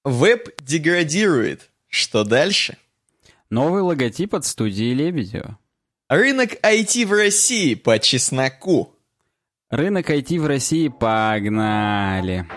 Веб деградирует. Что дальше? Новый логотип от студии Лебедева. Рынок IT в России по чесноку. Рынок IT в России погнали.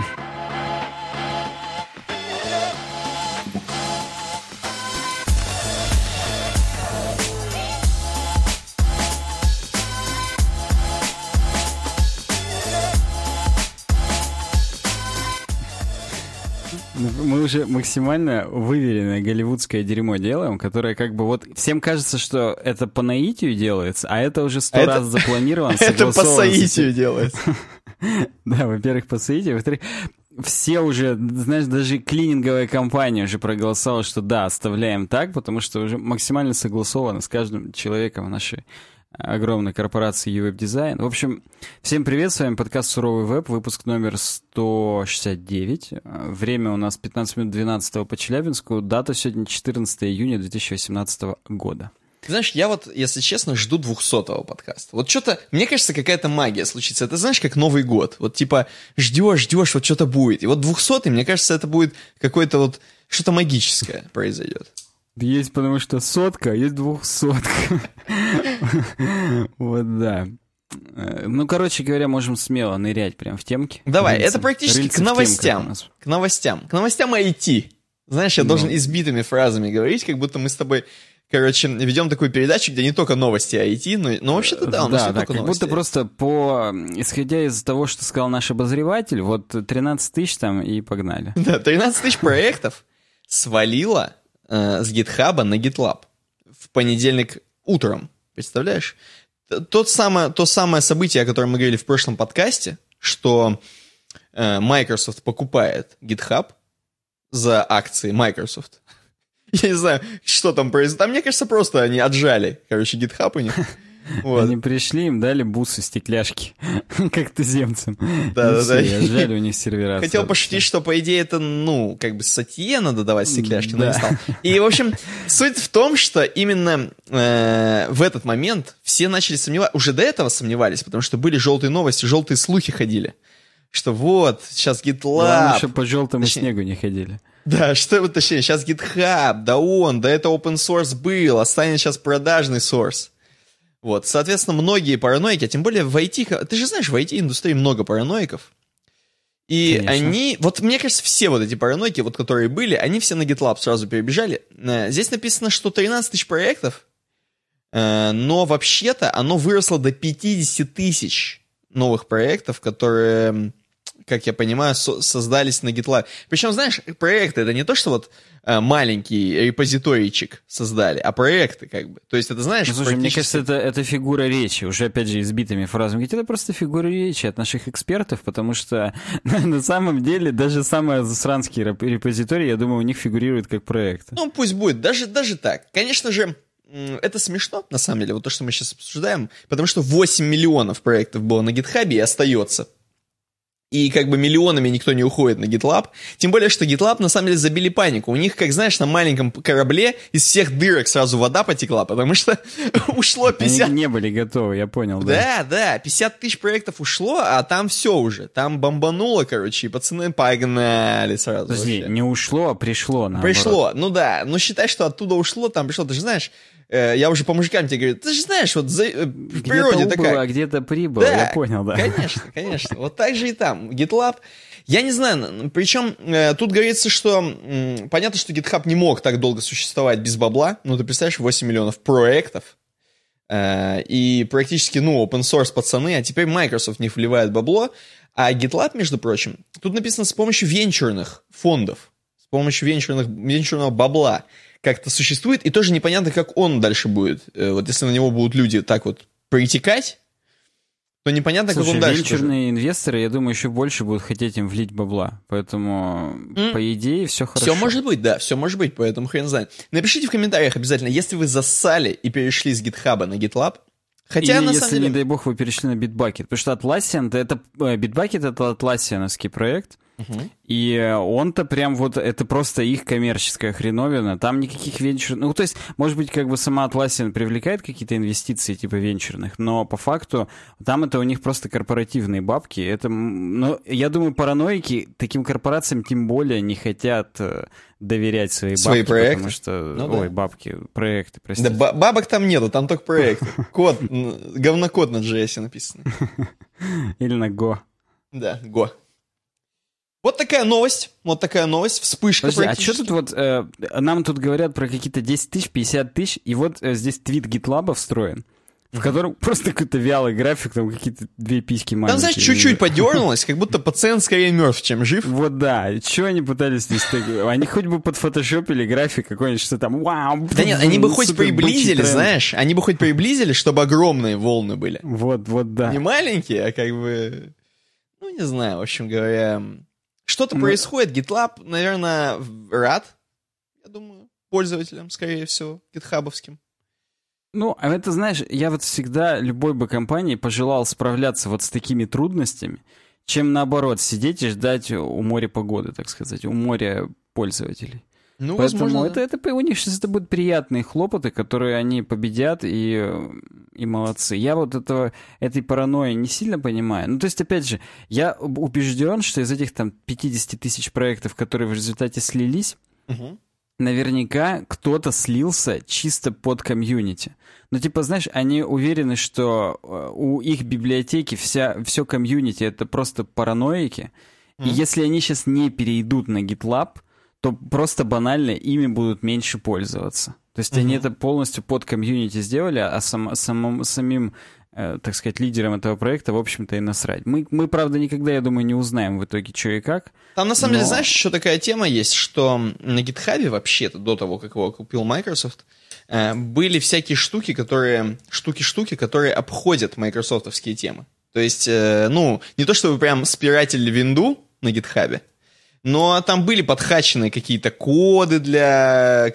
Мы уже максимально выверенное голливудское дерьмо делаем, которое как бы вот всем кажется, что это по наитию делается, а это уже 100 раз запланировано, это по соитию делается. Да, во-первых, по соитию, во-вторых, все уже, знаешь, даже клининговая компания уже проголосовала, что да, оставляем так, потому что уже максимально согласовано с каждым человеком в нашей огромной корпорации UWeb Design. В общем, всем привет, с вами подкаст «Суровый веб», выпуск номер 169. Время у нас 15 минут 12 по Челябинску, дата сегодня 14 июня 2018 года. Ты знаешь, я вот, если честно, жду 200-го подкаста. Вот что-то, мне кажется, какая-то магия случится. Это, знаешь, как Новый год. Вот типа ждешь, вот что-то будет. И вот 200-й, мне кажется, это будет какое-то вот, что-то магическое произойдет. Есть, потому что 100, есть 200. Вот да. Ну, короче говоря, можем смело нырять прям в темки. Давай, это практически к новостям. К новостям IT. Знаешь, я должен избитыми фразами говорить, как будто мы с тобой, короче, ведем такую передачу, где не только новости IT, но вообще-то да, у нас не только новости. Да, как будто просто исходя из того, что сказал наш обозреватель, вот 13 тысяч там и погнали. Да, 13 тысяч проектов свалило с GitHub на GitLab в понедельник утром. Представляешь? То самое событие, о котором мы говорили в прошлом подкасте, что Microsoft покупает GitHub за акции Microsoft. Я не знаю, что там происходит. Там, мне кажется, просто они отжали, GitHub у них. Вот. Они пришли, им дали бусы, стекляшки, как туземцам. Да. Отжали у них сервера. Хотел пошутить, что, по идее, это, Сатье надо давать стекляшки, но не стал. И, в общем, суть в том, что именно в этот момент все начали сомневаться. Уже до этого сомневались, потому что были желтые новости, желтые слухи ходили. Что вот, сейчас GitLab... Главное, чтобы по желтому снегу не ходили. Да, точнее, сейчас GitHub, да это open source был, а станет сейчас продажный source. Вот, соответственно, многие параноики, а тем более в IT... Ты же знаешь, в IT-индустрии много параноиков. И конечно. Они... Вот мне кажется, все вот эти параноики, вот которые были, они все на GitLab сразу перебежали. Здесь написано, что 13 тысяч проектов, но вообще-то оно выросло до 50 тысяч новых проектов, которые... как я понимаю, создались на GitLab. Причем, знаешь, проекты — это не то, что вот маленький репозиторийчик создали, а проекты как бы. То есть это, знаешь... Слушай, мне кажется, это фигура речи, уже опять же избитыми фразами. Это просто фигура речи от наших экспертов, потому что на самом деле даже самые засранские репозитории, я думаю, у них фигурируют как проекты. Ну, пусть будет, даже так. Конечно же, это смешно, на самом деле, вот то, что мы сейчас обсуждаем, потому что 8 миллионов проектов было на GitHub и остается. И как бы миллионами никто не уходит на GitLab. Тем более, что GitLab на самом деле забили панику. У них, как знаешь, на маленьком корабле из всех дырок сразу вода потекла, потому что ушло 50... Они не были готовы, я понял, да. Да, 50 тысяч проектов ушло, а там все уже. Там бомбануло, короче, и пацаны погнали сразу. Подожди, не ушло, а пришло, наоборот. Пришло, ну считай, что оттуда ушло, там пришло, ты же знаешь... Я уже по мужикам тебе говорю, ты же знаешь, вот в природе где-то такая... убыло, а где-то прибыло, да, я понял, да. Конечно. Вот так же и там. GitLab, я не знаю, причем тут говорится, что понятно, что GitHub не мог так долго существовать без бабла. Ну, ты представляешь, 8 миллионов проектов, и практически, open source пацаны, а теперь Microsoft не вливает бабло, а GitLab, между прочим, тут написано с помощью венчурных фондов, с помощью венчурного бабла как-то существует, и тоже непонятно, как он дальше будет. Вот если на него будут люди так вот притекать, то непонятно, как он дальше. Венчурные инвесторы, я думаю, еще больше будут хотеть им влить бабла. Поэтому, по идее, все хорошо. Все может быть, да, все может быть, поэтому хрен знает. Напишите в комментариях обязательно, если вы зассали и перешли с GitHub на GitLab. Хотя, или на если, самом деле... не дай бог, вы перешли на Bitbucket. Потому что Atlassian, Bitbucket — это Atlassian-овский проект. И он-то прям вот, это просто их коммерческая хреновина, там никаких венчурных... Ну, то есть, может быть, как бы сама Atlassian привлекает какие-то инвестиции типа венчурных, но по факту там это у них просто корпоративные бабки. Это, ну, я думаю, параноики таким корпорациям тем более не хотят доверять свои бабки, проекты. Потому что... Ну, ой, да. бабки, проекты, простите. Да бабок там нету, там только проекты. Код, говнокод на JS написано. Или на Go. Да, Go. Вот такая новость, вспышка. Подожди, а что тут вот, нам тут говорят про какие-то 10 тысяч, 50 тысяч, и вот здесь твит GitLab встроен, в котором просто какой-то вялый график, там какие-то две письки маленькие. Там, знаешь, чуть-чуть подернулось, как будто пациент скорее мертв, чем жив. Вот да, что они пытались здесь... Они хоть бы подфотошопили график какой-нибудь, что там... Вау, да нет, они бы хоть приблизили, знаешь, они бы хоть приблизили, чтобы огромные волны были. Вот, да. Не маленькие, а как бы... Ну, не знаю, в общем говоря... Что-то происходит, GitLab, наверное, рад, я думаю, пользователям, скорее всего, гитхабовским. Ну, а это, знаешь, я вот всегда любой бы компании пожелал справляться вот с такими трудностями, чем наоборот сидеть и ждать у моря погоды, так сказать, у моря пользователей. Ну, поэтому возможно, да. это у них сейчас это будут приятные хлопоты, которые они победят и молодцы. Я вот этой паранойи не сильно понимаю. Ну, то есть, опять же, я убежден, что из этих там 50 тысяч проектов, которые в результате слились, наверняка кто-то слился чисто под комьюнити. Ну, типа, знаешь, они уверены, что у их библиотеки все комьюнити — это просто параноики. И если они сейчас не перейдут на GitLab, то просто банально ими будут меньше пользоваться. То есть они это полностью под комьюнити сделали, а самим, так сказать, лидерам этого проекта, в общем-то, и насрать. Мы, правда, никогда, я думаю, не узнаем в итоге, что и как. Там, на самом деле, знаешь, еще такая тема есть, что на GitHub вообще-то, до того, как его купил Microsoft, были всякие штуки, которые обходят майкрософтовские темы. То есть, ну, не то чтобы прям спиратели винду на GitHub, но там были подхачены какие-то коды для,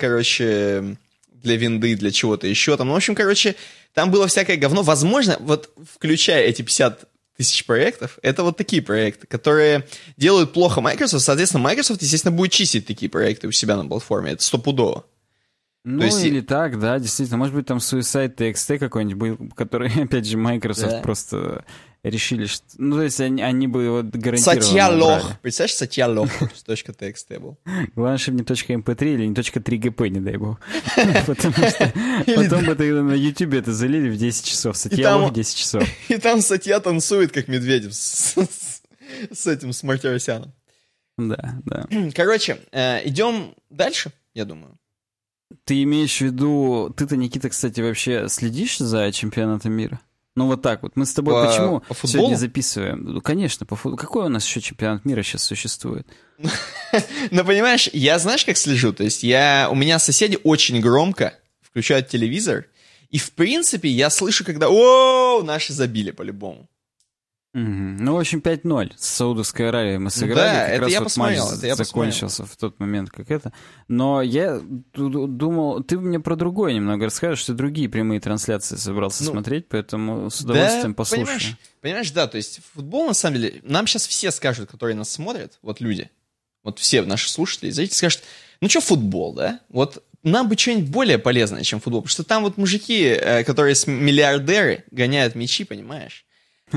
для винды, для чего-то еще там. Ну, в общем, там было всякое говно. Возможно, вот включая эти 50 тысяч проектов, это вот такие проекты, которые делают плохо Microsoft. Соответственно, Microsoft, естественно, будет чистить такие проекты у себя на платформе. Это стопудово. Ну, или так, да, действительно. Может быть, там Suicide.txt какой-нибудь был, который, опять же, Microsoft просто решили, что... Ну, то есть они бы его гарантированно статья лох. убрали. Представляешь, статья лох. .txt был. Главное, чтобы не .mp3 или не .3gp, не дай бог. Потому что потом бы тогда на YouTube это залили в 10 часов. Статья лох 10 часов. И там статья танцует, как Медведев с Мартиросяном. Да. Короче, идем дальше, я думаю. Ты имеешь в виду... Ты-то, Никита, кстати, вообще следишь за чемпионатом мира? Ну, вот так вот. Мы с тобой почему сегодня записываем? Ну, конечно, по футболу. Какой у нас еще чемпионат мира сейчас существует? Ну, понимаешь, я знаешь, как слежу? То есть у меня соседи очень громко включают телевизор, и, в принципе, я слышу, когда наши забили по-любому. Ну, в общем, 5-0 с Саудовской Аравией мы сыграли. Да, это я посмотрел. Закончился в тот момент, как это. Но я думал, ты мне про другое немного расскажешь, что другие прямые трансляции собрался смотреть, поэтому с удовольствием послушаю. Понимаешь, да, то есть футбол, на самом деле, нам сейчас все скажут, которые нас смотрят, вот люди, вот все наши слушатели, зрители скажут, ну что футбол, да? Вот нам бы что-нибудь более полезное, чем футбол, потому что там вот мужики, которые миллиардеры, гоняют мячи, понимаешь?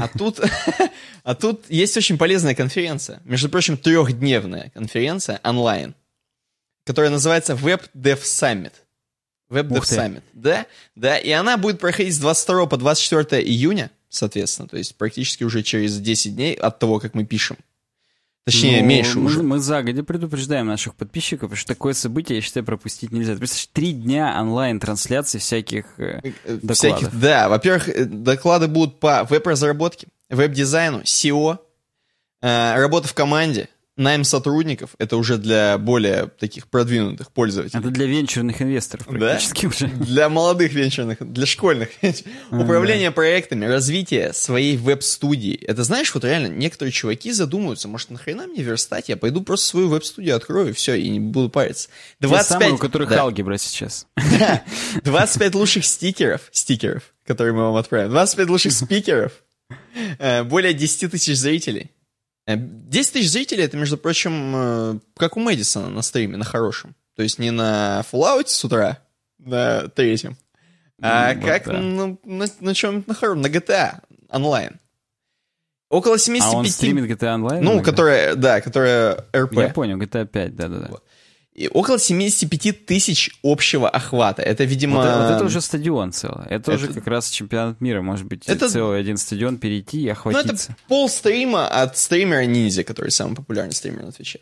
А тут есть очень полезная конференция, между прочим, 3-дневная конференция онлайн, которая называется Web Dev Summit. Web Dev Summit, да, и она будет проходить с 22 по 24 июня, соответственно, то есть практически уже через 10 дней от того, как мы пишем. Точнее, меньше уже. Мы загодя предупреждаем наших подписчиков, потому что такое событие, я считаю, пропустить нельзя. Ты представляешь, 3 дня онлайн-трансляций всяких докладов. Да, во-первых, доклады будут по веб-разработке, веб-дизайну, SEO, работа в команде, найм сотрудников, это уже для более таких продвинутых пользователей. Это для венчурных инвесторов практически уже. Для молодых венчурных, для школьных. Управление проектами, развитие своей веб-студии. Это, знаешь, вот реально некоторые чуваки задумываются, может, нахрена мне верстать, я пойду просто свою веб-студию открою, и все, и не буду париться. 25... Те самые, у которых алгебра сейчас. Да, 25 лучших стикеров, которые мы вам отправим, 25 лучших спикеров, более 10 тысяч зрителей. 10 тысяч зрителей, это, между прочим, как у Мэдисона на стриме, на хорошем. То есть не на Fallout с утра, на третьем, а вот как на чем-то на хорошем, на GTA онлайн. Около 75... А он стримит GTA Online? Ну, которая РП. Я понял, GTA 5, да-да-да. Вот. И около 75 тысяч общего охвата. Это, видимо... Вот это уже стадион целый. Это уже как раз чемпионат мира. Может быть, это... целый один стадион перейти и охватиться. Ну, это полстрима от стримера Ниндзя, который самый популярный стример на Твиче.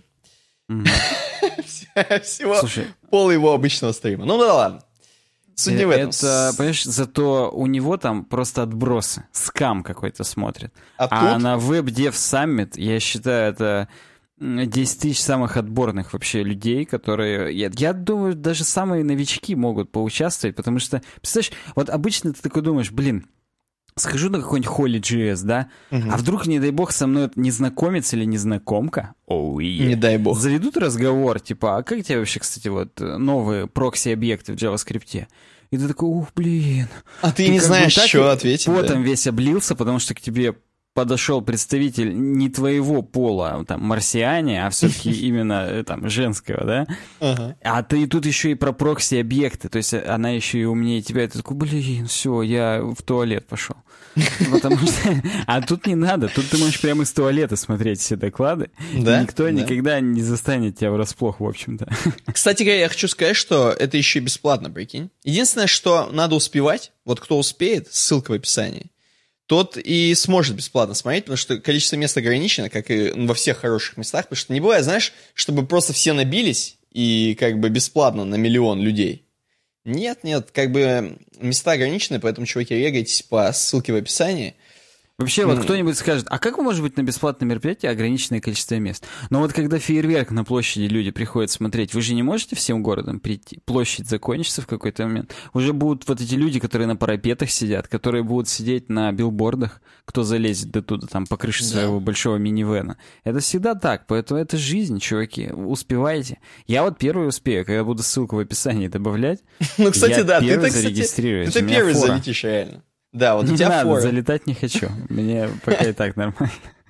Всего пол его обычного стрима. Ну да ладно. Суть не в этом. Это, понимаешь, зато у него там просто отбросы. Скам какой-то смотрит. А на Web Dev Summit, я считаю, это 10 тысяч самых отборных вообще людей, которые... Я думаю, даже самые новички могут поучаствовать, потому что, представляешь, вот обычно ты такой думаешь, блин, схожу на какой-нибудь Holy.js, да? А вдруг, не дай бог, со мной незнакомец или незнакомка, не дай бог, заведут разговор, типа, а как тебе вообще, кстати, вот новые прокси-объекты в JavaScript? И ты такой, ух, блин. А ты не знаешь, что ответить. Потом весь облился, потому что к тебе подошел представитель не твоего пола, там, марсиане, а все-таки именно там женского, да? А ты тут еще и про прокси-объекты, то есть она еще и умнее тебя, и ты такой, блин, все, я в туалет пошел. Потому что... А тут не надо, тут ты можешь прямо из туалета смотреть все доклады, да? И никто никогда не застанет тебя врасплох, в общем-то. Кстати говоря, я хочу сказать, что это еще и бесплатно, прикинь. Единственное, что надо успевать, вот кто успеет, ссылка в описании, тот и сможет бесплатно смотреть, потому что количество мест ограничено, как и во всех хороших местах, потому что не бывает, знаешь, чтобы просто все набились и как бы бесплатно на миллион людей. Нет, как бы места ограничены, поэтому, чуваки, регайтесь по ссылке в описании. Вообще, вот кто-нибудь скажет, а как может быть на бесплатном мероприятии ограниченное количество мест? Но вот когда фейерверк на площади люди приходят смотреть, вы же не можете всем городом прийти? Площадь закончится в какой-то момент. Уже будут вот эти люди, которые на парапетах сидят, которые будут сидеть на билбордах, кто залезет до туда, там, по крыше своего большого минивэна. Это всегда так, поэтому это жизнь, чуваки. Успевайте. Я вот первый успею, когда буду ссылку в описании добавлять. Ну, кстати, да, ты первый залетишь реально. Да, вот у тебя надо, залетать не хочу. Мне пока и так нормально.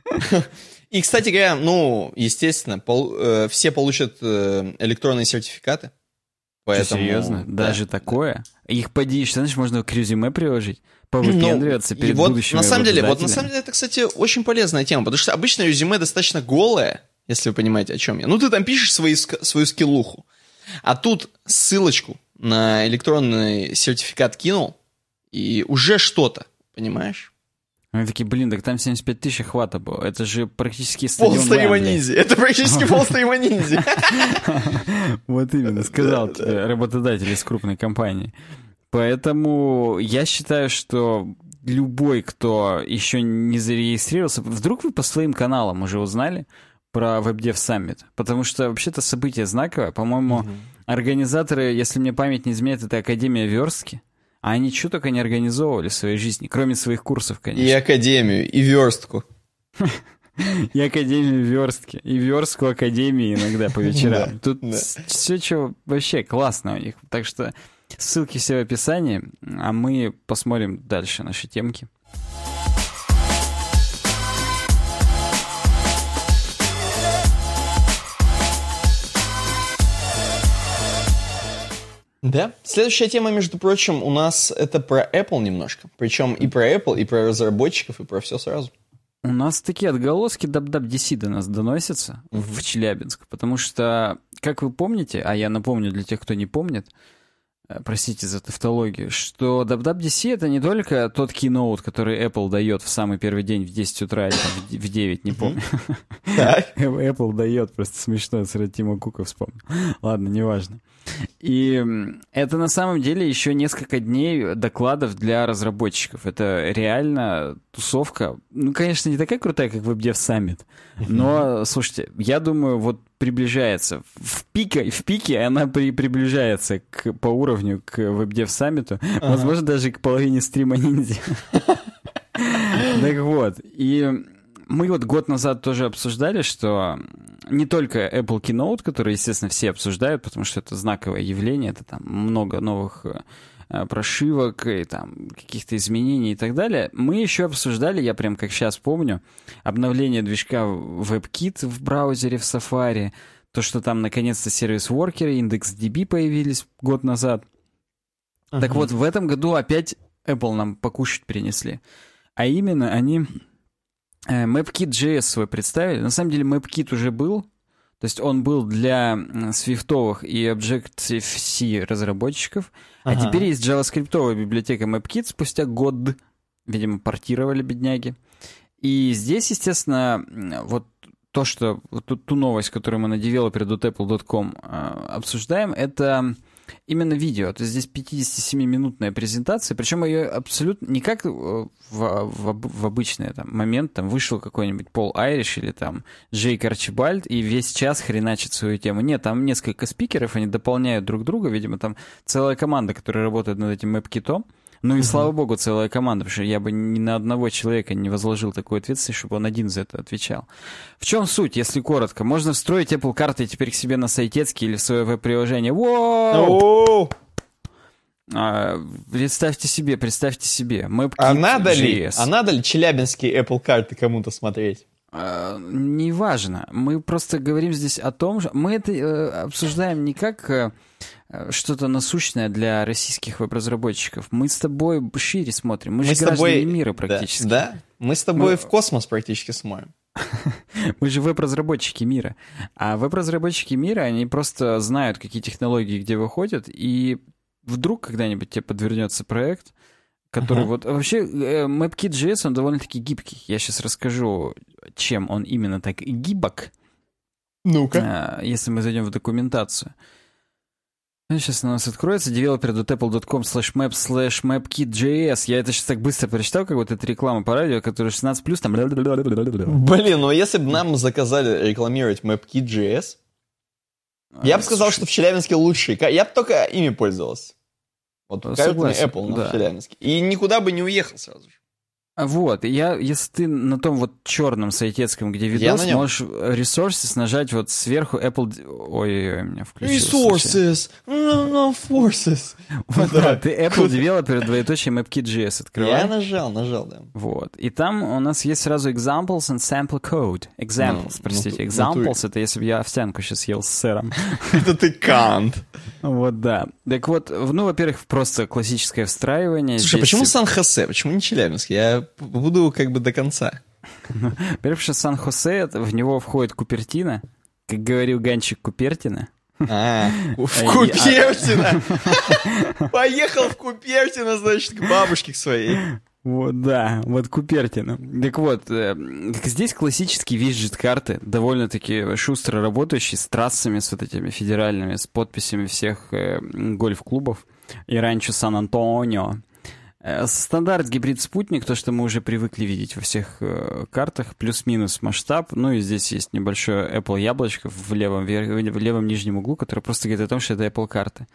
И, кстати говоря, ну, естественно, все получат электронные сертификаты. Поэтому, серьезно? Да. Даже такое? Их поди, знаешь, можно к резюме приложить, повыпендриваться перед будущими работодателями. Вот на самом деле, это, кстати, очень полезная тема, потому что обычно резюме достаточно голое, если вы понимаете, о чем я. Ну, ты там пишешь свою скиллуху, а тут ссылочку на электронный сертификат кинул, и уже что-то, понимаешь? Они такие, блин, так там 75 тысяч охвата было. Это же практически стадион полстрима ниндзя. Это практически полстрима ниндзя. Вот именно, сказал тебе работодатель из крупной компании. Поэтому я считаю, что любой, кто еще не зарегистрировался, вдруг вы по своим каналам уже узнали про WebDev Summit? Потому что вообще-то событие знаковое. По-моему, организаторы, если мне память не изменяет, это Академия Верстки. А они что только не организовывали в своей жизни, кроме своих курсов, конечно. И академию, и верстку. И академию верстки, и верстку академии иногда по вечерам. Тут все, что вообще классно у них. Так что ссылки все в описании, а мы посмотрим дальше наши темки. Да. Следующая тема, между прочим, у нас это про Apple немножко. Причем и про Apple, и про разработчиков, и про все сразу. У нас такие отголоски WWDC до нас доносятся в Челябинск, потому что, как вы помните, а я напомню для тех, кто не помнит, простите за тавтологию, что WWDC — это не только тот keynote, который Apple дает в самый первый день в 10 утра или там, в 9, не помню. Apple дает, просто смешно, сразу Тима Кука вспомнил. Ладно, неважно. И это на самом деле еще несколько дней докладов для разработчиков. Это реально тусовка. Ну, конечно, не такая крутая, как WebDev Summit, но, слушайте, я думаю, вот приближается. В пике она приближается по уровню к WebDev Summit, возможно, даже к половине стрима ниндзя. Так вот, и мы вот год назад тоже обсуждали, что не только Apple Keynote, который, естественно, все обсуждают, потому что это знаковое явление, это там много новых прошивок и там каких-то изменений и так далее. Мы еще обсуждали, я прям как сейчас помню, обновление движка WebKit в браузере в Safari, то, что там наконец-то сервис-воркеры, IndexedDB появились год назад. Так вот, в этом году опять Apple нам покушать принесли. А именно они MapKit.js свой представили. На самом деле MapKit уже был. То есть он был для свифтовых и Objective-C разработчиков. А теперь есть JavaScript-овая библиотека MapKit спустя год. Видимо, портировали бедняги. И здесь, естественно, вот то, что... Вот ту новость, которую мы на developer.apple.com обсуждаем, это... Именно видео. То есть здесь 57-минутная презентация, причем ее абсолютно не как в обычный там, момент, там вышел какой-нибудь Пол Айриш или там Джейк Арчибальд и весь час хреначит свою тему. Нет, там несколько спикеров, они дополняют друг друга, видимо, там целая команда, которая работает над этим MapKit. Ну и слава богу, целая команда, потому что я бы ни на одного человека не возложил такую ответственность, чтобы он один за это отвечал. В чем суть, если коротко? Можно встроить Apple карты теперь к себе на Сайтецке или в свое веб-приложение. Воу! Представьте себе. MapKit.js. А надо ли челябинские Apple карты кому-то смотреть? Неважно. Мы просто говорим здесь о том, что мы это обсуждаем не как что-то насущное для российских веб-разработчиков. Мы с тобой шире смотрим. Мы же граждане мира практически. Да. Мы с тобой в космос практически смотрим. Мы же веб-разработчики мира. А веб-разработчики мира, они просто знают, какие технологии где выходят, и вдруг когда-нибудь тебе подвернется проект, который вот... Вообще, MapKit.js, он довольно-таки гибкий. Я сейчас расскажу, чем он именно так гибок. Ну-ка. Если мы зайдем в документацию. Сейчас у нас откроется developer.apple.com/map/mapkit.js. Я это сейчас так быстро прочитал, как вот эта реклама по радио, которая 16+, там... Блин, ну если бы нам заказали рекламировать MapKit.js, я бы сказал, что в Челябинске лучшие. Я бы только ими пользовался. Вот картами Apple в Челябинске. И никуда бы не уехал сразу же. Вот, если ты на том вот черном сайтецком, где видос, можешь Resources нажать вот сверху Apple... Ой, меня включилось. Forces. Вот, да, ты Apple Developer, MapKit.js открываешь. Я нажал, да. Вот, и там у нас есть сразу examples and sample code. Examples, простите. Examples — это если бы я овсянку сейчас ел с сыром. Это ты кант. Вот, да. Так вот, ну, во-первых, просто классическое встраивание. Слушай, почему Сан-Хосе? Почему не Челябинск? Я буду как бы до конца. Во-первых, что Сан-Хосе, в него входит Купертино, как говорил Ганчик Купертино. В Купертино! Поехал в Купертино, значит, к бабушке к своей. Вот, да, вот Купертино. Так вот, здесь классический виджет карты, довольно-таки шустро работающий, с трассами, с вот этими федеральными, с подписями всех гольф-клубов и ранчо Сан-Антонио. Стандарт гибрид-спутник, то, что мы уже привыкли видеть во всех картах, плюс-минус масштаб. Ну и здесь есть небольшое Apple яблочко в левом нижнем углу, которое просто говорит о том, что это Apple карты.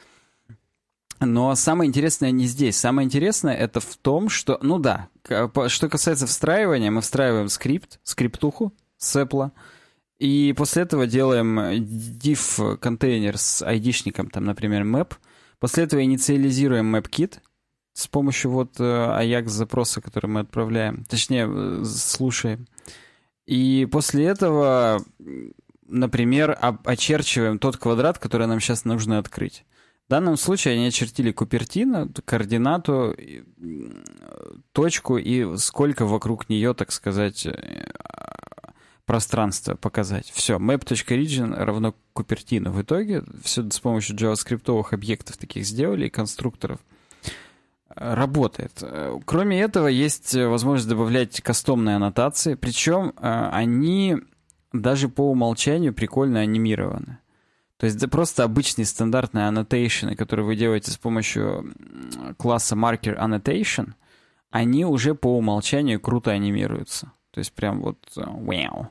Но самое интересное не здесь. Самое интересное это в том, что, ну да, что касается встраивания, мы встраиваем скриптуху с Apple, и после этого делаем div-контейнер с ID-шником, там, например, map. После этого инициализируем MapKit с помощью вот AJAX-запроса, который мы отправляем, точнее, слушаем. И после этого, например, очерчиваем тот квадрат, который нам сейчас нужно открыть. В данном случае они очертили Купертино, координату, точку и сколько вокруг нее, так сказать, пространства показать. Все, map.region равно Купертино. В итоге все с помощью JavaScript-овых объектов таких сделали и конструкторов. Работает. Кроме этого, есть возможность добавлять кастомные аннотации, причем они даже по умолчанию прикольно анимированы. То есть просто обычные стандартные аннотейшены, которые вы делаете с помощью класса Marker Annotation, они уже по умолчанию круто анимируются. То есть прям вот вау.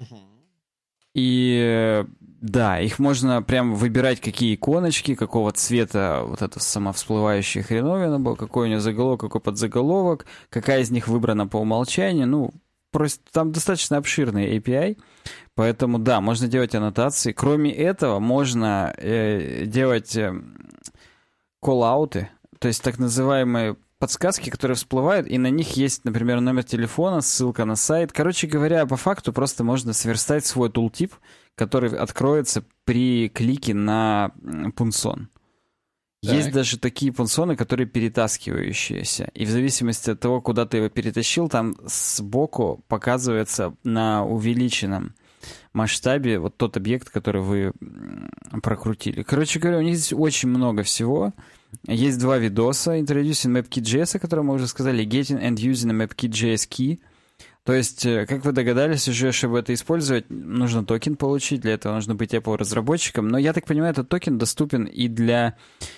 И да, их можно прям выбирать, какие иконочки, какого цвета вот эта самовсплывающая хреновина была, какой у нее заголовок, какой подзаголовок, какая из них выбрана по умолчанию. Ну, просто там достаточно обширный API, поэтому да, можно делать аннотации. Кроме этого, можно делать call-ауты, то есть так называемые подсказки, которые всплывают, и на них есть, например, номер телефона, ссылка на сайт. Короче говоря, по факту просто можно сверстать свой тултип, который откроется при клике на пунсон. Так. Есть даже такие пунсоны, которые перетаскивающиеся. И в зависимости от того, куда ты его перетащил, там сбоку показывается на увеличенном масштабе вот тот объект, который вы прокрутили. Короче говоря, у них здесь очень много всего. Есть два видоса. Introducing MapKit.js, о котором мы уже сказали, Getting and Using a MapKit.js Key. То есть, как вы догадались уже, чтобы это использовать, нужно токен получить, для этого нужно быть Apple-разработчиком. Но я так понимаю, этот токен доступен и для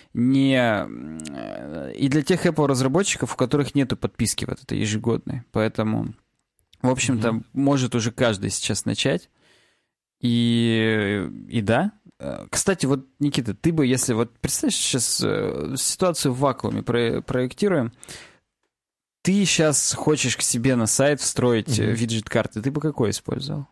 тех Apple-разработчиков, у которых нету подписки вот этой ежегодной. Поэтому, в общем-то, может уже каждый сейчас начать. И да. Кстати, вот, Никита, ты бы, если вот представь сейчас ситуацию в вакууме проектируем, ты сейчас хочешь к себе на сайт встроить виджет-карты, ты бы какой использовал?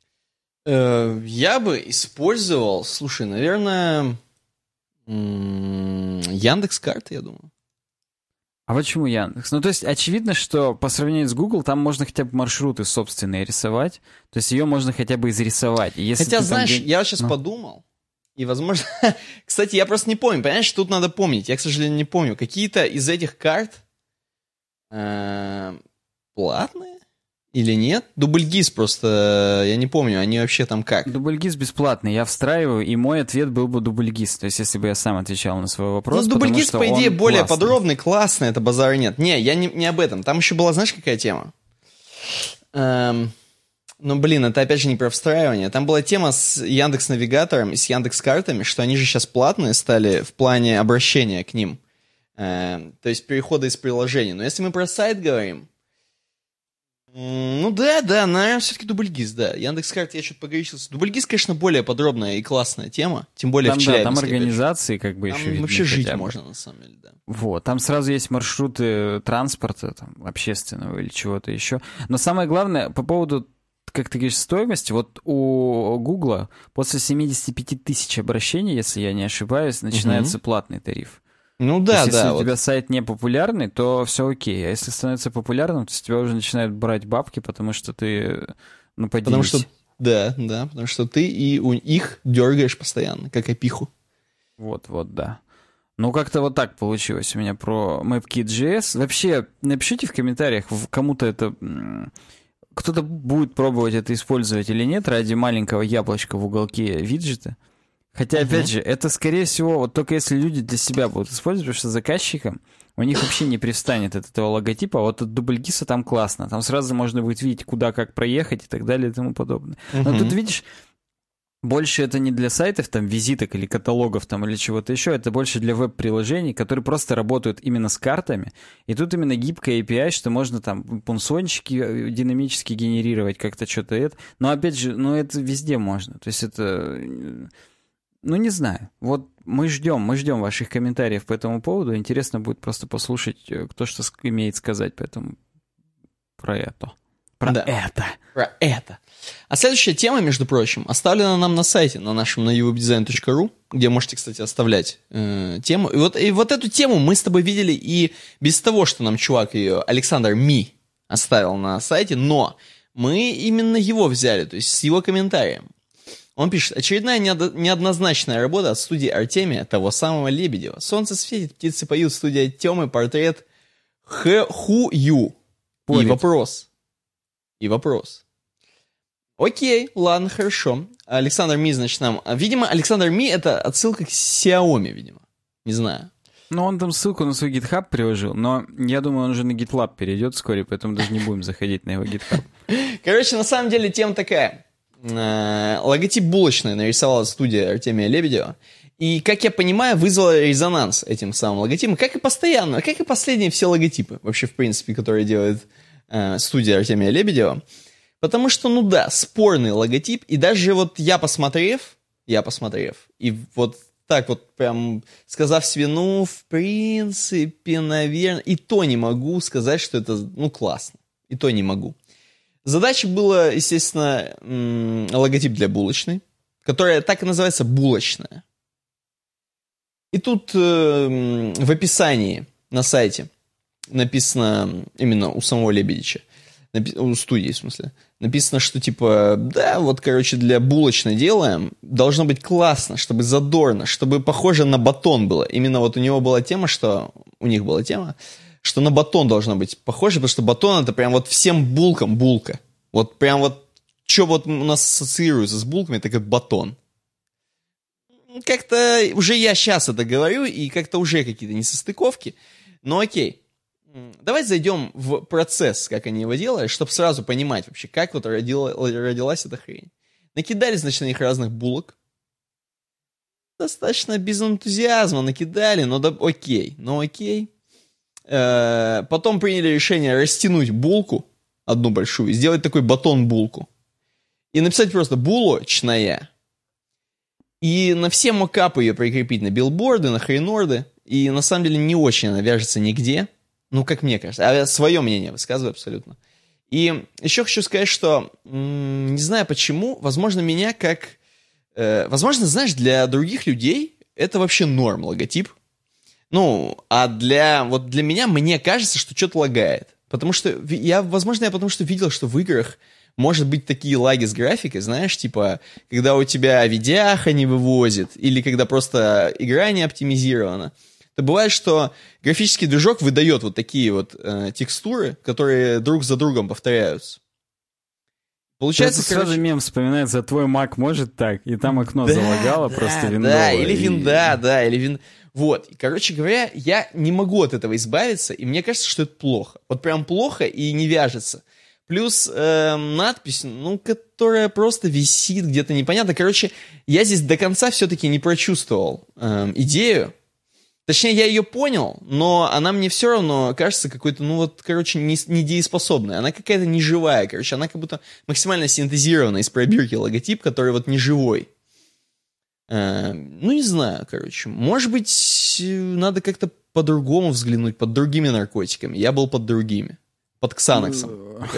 Я бы использовал, слушай, наверное, Яндекс.Карты, я думаю. А почему Яндекс? Ну, то есть, очевидно, что по сравнению с Google, там можно хотя бы маршруты собственные рисовать. То есть, ее можно хотя бы изрисовать. И если хотя, знаешь, там... я сейчас подумал, и, возможно... Кстати, я просто не помню, понимаешь, тут надо помнить. Я, к сожалению, не помню. Какие-то из этих карт платные или нет? Дубльгиз просто, я не помню, они вообще там как? Дубльгиз бесплатный, я встраиваю, и мой ответ был бы дубльгиз. То есть, если бы я сам отвечал на свой вопрос, ну, дубльгиз, по идее, более классный. подробный, классный, это базара нет. Не, я не об этом. Там еще была, знаешь, какая тема? Ну, блин, это опять же не про встраивание. Там была тема с Яндекс.Навигатором и с Яндекс.Картами, что они же сейчас платные стали в плане обращения к ним. То есть перехода из приложений. Но если мы про сайт говорим, ну да, наверное, все-таки дубльгиз, да. Яндекс.Карт, я что-то погорячился. Дубльгиз, конечно, более подробная и классная тема, тем более там, в Челябинске. Да, там организации как бы там еще видны. Вообще жить можно, на самом деле, да. Вот, там сразу есть маршруты транспорта, там, общественного или чего-то еще. Но самое главное, по поводу, как ты говоришь, стоимости, вот у Гугла после 75 тысяч обращений, если я не ошибаюсь, начинается платный тариф. Ну да, есть, да. если у тебя сайт не популярный, то все окей. А если становится популярным, то с тебя уже начинают брать бабки, потому что ты, ну, поделись. Потому что, да, потому что ты и у их дергаешь постоянно, как опиху. Вот, да. Ну, как-то вот так получилось у меня про MapKit.js. Вообще, напишите в комментариях, кому-то это... Кто-то будет пробовать это использовать или нет ради маленького яблочка в уголке виджета. Хотя, опять же, это, скорее всего, вот только если люди для себя будут использовать, потому что заказчикам у них вообще не привстанет от этого логотипа, а вот от дубльгиса там классно. Там сразу можно будет видеть, куда как проехать и так далее и тому подобное. Но тут, видишь, больше это не для сайтов, там, визиток или каталогов там, или чего-то еще, это больше для веб-приложений, которые просто работают именно с картами. И тут именно гибкая API, что можно там пунсончики динамически генерировать, как-то что-то это. Но, опять же, ну, это везде можно. То есть это... Ну, не знаю. Вот мы ждем ваших комментариев по этому поводу. Интересно будет просто послушать, кто что имеет сказать по этому... Про это. Про это. А следующая тема, между прочим, оставлена нам на сайте, на нашем на uwebdesign.ru, где можете, кстати, оставлять тему. И вот эту тему мы с тобой видели и без того, что нам чувак ее, Александр Ми, оставил на сайте, но мы именно его взяли, то есть с его комментарием. Он пишет: очередная неоднозначная работа от студии Артемия, того самого Лебедева. Солнце светит, птицы поют, студия Темы, портрет Ху-Ю. И вопрос. Окей, ладно, хорошо. Александр Ми, значит, нам... Видимо, Александр Ми — это отсылка к Xiaomi, видимо. Не знаю. Ну, он там ссылку на свой GitHub приложил, но я думаю, он уже на GitLab перейдет вскоре, поэтому даже не будем заходить на его GitHub. Короче, на самом деле тема такая. Логотип булочной нарисовала студия Артемия Лебедева. И, как я понимаю, вызвала резонанс этим самым логотипом, как и постоянно, как и последние все логотипы, вообще, в принципе, которые делает студия Артемия Лебедева. Потому что, ну да, спорный логотип. И даже вот я посмотрев, и вот так вот прям сказав себе, ну, в принципе, наверное, и то не могу сказать, что это, ну, классно. И то не могу. Задача была, естественно, логотип для булочной, которая так и называется булочная. И тут в описании на сайте написано, именно у самого Лебедича, у студии, в смысле, написано, что типа, да, вот, короче, для булочной делаем, должно быть классно, чтобы задорно, чтобы похоже на батон было. Именно вот у него была тема, что, у них была тема, что на батон должно быть похоже, потому что батон это прям вот всем булкам булка. Вот прям вот, что вот у нас ассоциируется с булками, это как батон. Как-то уже я сейчас это говорю, и как-то уже какие-то несостыковки, но окей. Давайте зайдем в процесс, как они его делали, чтобы сразу понимать вообще, как вот родилась эта хрень. Накидали, значит, на них разных булок. Достаточно без энтузиазма накидали, но да, окей. Потом приняли решение растянуть булку, одну большую, и сделать такой батон-булку. И написать просто «булочная». И на все мокапы ее прикрепить на билборды, на хренорды. И на самом деле не очень она вяжется нигде. Ну, как мне кажется. А я свое мнение высказываю абсолютно. И еще хочу сказать, что не знаю почему, возможно, меня как... возможно, знаешь, для других людей это вообще норм, логотип. Ну, а для меня, мне кажется, что что-то лагает. Потому что, возможно, я потому что видел, что в играх может быть такие лаги с графикой, знаешь, типа, когда у тебя видяха не вывозит, или когда просто игра не оптимизирована. То бывает, что графический движок выдает вот такие вот текстуры, которые друг за другом повторяются. Получается, сразу мем вспоминается, твой Mac может так, и там окно залагало просто виндовое. Да, или винда, да, или вин... Вот, и, короче говоря, я не могу от этого избавиться, и мне кажется, что это плохо. Вот прям плохо и не вяжется. Плюс надпись, ну, которая просто висит где-то непонятно. Короче, я здесь до конца все-таки не прочувствовал идею. Точнее, я ее понял, но она мне все равно кажется какой-то, ну вот, короче, недееспособной. Она какая-то неживая, короче, она как будто максимально синтезирована из пробирки логотип, который вот неживой. Ну, не знаю, короче. Может быть, надо как-то по-другому взглянуть, под другими наркотиками. Я был под другими. Под ксаноксом.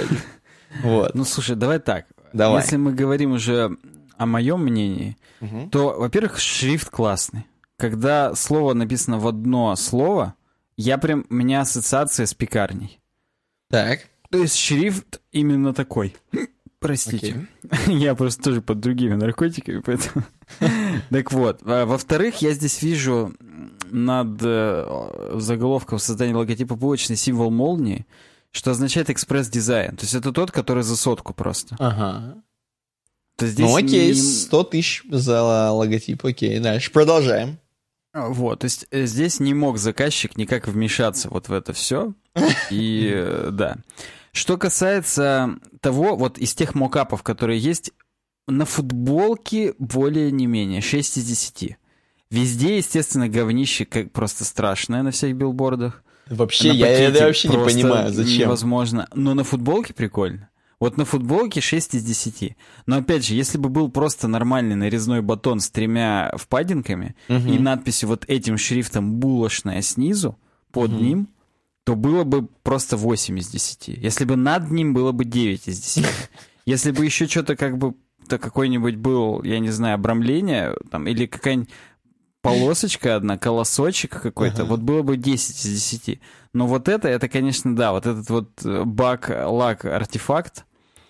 Вот. Ну, слушай, давай так. Давай. Если мы говорим уже о моем мнении, то, во-первых, шрифт классный. Когда слово написано в одно слово, у меня ассоциация с пекарней. Так. То есть шрифт именно такой. Простите. Я просто тоже под другими наркотиками, поэтому... Так вот. Во-вторых, я здесь вижу над заголовком создания логотипа булочный символ молнии, что означает экспресс-дизайн. То есть это тот, который за 100 просто. Ага. То здесь ну окей, 100 тысяч за логотип, окей. Дальше продолжаем. Вот, то есть здесь не мог заказчик никак вмешаться вот в это все. И да. Что касается того, вот из тех мокапов, которые есть, на футболке более не менее 6 из 10. Везде, естественно, говнище как просто страшное на всех билбордах. Вообще, я вообще не понимаю, зачем. Невозможно. Но на футболке прикольно. Вот на футболке 6 из 10. Но опять же, если бы был просто нормальный нарезной батон с 3 впадинками и надписью вот этим шрифтом «булочная» снизу, под ним, то было бы просто 8 из 10. Если бы над ним, было бы 9 из 10. Если бы еще что-то как бы, какой-нибудь был, я не знаю, обрамление, там, или какая-нибудь полосочка одна, колосочек какой-то, вот было бы 10 из 10. Но вот это, конечно, да, вот этот вот баг-лаг артефакт,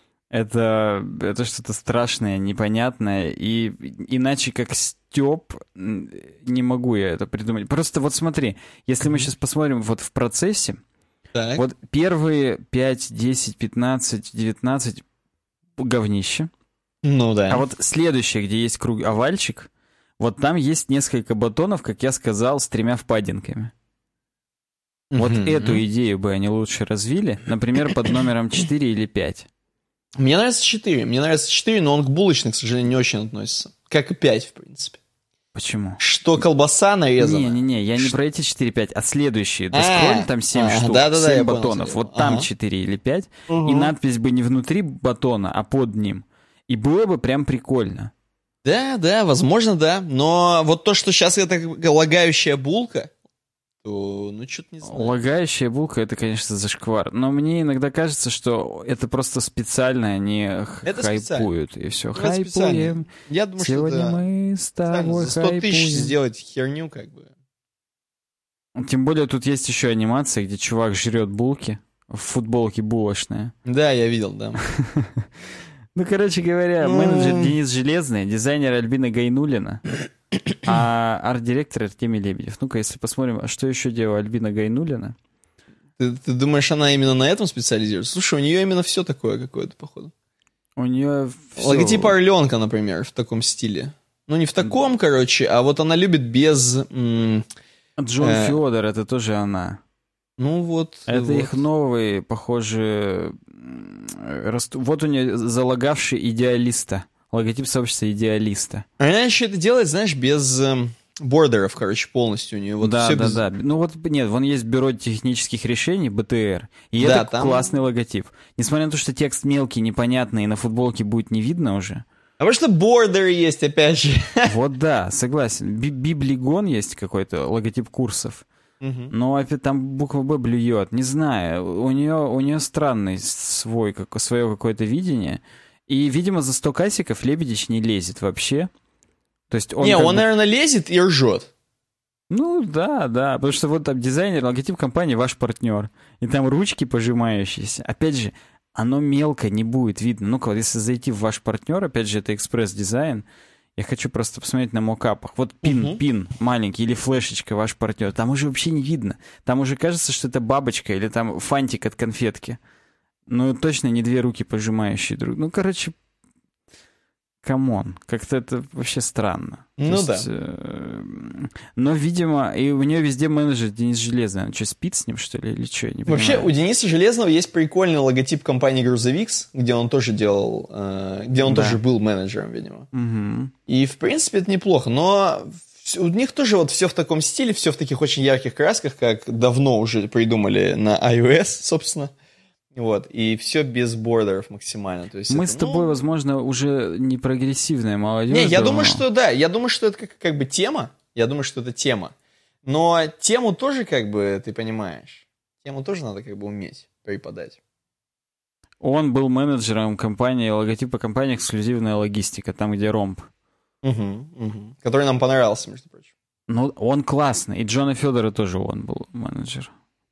это что-то страшное, непонятное, и иначе как стёб не могу я это придумать. Просто вот смотри, если мы сейчас посмотрим вот в процессе, так. Вот первые 5, 10, 15, 19 говнище. Ну да. А вот следующее, где есть круг, овальчик, вот там есть несколько батонов, как я сказал, с 3 впадинками. Вот эту идею бы они лучше развили, например, под номером 4 или 5. Мне нравится 4. Мне нравится 4, но он к булочной, к сожалению, не очень относится. Как и 5, в принципе. Почему? Что колбаса нарезана. Не-не-не, я не про эти 4-5, а следующие. Ты скроль, там 7 штук, 7 батонов. Понял, вот там 4 или 5. И надпись бы не внутри батона, а под ним. И было бы прям прикольно. Да, возможно, да. Но вот то, что сейчас это лагающая булка, то, ну, что-то не знаю. Лагающая булка, это, конечно, зашквар. Но мне иногда кажется, что это просто специально они хайпуют. И все, хайпуем. Я думаю, сегодня что мы с тобой за 100 тысяч сделать херню, как бы. Тем более тут есть еще анимация, где чувак жрет булки в футболке булочная. Да, я видел, да. Ну, короче говоря, менеджер Денис Железный, дизайнер Альбина Гайнуллина, а арт-директор Артемий Лебедев. Ну-ка, если посмотрим, а что еще делала Альбина Гайнуллина? Ты думаешь, она именно на этом специализируется? Слушай, у нее именно все такое какое-то, походу. У нее все... Логотип орленка, например, в таком стиле. Ну, не в таком, короче, а вот она любит без... Джон Федор, это тоже она. Ну вот. Это вот. их новый, похоже... Вот у нее залагавший идеалиста. Логотип сообщества идеалиста. Она еще это делает, знаешь, без бордеров, короче, полностью у нее. Вот да, все да, без... да. Ну вот, нет, вон есть бюро технических решений, БТР. И да, это там... классный логотип. Несмотря на то, что текст мелкий, непонятный, и на футболке будет не видно уже. А потому что бордеры есть, опять же. Вот да, согласен. Библигон есть какой-то, логотип курсов. Но опять там буква Б блюет. Не знаю, у нее странный свое какое-то видение. И, видимо, за 100 касиков Лебедич не лезет вообще. То есть он он, наверное, лезет и ржет. Ну, да, потому что вот там дизайнер, логотип компании ваш партнер. И там ручки пожимающиеся. Опять же, оно мелко не будет видно. Ну-ка, вот если зайти в ваш партнер, опять же, это экспресс-дизайн, я хочу просто посмотреть на мокапах. Вот пин маленький или флешечка ваш партнер. Там уже вообще не видно. Там уже кажется, что это бабочка или там фантик от конфетки. Ну, точно не две руки пожимающие друг. Ну, короче, камон. Как-то это вообще странно. Ну то есть, но, видимо, и у нее везде менеджер Денис Железный. Он что, спит с ним, что ли, или что? Не Вообще, понимаю. у Дениса Железного есть прикольный логотип компании Грузовикс, где он тоже делал, где он тоже был менеджером, видимо. Угу. И, в принципе, это неплохо, но у них тоже вот все в таком стиле, все в таких очень ярких красках, как давно уже придумали на iOS, собственно. Вот, и все без бордеров максимально. То есть мы это, с тобой, возможно, уже не прогрессивная молодежь. Не, я думаю, что да, я думаю, что это как бы тема, я думаю, что это тема. Но тему тоже, как бы, ты понимаешь, тему тоже надо как бы уметь преподать. Он был менеджером компании, логотипа компании «Эксклюзивная логистика», там, где ромб. Который нам понравился, между прочим. Ну, он классный. И Джона Федора тоже он был менеджер.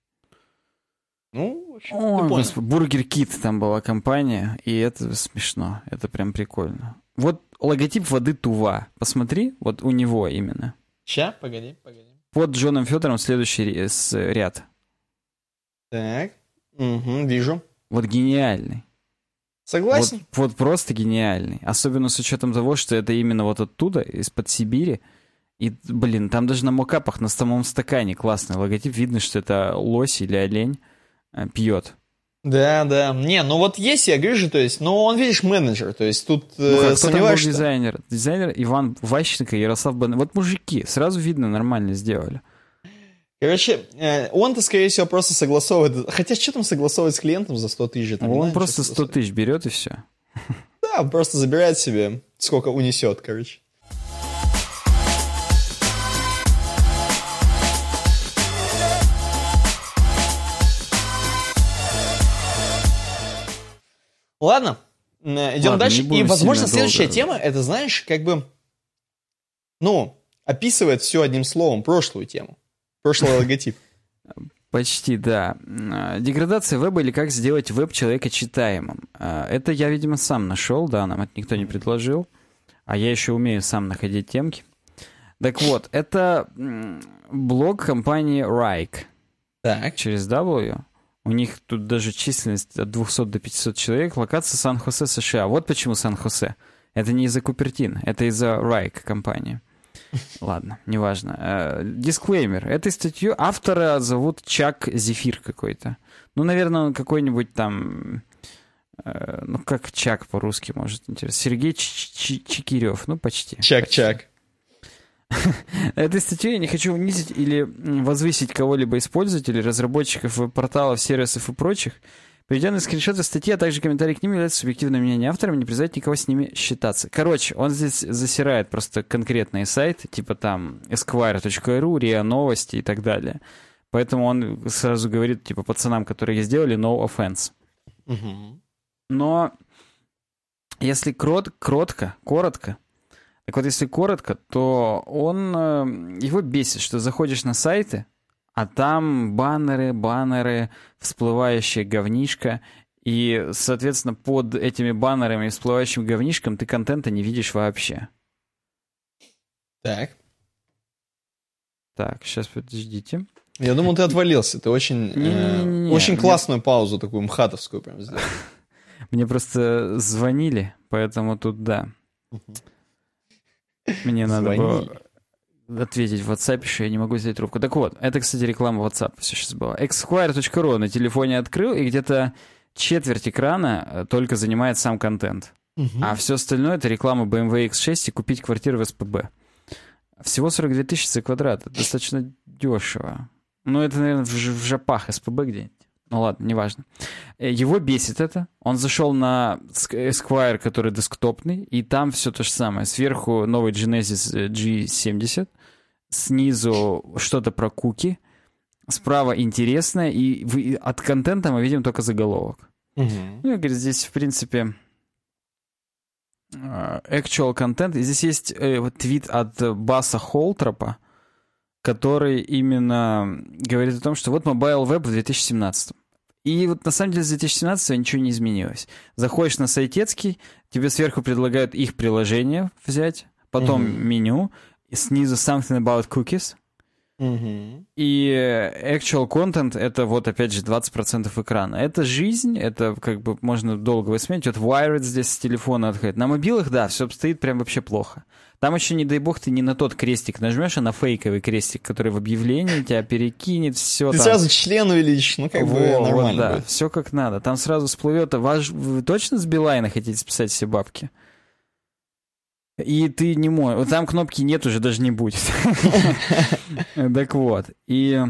Ну, в общем, ты понял. Бургер Кит там была компания, и это смешно. Это прям прикольно. Вот логотип воды Тува. Посмотри, вот у него именно. Ща, погоди. Под Джоном Федором следующий ряд. Так, вижу. Вот гениальный. Согласен. Вот просто гениальный. Особенно с учетом того, что это именно вот оттуда, из-под Сибири. И, блин, там даже на мокапах, на самом стакане классный логотип. Видно, что это лось или олень пьет. Да. Не, ну вот есть, я говорю же, то есть, но он, видишь, менеджер, то есть тут кто там был что... дизайнер? Дизайнер Иван Ващенко и Ярослав Бен. Вот мужики, сразу видно, нормально сделали. Короче, он-то, скорее всего, просто согласовывает... Хотя что там согласовывать с клиентом за 100 тысяч? Он просто 100 тысяч берет и все. Да, просто забирает себе, сколько унесет, короче. Ладно, идем дальше. И, возможно, следующая тема, это, знаешь, как бы, ну, описывает все одним словом, прошлую тему. Прошлый логотип. Почти, да. Деградация веба или как сделать веб человека читаемым. Это я, видимо, сам нашел, да, нам это никто не предложил. А я еще умею сам находить темки. Так вот, это блог компании Rike. Так. Через W. У них тут даже численность от 200 до 500 человек. Локация Сан-Хосе, США. Вот почему Сан-Хосе. Это не из-за Купертино, это из-за Rike компании. Ладно, неважно. Дисклеймер. Этой статью автора зовут Чак Зефир какой-то. Ну, наверное, он какой-нибудь там... ну, как Чак по-русски, может, интересно. Сергей Чикирев. Ну, почти. Чак-Чак. Этой статьей я не хочу унизить или возвысить кого-либо из пользователей, разработчиков веб-порталов, сервисов и прочих. Приведенные скриншоты статьи, а также комментарии к ним являются субъективным мнением автора, не призывает никого с ними считаться. Короче, он здесь засирает просто конкретные сайты, типа там esquire.ru, РИА Новости и так далее. Поэтому он сразу говорит, типа, пацанам, которые сделали, no offense. Но если коротко, так вот, если коротко, то он его бесит, что заходишь на сайты, А там баннеры, всплывающее говнишко. И, соответственно, под этими баннерами и всплывающим говнишком ты контента не видишь вообще. Так. Так, сейчас подождите. Я думал, ты отвалился. Ты очень классную паузу, такую мхатовскую прям сделал. Мне просто звонили, поэтому тут да. Мне надо было ответить в WhatsApp, что я не могу взять трубку. Так вот, это, кстати, реклама WhatsApp все сейчас была. Esquire.ru на телефоне открыл, и где-то четверть экрана только занимает сам контент. А все остальное — это реклама BMW X6 и купить квартиру в СПБ. Всего 42 тысячи за квадрат. Это достаточно дешево. Ну, это, наверное, в жопах СПБ где-нибудь. Ну ладно, неважно. Его бесит это. Он зашел на Esquire, который десктопный, и там все то же самое. Сверху новый Genesis G70, снизу что-то про куки, справа интересное, и от контента мы видим только заголовок. Ну, я говорю, здесь, в принципе, actual content. И здесь есть твит от Баса Холтропа, который именно говорит о том, что вот Mobile Web в 2017. И вот на самом деле с 2017 ничего не изменилось. Заходишь на Сайтецкий, тебе сверху предлагают их приложение взять, потом меню, и снизу something about cookies. И actual content — это вот опять же 20% экрана. Это жизнь, это как бы можно долго высмеять. Вот Wired здесь с телефона отходит. На мобилах, да, все обстоит прям вообще плохо. Там еще, не дай бог, ты не на тот крестик нажмешь, а на фейковый крестик, который в объявлении тебя перекинет, все. Ты там сразу член увеличишь, ну как бы нормально. Вот, да, будет. все как надо. Там сразу всплывет. Вы точно с Билайна хотите списать все бабки? И ты не можешь. Вот там кнопки нет, уже даже не будет. Так вот. И,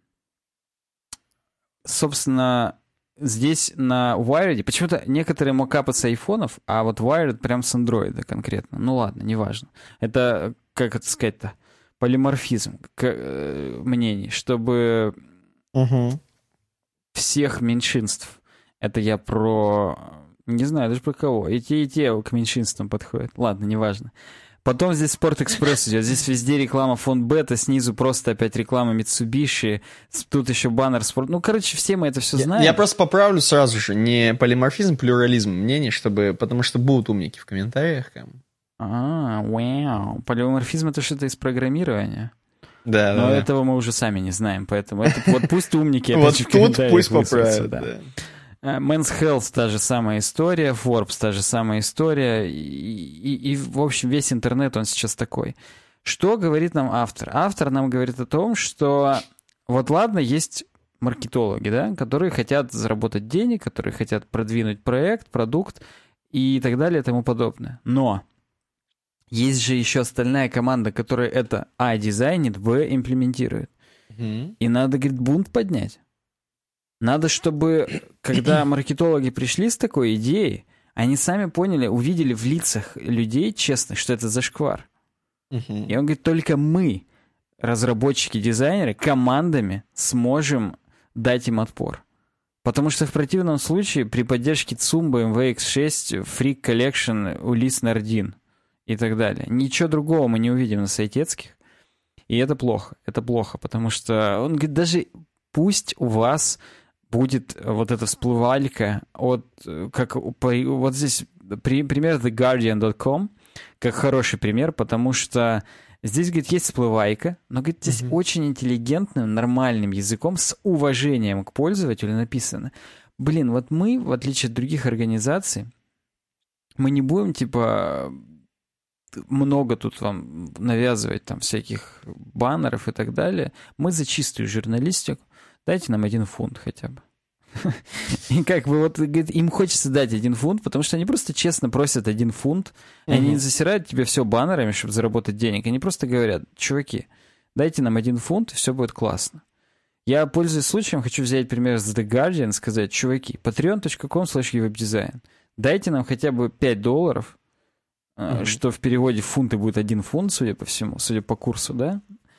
собственно, здесь на Wired почему-то некоторые мокапы с айфонов, а вот Wired прям с андроида конкретно. Ну ладно, неважно. Это, как это сказать-то, полиморфизм мнений, чтобы всех меньшинств. Это я про... Не знаю даже про кого. И те к меньшинствам подходят. Ладно, неважно. Потом здесь Спортэкспресс идет. Здесь везде реклама фонд Бета, снизу просто опять реклама Mitsubishi. Тут еще баннер спорт. Ну, короче, все мы это все знаем. Я просто поправлю сразу же. Не полиморфизм, плюрализм мнений, потому что будут умники в комментариях. Вау. Полиморфизм — это что-то из программирования. Да, но да. этого мы уже сами не знаем, поэтому это вот пусть умники вот тут пусть поправят, да. Men's Health — та же самая история, Forbes — та же самая история, и, в общем, весь интернет, он сейчас такой. Что говорит нам автор? Автор нам говорит о том, что вот ладно, есть маркетологи, да, которые хотят заработать денег, которые хотят продвинуть проект, продукт и так далее и тому подобное. Но есть же еще остальная команда, которая это дизайнит, имплементирует. И надо, говорит, бунт поднять. Надо, чтобы, когда маркетологи пришли с такой идеей, они сами поняли, увидели в лицах людей честно, что это зашквар. И он говорит, только мы, разработчики, дизайнеры, командами сможем дать им отпор. Потому что в противном случае при поддержке ЦУМ, BMW X6, Freak Collection, Ulysse Nardin и так далее, ничего другого мы не увидим на Сайтецких. И это плохо. Это плохо, потому что он говорит, даже пусть у вас будет вот эта всплывалька от, как вот здесь пример theguardian.com, как хороший пример, потому что здесь, говорит, есть всплывайка, но, говорит, здесь очень интеллигентным, нормальным языком, с уважением к пользователю написано. Блин, вот мы, в отличие от других организаций, мы не будем, типа, много тут вам навязывать там всяких баннеров и так далее. Мы за чистую журналистику. Дайте нам 1 фунт хотя бы. И как бы вот, говорит, им хочется дать 1 фунт, потому что они просто честно просят 1 фунт. Они не засирают тебе все баннерами, чтобы заработать денег. Они просто говорят, чуваки, дайте нам 1 фунт, и все будет классно. Я, пользуясь случаем, хочу взять пример с The Guardian, сказать, чуваки, patreon.com/webdesign. Дайте нам хотя бы $5, что в переводе в фунты будет 1 фунт, судя по всему, судя по курсу, да?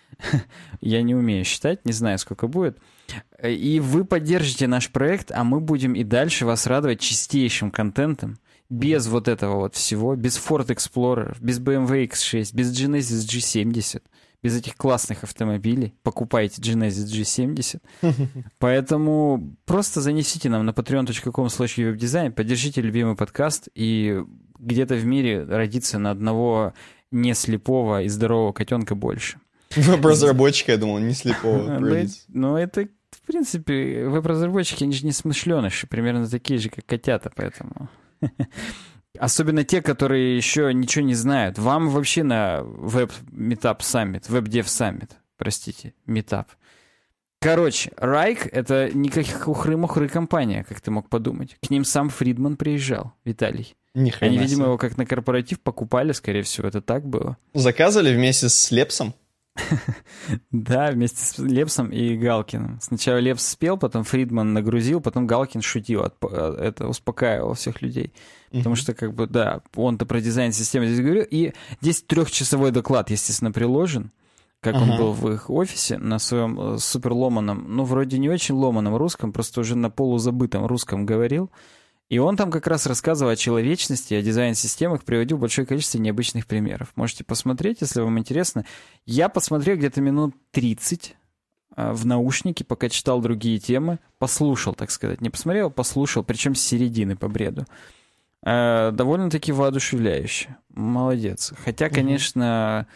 Я не умею считать, не знаю, сколько будет. И вы поддержите наш проект, а мы будем и дальше вас радовать чистейшим контентом, без вот этого вот всего, без Ford Explorer, без BMW X6, без Genesis G70, без этих классных автомобилей. Покупайте Genesis G70. Поэтому просто занесите нам на patreon.com/webdesign, поддержите любимый подкаст, и где-то в мире родится на одного не слепого и здорового котенка больше. Веб-разработчика, я думал, не слепого. Ну, это, в принципе, веб-разработчики, они же не смышленыши, примерно такие же, как котята, поэтому... Особенно те, которые еще ничего не знают. Вам вообще на Web Meetup Summit, Web Dev Summit, простите, Meetup. Короче, Райк — это не как хухры-мухры компания, как ты мог подумать. К ним сам Фридман приезжал, Виталий. Они, видимо, его как на корпоратив покупали, скорее всего, это так было. Заказывали вместе с Лепсом? Да, вместе с Лепсом и Галкиным. Сначала Лепс спел, потом Фридман нагрузил, потом Галкин шутил, это успокаивал всех людей. Потому что, как бы, да, он-то про дизайн системы здесь говорил. И здесь 3-часовой доклад, естественно, приложен, как он был в их офисе на своем супер ломаном, ну, вроде не очень ломаном русском, просто уже на полузабытом русском говорил. И он там как раз рассказывал о человечности, о дизайн-системах, приводил большое количество необычных примеров. Можете посмотреть, если вам интересно. Я посмотрел где-то минут 30 в наушнике, пока читал другие темы. Послушал, так сказать. Не посмотрел, послушал, причем с середины по бреду. Довольно-таки воодушевляюще. Молодец. Хотя, конечно,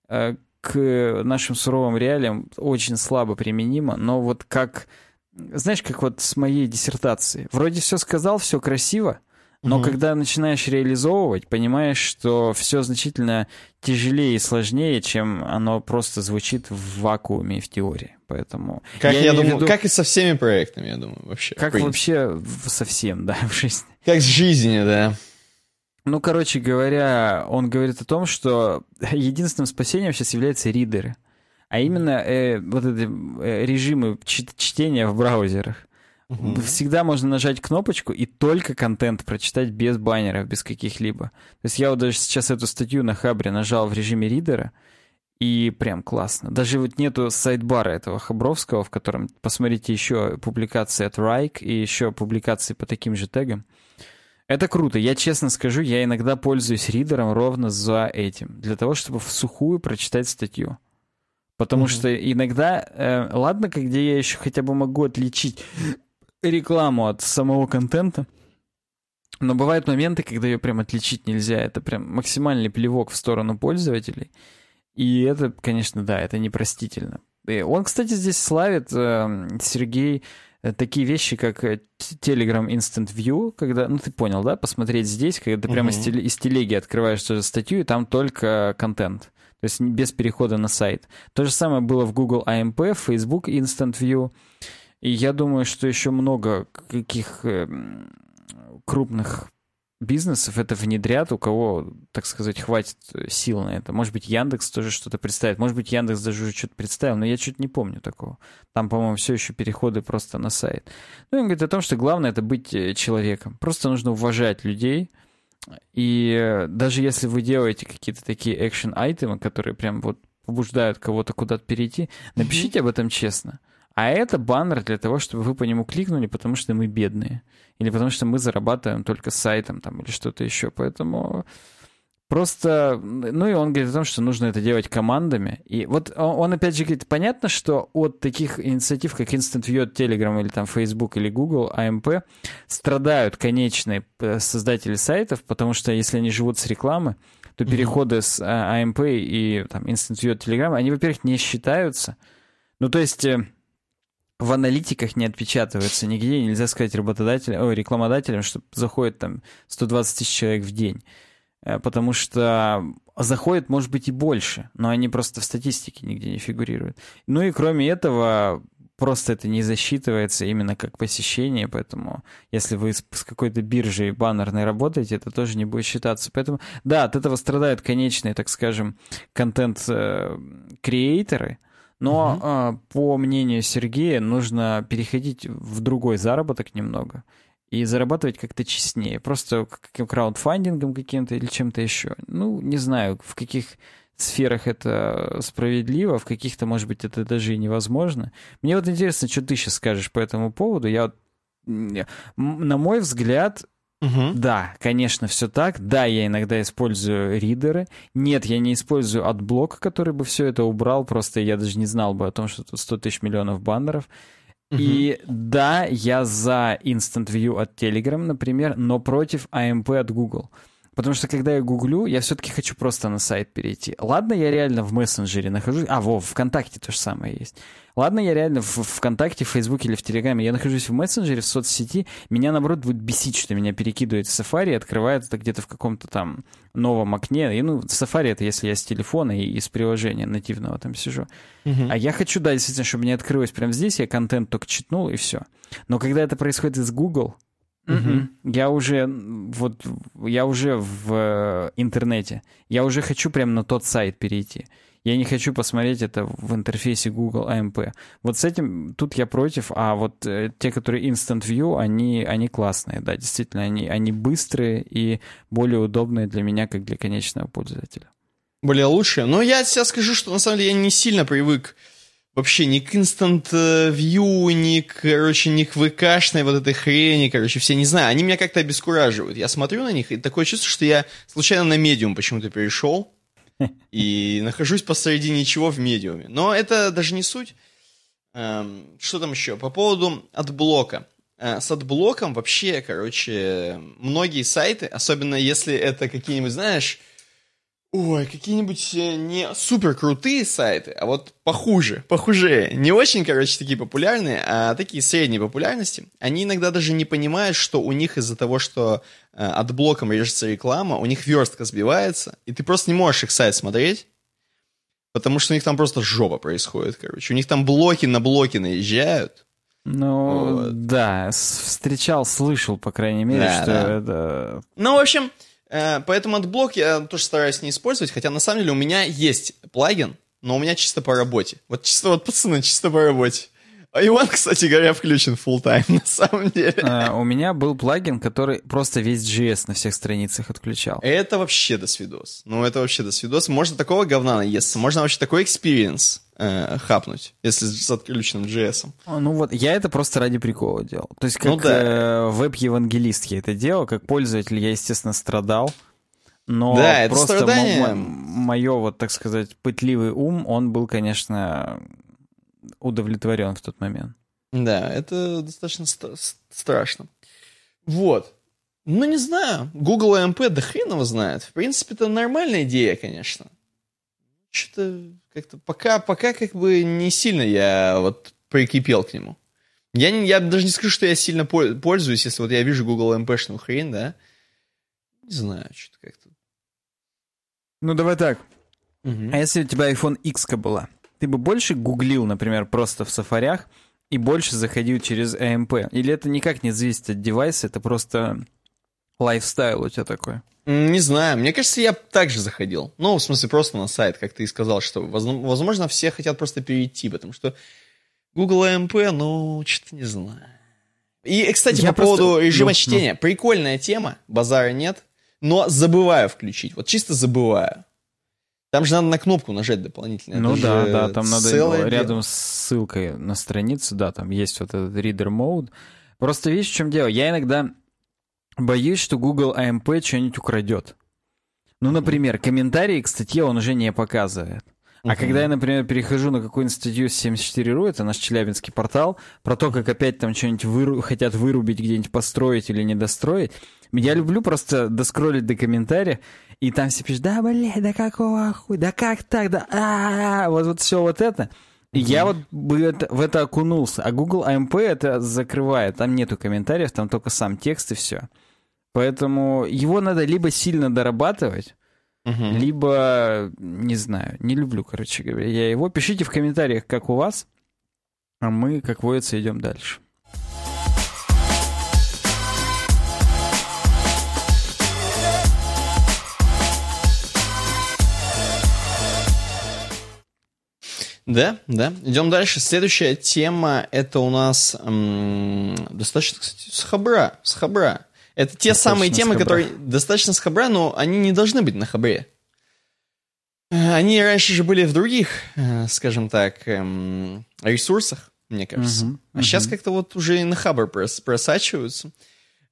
к нашим суровым реалиям очень слабо применимо, но вот как... Знаешь, как вот с моей диссертацией. Вроде все сказал, все красиво, но когда начинаешь реализовывать, понимаешь, что все значительно тяжелее и сложнее, чем оно просто звучит в вакууме и в теории. Поэтому... Я думаю, как и со всеми проектами, я думаю, вообще. Как вообще совсем, да, в жизни. Как с жизнью, да. Ну, короче говоря, он говорит о том, что единственным спасением сейчас являются ридеры. А именно вот эти режимы чтения в браузерах. Всегда можно нажать кнопочку и только контент прочитать без баннеров, без каких-либо. То есть я вот даже сейчас эту статью на Хабре нажал в режиме ридера, и прям классно. Даже вот нету сайдбара этого хабровского, в котором, посмотрите, еще публикации от Райк и еще публикации по таким же тегам. Это круто. Я честно скажу, я иногда пользуюсь ридером ровно за этим. Для того, чтобы всухую прочитать статью. Потому что иногда, ладно, где я еще хотя бы могу отличить рекламу от самого контента, но бывают моменты, когда ее прям отличить нельзя. Это прям максимальный плевок в сторону пользователей. И это, конечно, да, это непростительно. И он, кстати, здесь славит, Сергей, такие вещи, как Telegram Instant View, когда, ну ты понял, да, посмотреть здесь, когда ты прямо из телеги открываешь тоже статью, и там только контент. То есть без перехода на сайт. То же самое было в Google AMP, в Facebook Instant View. И я думаю, что еще много каких крупных бизнесов это внедрят, у кого, так сказать, хватит сил на это. Может быть, Яндекс тоже что-то представит. Может быть, Яндекс даже уже что-то представил, но я что-то не помню такого. Там, по-моему, все еще переходы просто на сайт. Ну, он говорит о том, что главное — это быть человеком. Просто нужно уважать людей. И даже если вы делаете какие-то такие экшен-айтемы, которые прям вот побуждают кого-то куда-то перейти, напишите об этом честно. А это баннер для того, чтобы вы по нему кликнули, потому что мы бедные. Или потому что мы зарабатываем только с сайтом там, или что-то еще. Поэтому просто... Ну и он говорит о том, что нужно это делать командами. И вот он опять же говорит, понятно, что от таких инициатив, как Instant View от Telegram или там Facebook или Google, AMP, страдают конечные создатели сайтов, потому что если они живут с рекламы, то переходы с AMP и там, Instant View от Telegram, они, во-первых, не считаются. Ну то есть... в аналитиках не отпечатывается нигде, нельзя сказать рекламодателям, что заходит там 120 тысяч человек в день. Потому что заходит, может быть, и больше, но они просто в статистике нигде не фигурируют. Ну и кроме этого, просто это не засчитывается именно как посещение, поэтому если вы с какой-то биржей баннерной работаете, это тоже не будет считаться. Поэтому, да, от этого страдают конечные, так скажем, контент-креаторы, но, по мнению Сергея, нужно переходить в другой заработок немного и зарабатывать как-то честнее. Просто краудфандингом каким-то или чем-то еще. Ну, не знаю, в каких сферах это справедливо, в каких-то, может быть, это даже и невозможно. Мне вот интересно, что ты сейчас скажешь по этому поводу. На мой взгляд, Да, конечно, все так. Да, я иногда использую ридеры. Нет, я не использую отблок, который бы все это убрал. Просто я даже не знал бы о том, что тут 100 тысяч миллионов баннеров. И да, я за Instant View от Telegram, например, но против AMP от Google. Потому что когда я гуглю, я все-таки хочу просто на сайт перейти. Ладно, я реально в мессенджере нахожусь. В ВКонтакте то же самое есть. Ладно, я реально в ВКонтакте, в Фейсбуке или в Телеграме. Я нахожусь в мессенджере, в соцсети. Меня, наоборот, будет бесить, что меня перекидывает в Safari, открывает это где-то в каком-то там новом окне. И, Safari — это если я с телефона и из приложения нативного там сижу. А я хочу, да, действительно, чтобы мне открылось прямо здесь, я контент только читнул, и все. Но когда это происходит из Google... Я уже в интернете. Я уже хочу прямо на тот сайт перейти. Я не хочу посмотреть это в интерфейсе Google AMP. Вот с этим тут я против, а вот те, которые Instant View, они классные, да, действительно, они быстрые и более удобные для меня, как для конечного пользователя. Более лучшие. Но я сейчас скажу, что на самом деле я не сильно привык вообще ни к Instant View, ни к ВКшной вот этой хрени, все, не знаю, они меня как-то обескураживают. Я смотрю на них, и такое чувство, что я случайно на Medium почему-то перешел, и нахожусь посреди ничего в Medium. Но это даже не суть. Что там еще? По поводу отблока. С отблоком вообще, многие сайты, особенно если это какие-нибудь, знаешь... какие-нибудь не супер крутые сайты, а вот похуже, не очень, такие популярные, а такие средней популярности, они иногда даже не понимают, что у них из-за того, что отблоком режется реклама, у них верстка сбивается, и ты просто не можешь их сайт смотреть, потому что у них там просто жопа происходит, у них там блоки на блоки наезжают. Да, слышал, по крайней мере, что это... В общем... Поэтому отблок я тоже стараюсь не использовать, хотя на самом деле у меня есть плагин, но у меня чисто по работе. Пацаны, чисто по работе. А Иван, кстати говоря, включен full time на самом деле. У меня был плагин, который просто весь JS на всех страницах отключал. Это вообще досвидос. Можно такого говна наесться, можно вообще такой экспириенс хапнуть, если с отключенным JS. Я это просто ради прикола делал. То есть как веб-евангелист я это делал, как пользователь я, естественно, страдал. Но это просто страдание. мое, так сказать, пытливый ум, он был, конечно, удовлетворен в тот момент. Да, это достаточно страшно. Не знаю. Google AMP, да хрен его знает. В принципе, это нормальная идея, конечно. Что-то как-то пока не сильно я прикипел к нему. Я даже не скажу, что я сильно пользуюсь, если я вижу Google AMP-шную хрень, да. Не знаю, что-то как-то. Давай так. А если у тебя iPhone X была, ты бы больше гуглил, например, просто в сафарях и больше заходил через AMP? Или это никак не зависит от девайса, это просто лайфстайл у тебя такой? Не знаю, мне кажется, я также заходил. В смысле, просто на сайт, как ты и сказал, что, возможно, все хотят просто перейти, потому что Google AMP, что-то не знаю. И, кстати, по поводу режима чтения. Прикольная тема, базара нет, но забываю включить, чисто забываю. Там же надо на кнопку нажать дополнительно. Да, там надо рядом с ссылкой на страницу, да, там есть этот reader mode. Просто видишь, в чем дело? Я иногда боюсь, что Google AMP что-нибудь украдет. Например, комментарии к статье он уже не показывает. А когда я, например, перехожу на какую-нибудь статью с 74.ru, это наш челябинский портал, про то, как опять там что-нибудь хотят вырубить, где-нибудь построить или недостроить, я люблю просто доскроллить до комментария, и там все пишут: да, блядь, да какого хуя, да как так, да, вот все это. И я в это окунулся. А Google AMP это закрывает, там нету комментариев, там только сам текст и все. Поэтому его надо либо сильно дорабатывать, либо, не знаю, не люблю, короче говоря, я его. Пишите в комментариях, как у вас, а мы, как водится, идем дальше. Да. Идем дальше. Следующая тема, это у нас достаточно, кстати, с Хабра. Это те самые темы, которые достаточно с Хабра, но они не должны быть на Хабре. Они раньше же были в других, скажем так, ресурсах, мне кажется. А сейчас как-то уже и на Хабр просачиваются.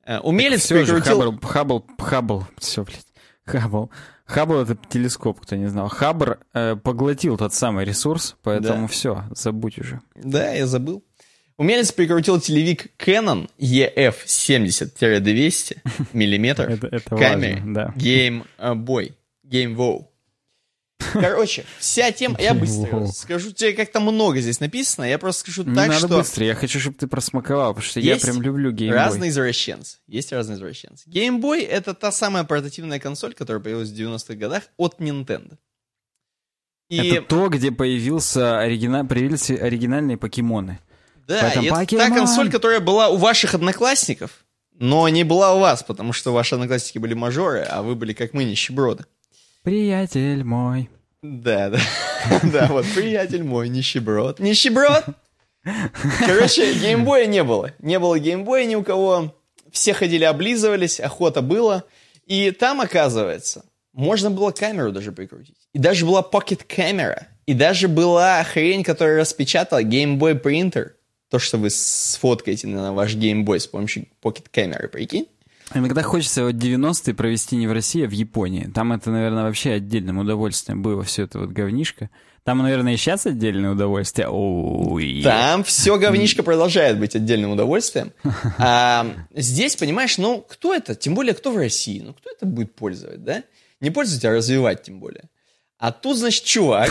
Умелец Все же, прикрутил... Хаббл, все, блядь, Хаббл это телескоп, кто не знал. Хаббл поглотил тот самый ресурс, поэтому все, забудь уже. Да, я забыл. Умелец прикрутил телевик Canon EF70-200 мм Это к камере важно, да. Game Wow. Короче, вся тема... Я быстро скажу, тебе как-то много здесь написано, я просто скажу Не так, надо что... быстро, я хочу, чтобы ты просмаковал, потому что я Есть прям люблю Game Boy. разные извращенцы. Game Boy — это та самая портативная консоль, которая появилась в 90-х годах от Nintendo. Это то, где появились оригинальные покемоны. Да, и это та консоль, которая была у ваших одноклассников, но не была у вас, потому что ваши одноклассники были мажоры, а вы были как мы, нищеброды. Приятель мой. Да. Да, вот, приятель мой, нищеброд. Нищеброд! Короче, геймбоя не было. Не было геймбоя ни у кого. Все ходили, облизывались, охота была. И там, оказывается, можно было камеру даже прикрутить. И даже была покет-камера. И даже была хрень, которая распечатала Game Boy Printer. То, что вы сфоткаете на ваш Game Boy с помощью покет-камеры, прикинь? Иногда хочется вот 90-е провести не в России, а в Японии. Там это, наверное, вообще отдельным удовольствием было, все это вот говнишко. Там, наверное, и сейчас отдельное удовольствие. Ой. Там все говнишко продолжает быть отдельным удовольствием. А здесь, понимаешь, ну, кто это? Тем более, кто в России? Ну, кто это будет пользовать, да? Не пользовать, а развивать, тем более. А тут, значит, чувак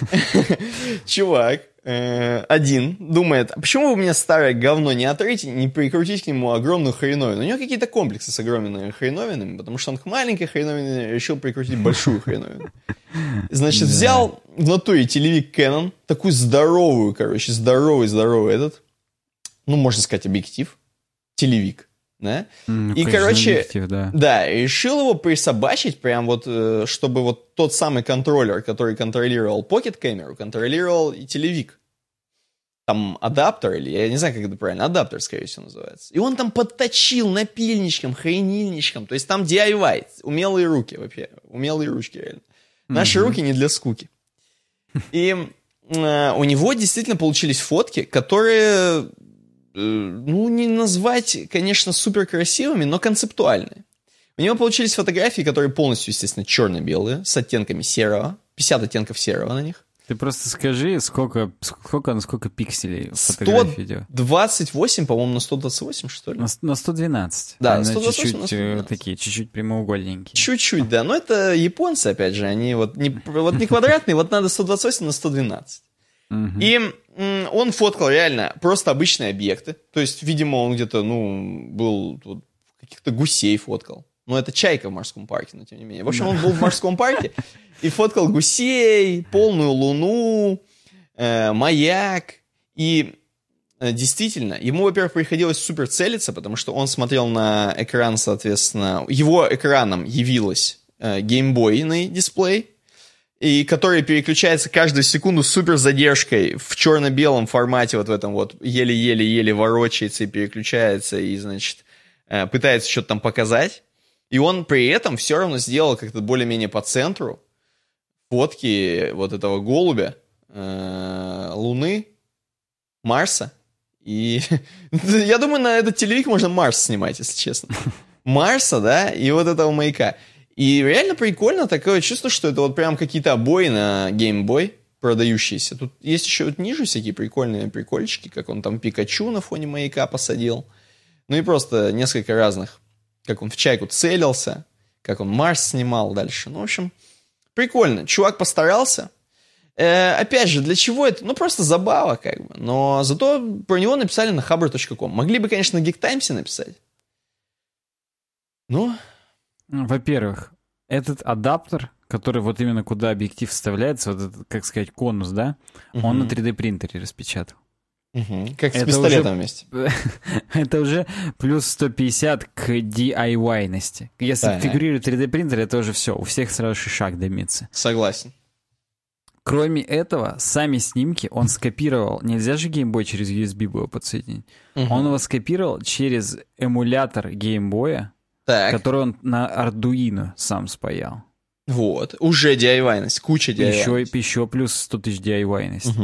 один думает, а почему вы мне старое говно не отрыть и не прикрутить к нему огромную хреновину? У него какие-то комплексы с огромными хреновинами, потому что он к маленькой хреновине решил прикрутить большую хреновину. Значит, взял в натуре телевик Canon, такую здоровую, короче, здоровый этот, ну, можно сказать, объектив, телевик. Да? И, короче, объектив, да, решил его присобачить прям вот, чтобы вот тот самый контроллер, который контролировал покет-камеру, контролировал и телевик. Там адаптер, или я не знаю, как это правильно, адаптер, скорее всего, называется. И он там подточил напильничком, хренильничком, то есть там DIY, умелые руки вообще, умелые ручки реально. Наши руки не для скуки. И у него действительно получились фотки, которые... ну, не назвать, конечно, супер красивыми, но концептуальные. У него получились фотографии, которые полностью, естественно, черно-белые, с оттенками серого, 50 оттенков серого на них. Ты просто скажи, сколько пикселей фотографии идет? 128, по-моему, на 128, что ли? На 112. Да, на 128 чуть-чуть на 112. Такие, чуть-чуть прямоугольненькие. Чуть-чуть, да. Но это японцы, опять же, они вот не квадратные, вот надо 128 на 112. И он фоткал реально просто обычные объекты. То есть, видимо, он где-то, ну, был вот, каких-то гусей фоткал. Ну, это чайка в морском парке, но тем не менее. В общем, он был в морском парке и фоткал гусей, полную луну, маяк. И действительно, ему, во-первых, приходилось супер целиться, потому что он смотрел на экран, соответственно, его экраном явилось геймбойный дисплей, и который переключается каждую секунду с супер задержкой в черно-белом формате, вот в этом вот еле-еле-еле ворочается и переключается, и, значит, пытается что-то там показать. И он при этом все равно сделал как-то более-менее по центру фотки вот этого голубя, Луны, Марса. И я думаю, на этот телевик можно Марс снимать, если честно. Марса, да, и вот этого маяка. И реально прикольно, такое чувство, что это вот прям какие-то обои на Game Boy продающиеся. Тут есть еще вот ниже всякие прикольные прикольчики, как он там Пикачу на фоне маяка посадил. Ну и просто несколько разных. Как он в чайку целился, как он Марс снимал дальше. Ну, в общем, прикольно. Чувак постарался. Опять же, для чего это? Ну, просто забава, как бы. Но зато про него написали на Hubber.com. Могли бы, конечно, на GeekTimes написать. Ну... Во-первых, этот адаптер, который вот именно куда объектив вставляется, вот этот, как сказать, конус, да, он на 3D принтере распечатал. Как с пистолетом вместе. Это уже плюс 150 к DIY-ности. Если фигурирует 3D принтер, это уже все, у всех сразу шаг дымится. Согласен. Кроме этого, сами снимки он скопировал, нельзя же Game Boy через USB было подсоединить, он его скопировал через эмулятор Game Boy, который он на Arduino сам спаял. Вот, уже DIY-ность, куча DIY-ности. Еще плюс 100 тысяч DIY-ности.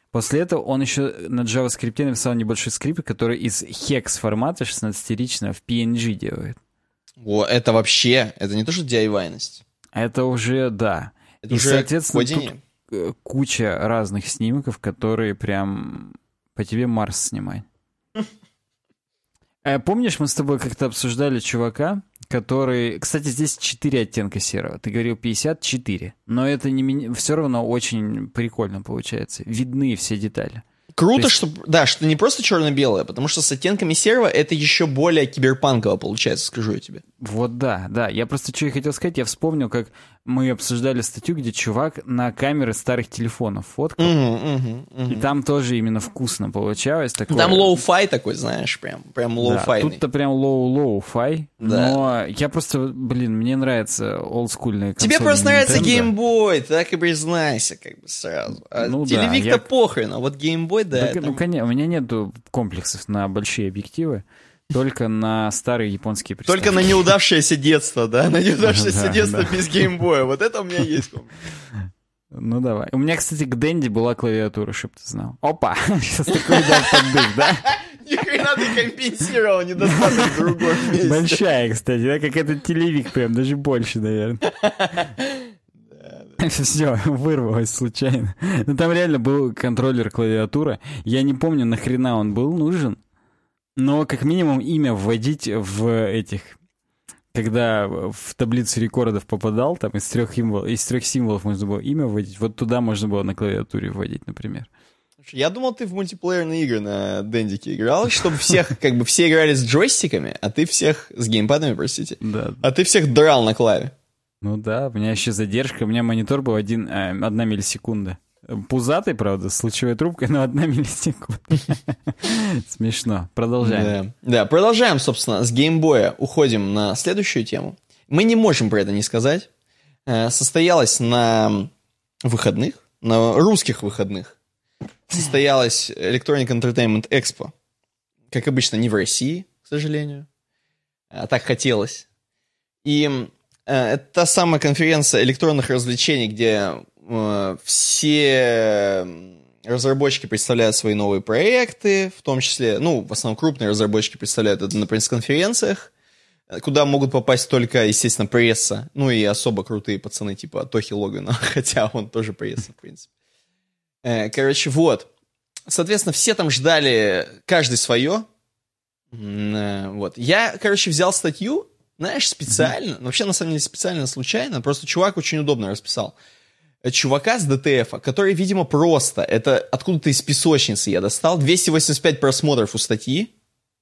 После этого он еще на JavaScript написал небольшой скрипт, который из hex формата 16-ричного в PNG делает. О, это вообще, это не то, что DIY-ность. Это уже, да. Это и, уже соответственно, кодение. тут куча разных снимков, которые прям по тебе Марс снимать. Помнишь, мы с тобой как-то обсуждали чувака, который... Кстати, здесь 4 оттенка серого. Ты говорил 54. Но это не все равно очень прикольно получается. Видны все детали. Круто, есть... что не просто черно-белое, потому что с оттенками серого это еще более киберпанково получается, скажу я тебе. Вот да. Я просто что и хотел сказать, я вспомнил, как мы обсуждали статью, где чувак на камеры старых телефонов фоткал. И там тоже именно вкусно получалось. Такое... Там лоу-фай такой, знаешь, прям лоу-файный. Да, тут-то прям лоу-фай. Да. Но я просто, мне нравятся олдскульные консоли. Тебе просто нравится Nintendo. геймбой, так и признайся как бы сразу. А Ну телевик-то похрен, а вот геймбой, да. Ну, конечно, у меня нету комплексов на большие объективы, только на старые японские приставки. Только на неудавшееся детство, да? На неудавшееся детство без геймбоя. Вот это у меня есть. Ну, давай. У меня, кстати, к Денди была клавиатура, чтоб ты знал. Опа! Сейчас такой удар поддых, да? Ни хрена ты компенсировал недостаток в другом месте. Большая, кстати, да? Как этот телевик прям, даже больше, наверное. Все, вырвалось случайно. Но там реально был контроллер клавиатура. Я не помню, нахрена он был нужен. Но как минимум имя вводить в этих... Когда в таблицу рекордов попадал, там из 3 символов можно было имя вводить. Вот туда можно было на клавиатуре вводить, например. Я думал, ты в мультиплеерные игры на Дендике играл, чтобы всех, как бы все играли с джойстиками, а ты всех... С геймпадами, простите. Да. А ты всех драл на клаве. Ну да, у меня еще задержка, у меня монитор был 1 миллисекунда. Пузатый, правда, с лучевой трубкой, но 1 миллисекунда. Смешно. Продолжаем. Да, продолжаем, собственно, с геймбоя. Уходим на следующую тему. Мы не можем про это не сказать. Состоялось на выходных, на русских выходных, состоялась Electronic Entertainment Expo. Как обычно, не в России, к сожалению. А так хотелось. И это та самая конференция электронных развлечений, где все разработчики представляют свои новые проекты, в том числе, в основном крупные разработчики представляют это на пресс-конференциях, куда могут попасть только, естественно, пресса, и особо крутые пацаны типа Тохи Логана, хотя он тоже пресса, в принципе. Короче, вот. Соответственно, все там ждали каждый свое. Вот. Я, взял статью, знаешь, специально, вообще, на самом деле, специально, случайно, просто чувак очень удобно расписал. Чувака с ДТФа, который, видимо, просто, это откуда-то из песочницы я достал, 285 просмотров у статьи.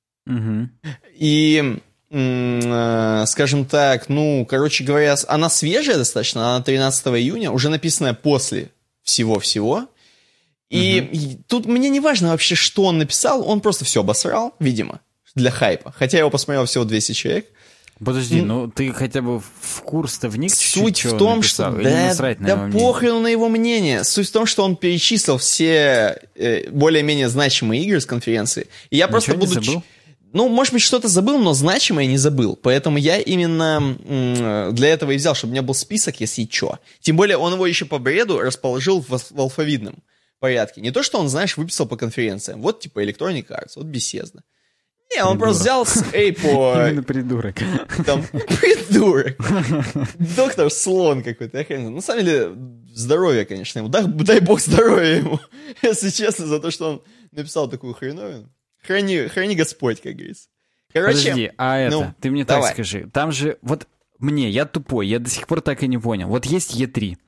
И, скажем так, говоря, она свежая достаточно, она 13 июня, уже написанная после всего-всего. И тут мне не важно вообще, что он написал, он просто все обосрал, видимо, для хайпа. Хотя его посмотрел всего 200 человек. Подожди, ты хотя бы в курс-то вник чуть-чуть? Суть в том, что... Да похрену на его мнение. Суть в том, что он перечислил все более-менее значимые игры с конференции. И я просто буду... Забыл? Может быть, что-то забыл, но значимое не забыл. Поэтому я именно для этого и взял, чтобы у меня был список, если что. Тем более, он его еще по бреду расположил в алфавитном порядке. Не то, что он, знаешь, выписал по конференциям. Вот, типа, Electronic Arts, вот Bethesda. Не, он просто взял с по... Именно придурок. Там, придурок. Доктор Слон какой-то. На самом деле, здоровье, конечно, ему. Дай бог здоровья ему. Если честно, за то, что он написал такую хреновину. Храни Господь, как говорится. Подожди, ты мне так скажи. Там же, я тупой, я до сих пор так и не понял. Вот есть E3.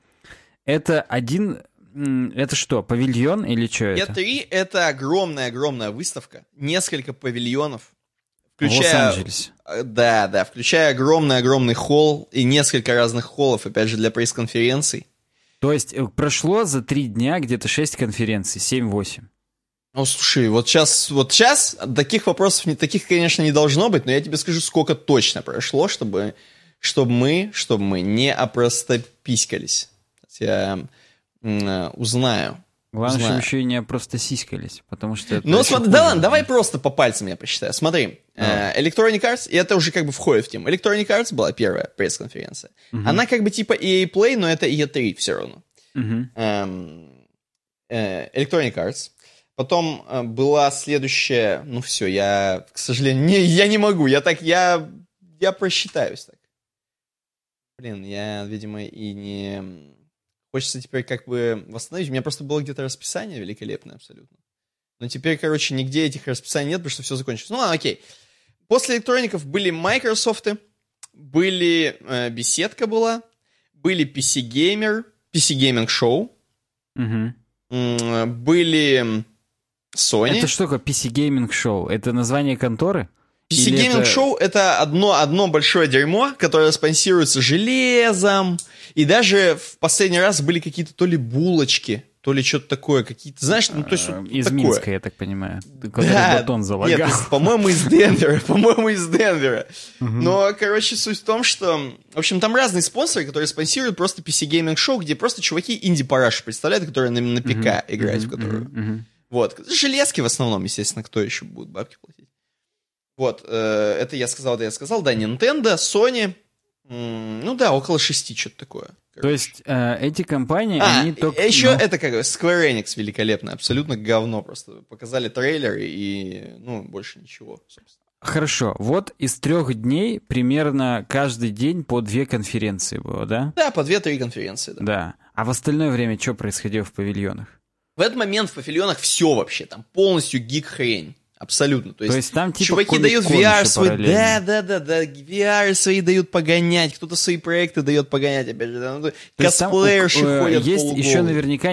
Это что, павильон или что это? E3 — это огромная-огромная выставка. Несколько павильонов. В Лос-Анджелесе. Да, включая огромный холл и несколько разных холлов, опять же, для пресс-конференций. То есть прошло за 3 дня где-то 6 конференций, 7-8. Слушай, вот сейчас таких вопросов, конечно, не должно быть, но я тебе скажу, сколько точно прошло, чтобы мы не опростописькались. Я узнаю. Главное, чтобы еще и не просто сиськались, потому что... Смотри, ладно, давай просто по пальцам я посчитаю. Смотри, Electronic Arts, и это уже входит в тему. Electronic Arts была первая пресс-конференция. Она типа EA Play, но это E3 все равно. Electronic Arts. Потом была следующая... Ну все, я, к сожалению, я не могу. Я просчитаюсь так. Блин, я, видимо, и не... Хочется теперь как бы восстановить. У меня просто было где-то расписание великолепное абсолютно. Но теперь, короче, нигде этих расписаний нет, потому что все закончилось. Ну ладно, окей. После электроников были Microsoft, были беседка была, были PC Gamer, PC Gaming Show, были Sony. Это что такое PC Gaming Show? Это название конторы? PC Gaming Show — это одно большое дерьмо, которое спонсируется железом, и даже в последний раз были какие-то то ли булочки, то ли что-то такое, какие-то, знаешь, ну то есть вот из такое. Минска, я так понимаю, который батон залагал. Нет, по-моему, из Денвера, Но, короче, суть в том, что, в общем, там разные спонсоры, которые спонсируют просто PC Gaming Show, где просто чуваки инди-параши представляют, которые на ПК играть, в которую. Вот, железки в основном, естественно, кто еще будет бабки платить. Вот, это я сказал, да, Nintendo, Sony, ну да, около 6, что-то такое. Короче. То есть эти компании, они только... еще это как Square Enix великолепно, абсолютно говно просто. Показали трейлер и, ну, больше ничего, собственно. Хорошо, вот из 3 дней примерно каждый день по 2 конференции было, да? Да, по 2-3 конференции, да. Да, а в остальное время что происходило в павильонах? В этот момент в павильонах все вообще, там полностью гик-хрень. Абсолютно. То есть там типа чуваки дают VR свой, да, VR свои дают погонять, кто-то свои проекты дает погонять, опять же, косплеерши ходят есть полуголые. еще наверняка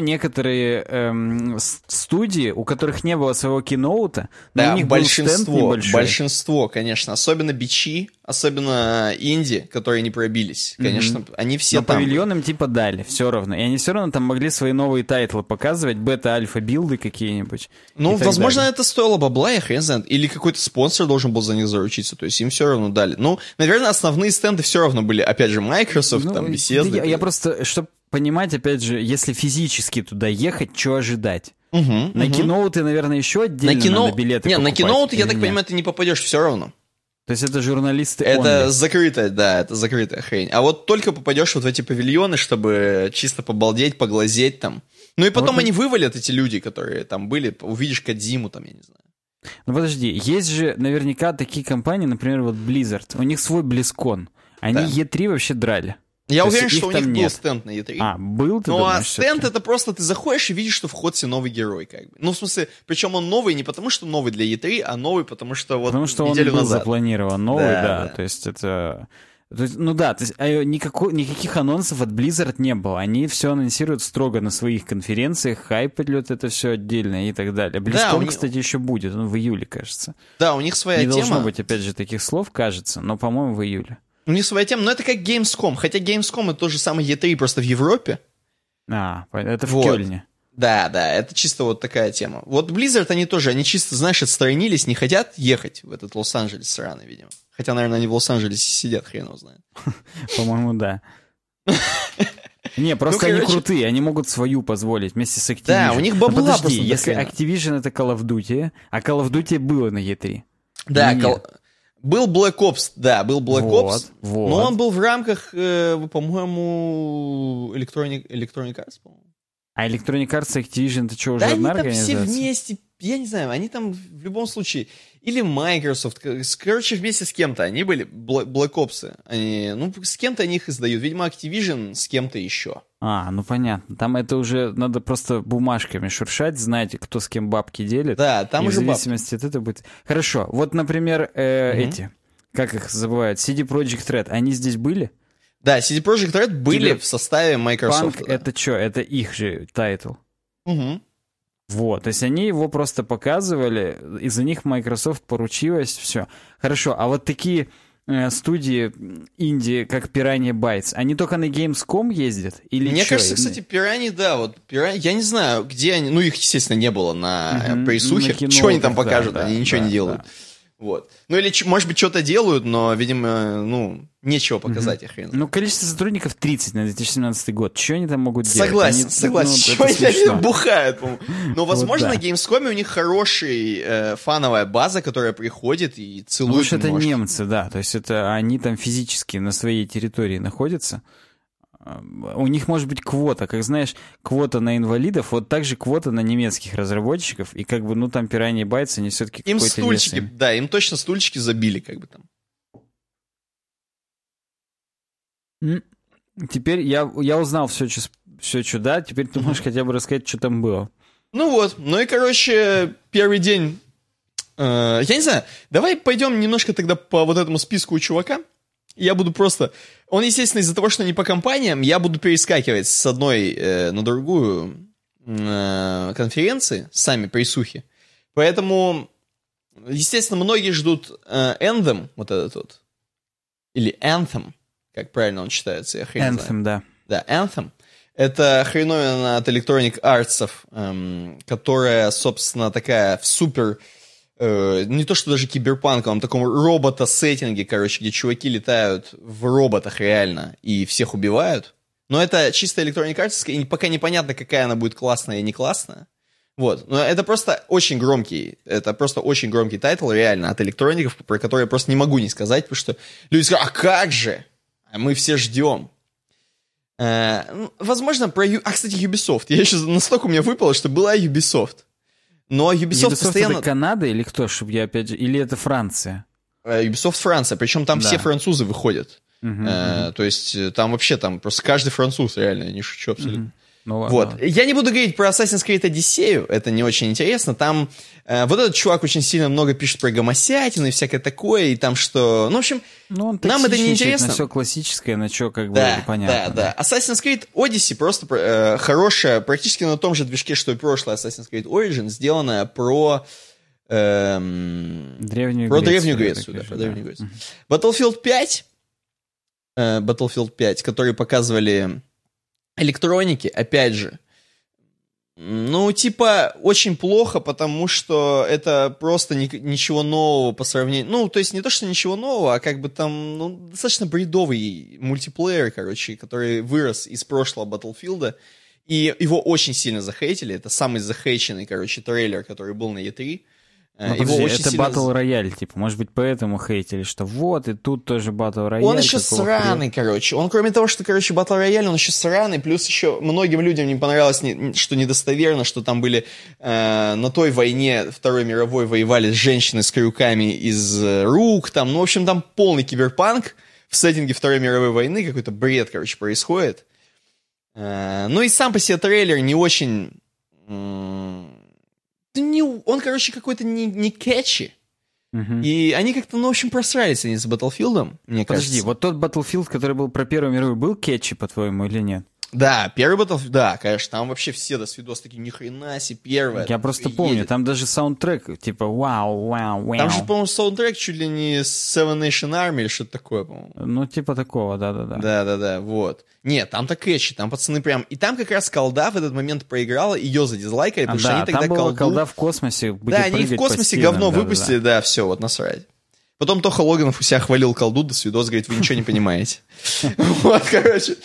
некоторые студии, у которых не было своего киноута, но да, у них был стенд небольшой. Большинство, конечно, особенно бичи, особенно инди, которые не пробились, конечно, они все но там. павильон им типа дали, все равно, и они все равно там могли свои новые тайтлы показывать, бета-альфа-билды какие-нибудь. Ну, возможно, это стоило бабла, я хрен знает. Или какой-то спонсор должен был за них заручиться. То есть им все равно дали. Ну, наверное, основные стенды все равно были. Опять же, Microsoft, там, Bethesda. Я просто, чтобы понимать, опять же, если физически туда ехать, что ожидать? На киноуты, наверное, еще отдельно надо билеты покупать. На киноуты, я так понимаю, ты не попадешь все равно. То есть это журналисты Это закрытая, да, это закрытая хрень. А вот только попадешь вот в эти павильоны, чтобы чисто побалдеть, поглазеть там. Ну и потом они вывалят, эти люди, которые там были, увидишь Кодзиму там, я не знаю. Ну подожди, есть же наверняка такие компании, например, вот Blizzard, у них свой BlizzCon, они E3 вообще драли. Я уверен, что у них был стенд на E3. Был, ты думаешь? Ну, а стенд все-таки? Это просто ты заходишь и видишь, что в Ходсе новый герой, как бы. Ну, в смысле, причем он новый не потому, что новый для E3, а новый, потому что вот потому что неделю он был назад. Запланирован новый, да. То есть это... Ну да, то есть никаких анонсов от Blizzard не было. Они все анонсируют строго на своих конференциях, хайп идет это все отдельно и так далее. BlizzCon, кстати, еще будет, он в июле, кажется. Да, у них своя тема. Не должно быть, опять же, таких слов, кажется, но, по-моему, в июле. У них своя тема, но это как Gamescom. Хотя Gamescom — это то же самое E3, просто в Европе. Это в Кёльне. Да, это чисто вот такая тема. Вот Blizzard, они чисто, знаешь, отстранились, не хотят ехать в этот Лос-Анджелес сраный, видимо. Хотя, наверное, они в Лос-Анджелесе сидят, хрен его знает. По-моему, да. Не, просто они крутые, они могут свою позволить вместе с Activision. Да, у них бабла просто. Если Activision — это Call of Duty, а Call of Duty было на E3. Да, был Black Ops, Ops, но он был в рамках, по-моему, Electronic Arts, по-моему. А Electronic Arts и Activision — это что, уже одна организация? Да они там все вместе, я не знаю, они там в любом случае, или Microsoft, короче, вместе с кем-то они были, Black Ops, с кем-то они их издают, видимо, Activision с кем-то еще. Ну понятно, там это уже надо просто бумажками шуршать, знаете, кто с кем бабки делит. Да, там уже бабки. В зависимости от этого будет... Хорошо, вот, например, эти, как их называют, CD Projekt Red, они здесь были? Да, CD Projekt Red были в составе Microsoft. Punk — это что? Это их же тайтл. Вот, то есть они его просто показывали, из-за них Microsoft поручилась, все. Хорошо, а вот такие студии инди, как Piranha Bytes, они только на Gamescom ездят? Или мне что? Кажется, кстати, Piranha, я не знаю, где они, их, естественно, не было на пресухе, что они там покажут, они ничего не делают. Вот. Или, может быть, что-то делают, но, видимо, нечего показать их. Количество сотрудников 30 на 2017 год. Что они там могут делать? Согласен. Что они бухают, по-моему. Но, возможно, на Gamescom у них хорошая фановая база, которая приходит и целует. Потому что это немцы, да. То есть это они там физически на своей территории находятся. У них может быть квота, как знаешь, квота на инвалидов, вот так же квота на немецких разработчиков, и как бы, ну, там Piranha Bytes, они все-таки Им какой-то стульчики, вес да, им точно стульчики забили, как бы там. Теперь я узнал все, что да, теперь ты можешь хотя бы рассказать, что там было. Ну вот, ну и, короче, первый день... я не знаю, давай пойдем немножко тогда по вот этому списку у чувака. Я буду просто... Он, естественно, из-за того, что не по компаниям, я буду перескакивать с одной на другую конференции, сами присухи. Поэтому, естественно, многие ждут Anthem, вот этот вот. Или Anthem, как правильно он читается, я хрен знаю. Anthem, да. Да, Anthem. Это хреновина от Electronic Arts, которая, собственно, такая в супер... не то, что даже киберпанковом, таком робота-сеттинге, короче, где чуваки летают в роботах реально и всех убивают. Но это чисто Electronic Arts, и пока непонятно, какая она будет классная и не классная. Вот. Но это просто очень громкий тайтл, реально, от электроников, про который я просто не могу не сказать, потому что люди скажут, а как же? А мы все ждем. Возможно, кстати, Ubisoft. Я еще настолько у меня выпало, что была Ubisoft. Но Ubisoft постоянно... это Канада или кто, чтобы я опять же... Или это Франция? Ubisoft Франция, причем там все французы выходят. То есть там вообще просто каждый француз, реально, я не шучу абсолютно. Ну, ладно, вот. ладно. Я не буду говорить про Assassin's Creed Odyssey, это не очень интересно. Там вот этот чувак очень сильно много пишет про гомосятину и всякое такое, и там что... Ну, в общем, нам это не интересно. На все классическое, на что как да, бы понятно. Да. Assassin's Creed Odyssey просто хорошая, практически на том же движке, что и прошлое Assassin's Creed Origins, сделанная про... Древнюю Грецию. Battlefield 5, который показывали электроники, опять же, ну, типа, очень плохо, потому что это просто ничего нового по сравнению... Ну, то есть не то, что ничего нового, а как бы там, достаточно бредовый мультиплеер, короче, который вырос из прошлого Battlefield, и его очень сильно захейтили. Это самый захейченный, короче, трейлер, который был на E3. Это Battle Royale, типа, может быть, поэтому хейтили, что вот, и тут тоже Battle Royale. Он еще сраный, короче. Он, кроме того, что, короче, Battle Royale, он еще сраный, плюс еще многим людям не понравилось, что недостоверно, что там были на той войне Второй мировой воевали женщины с крюками из рук, там, ну, в общем, там полный киберпанк в сеттинге Второй мировой войны, какой-то бред, короче, происходит. Ну и сам по себе трейлер не очень... Он, короче, какой-то не кэтчи. И они как-то, в общем, просрались они с Battlefield'ом, мне кажется. Подожди, вот тот Battlefield, который был про Первую мировую, был кэтчи, по-твоему, или нет? Да, первый Battlefield, да, конечно, там вообще все до свидос такие, ни хрена себе, первая. Я просто помню, там даже саундтрек, типа, вау. Там же, по-моему, саундтрек чуть ли не Seven Nation Army или что-то такое, по-моему. Ну, типа такого, да. Да, вот. Нет, там-то кэтчи, там пацаны прям... И там как раз колда в этот момент проиграла, ее задизлайкали, потому что они тогда там была колда в космосе, будет да, они в космосе говно выпустили, да, все, вот насрать. Потом Тоха Логанов у себя хвалил колду, до свидос, говорит, вы ничего не понимаете. Вот, короче...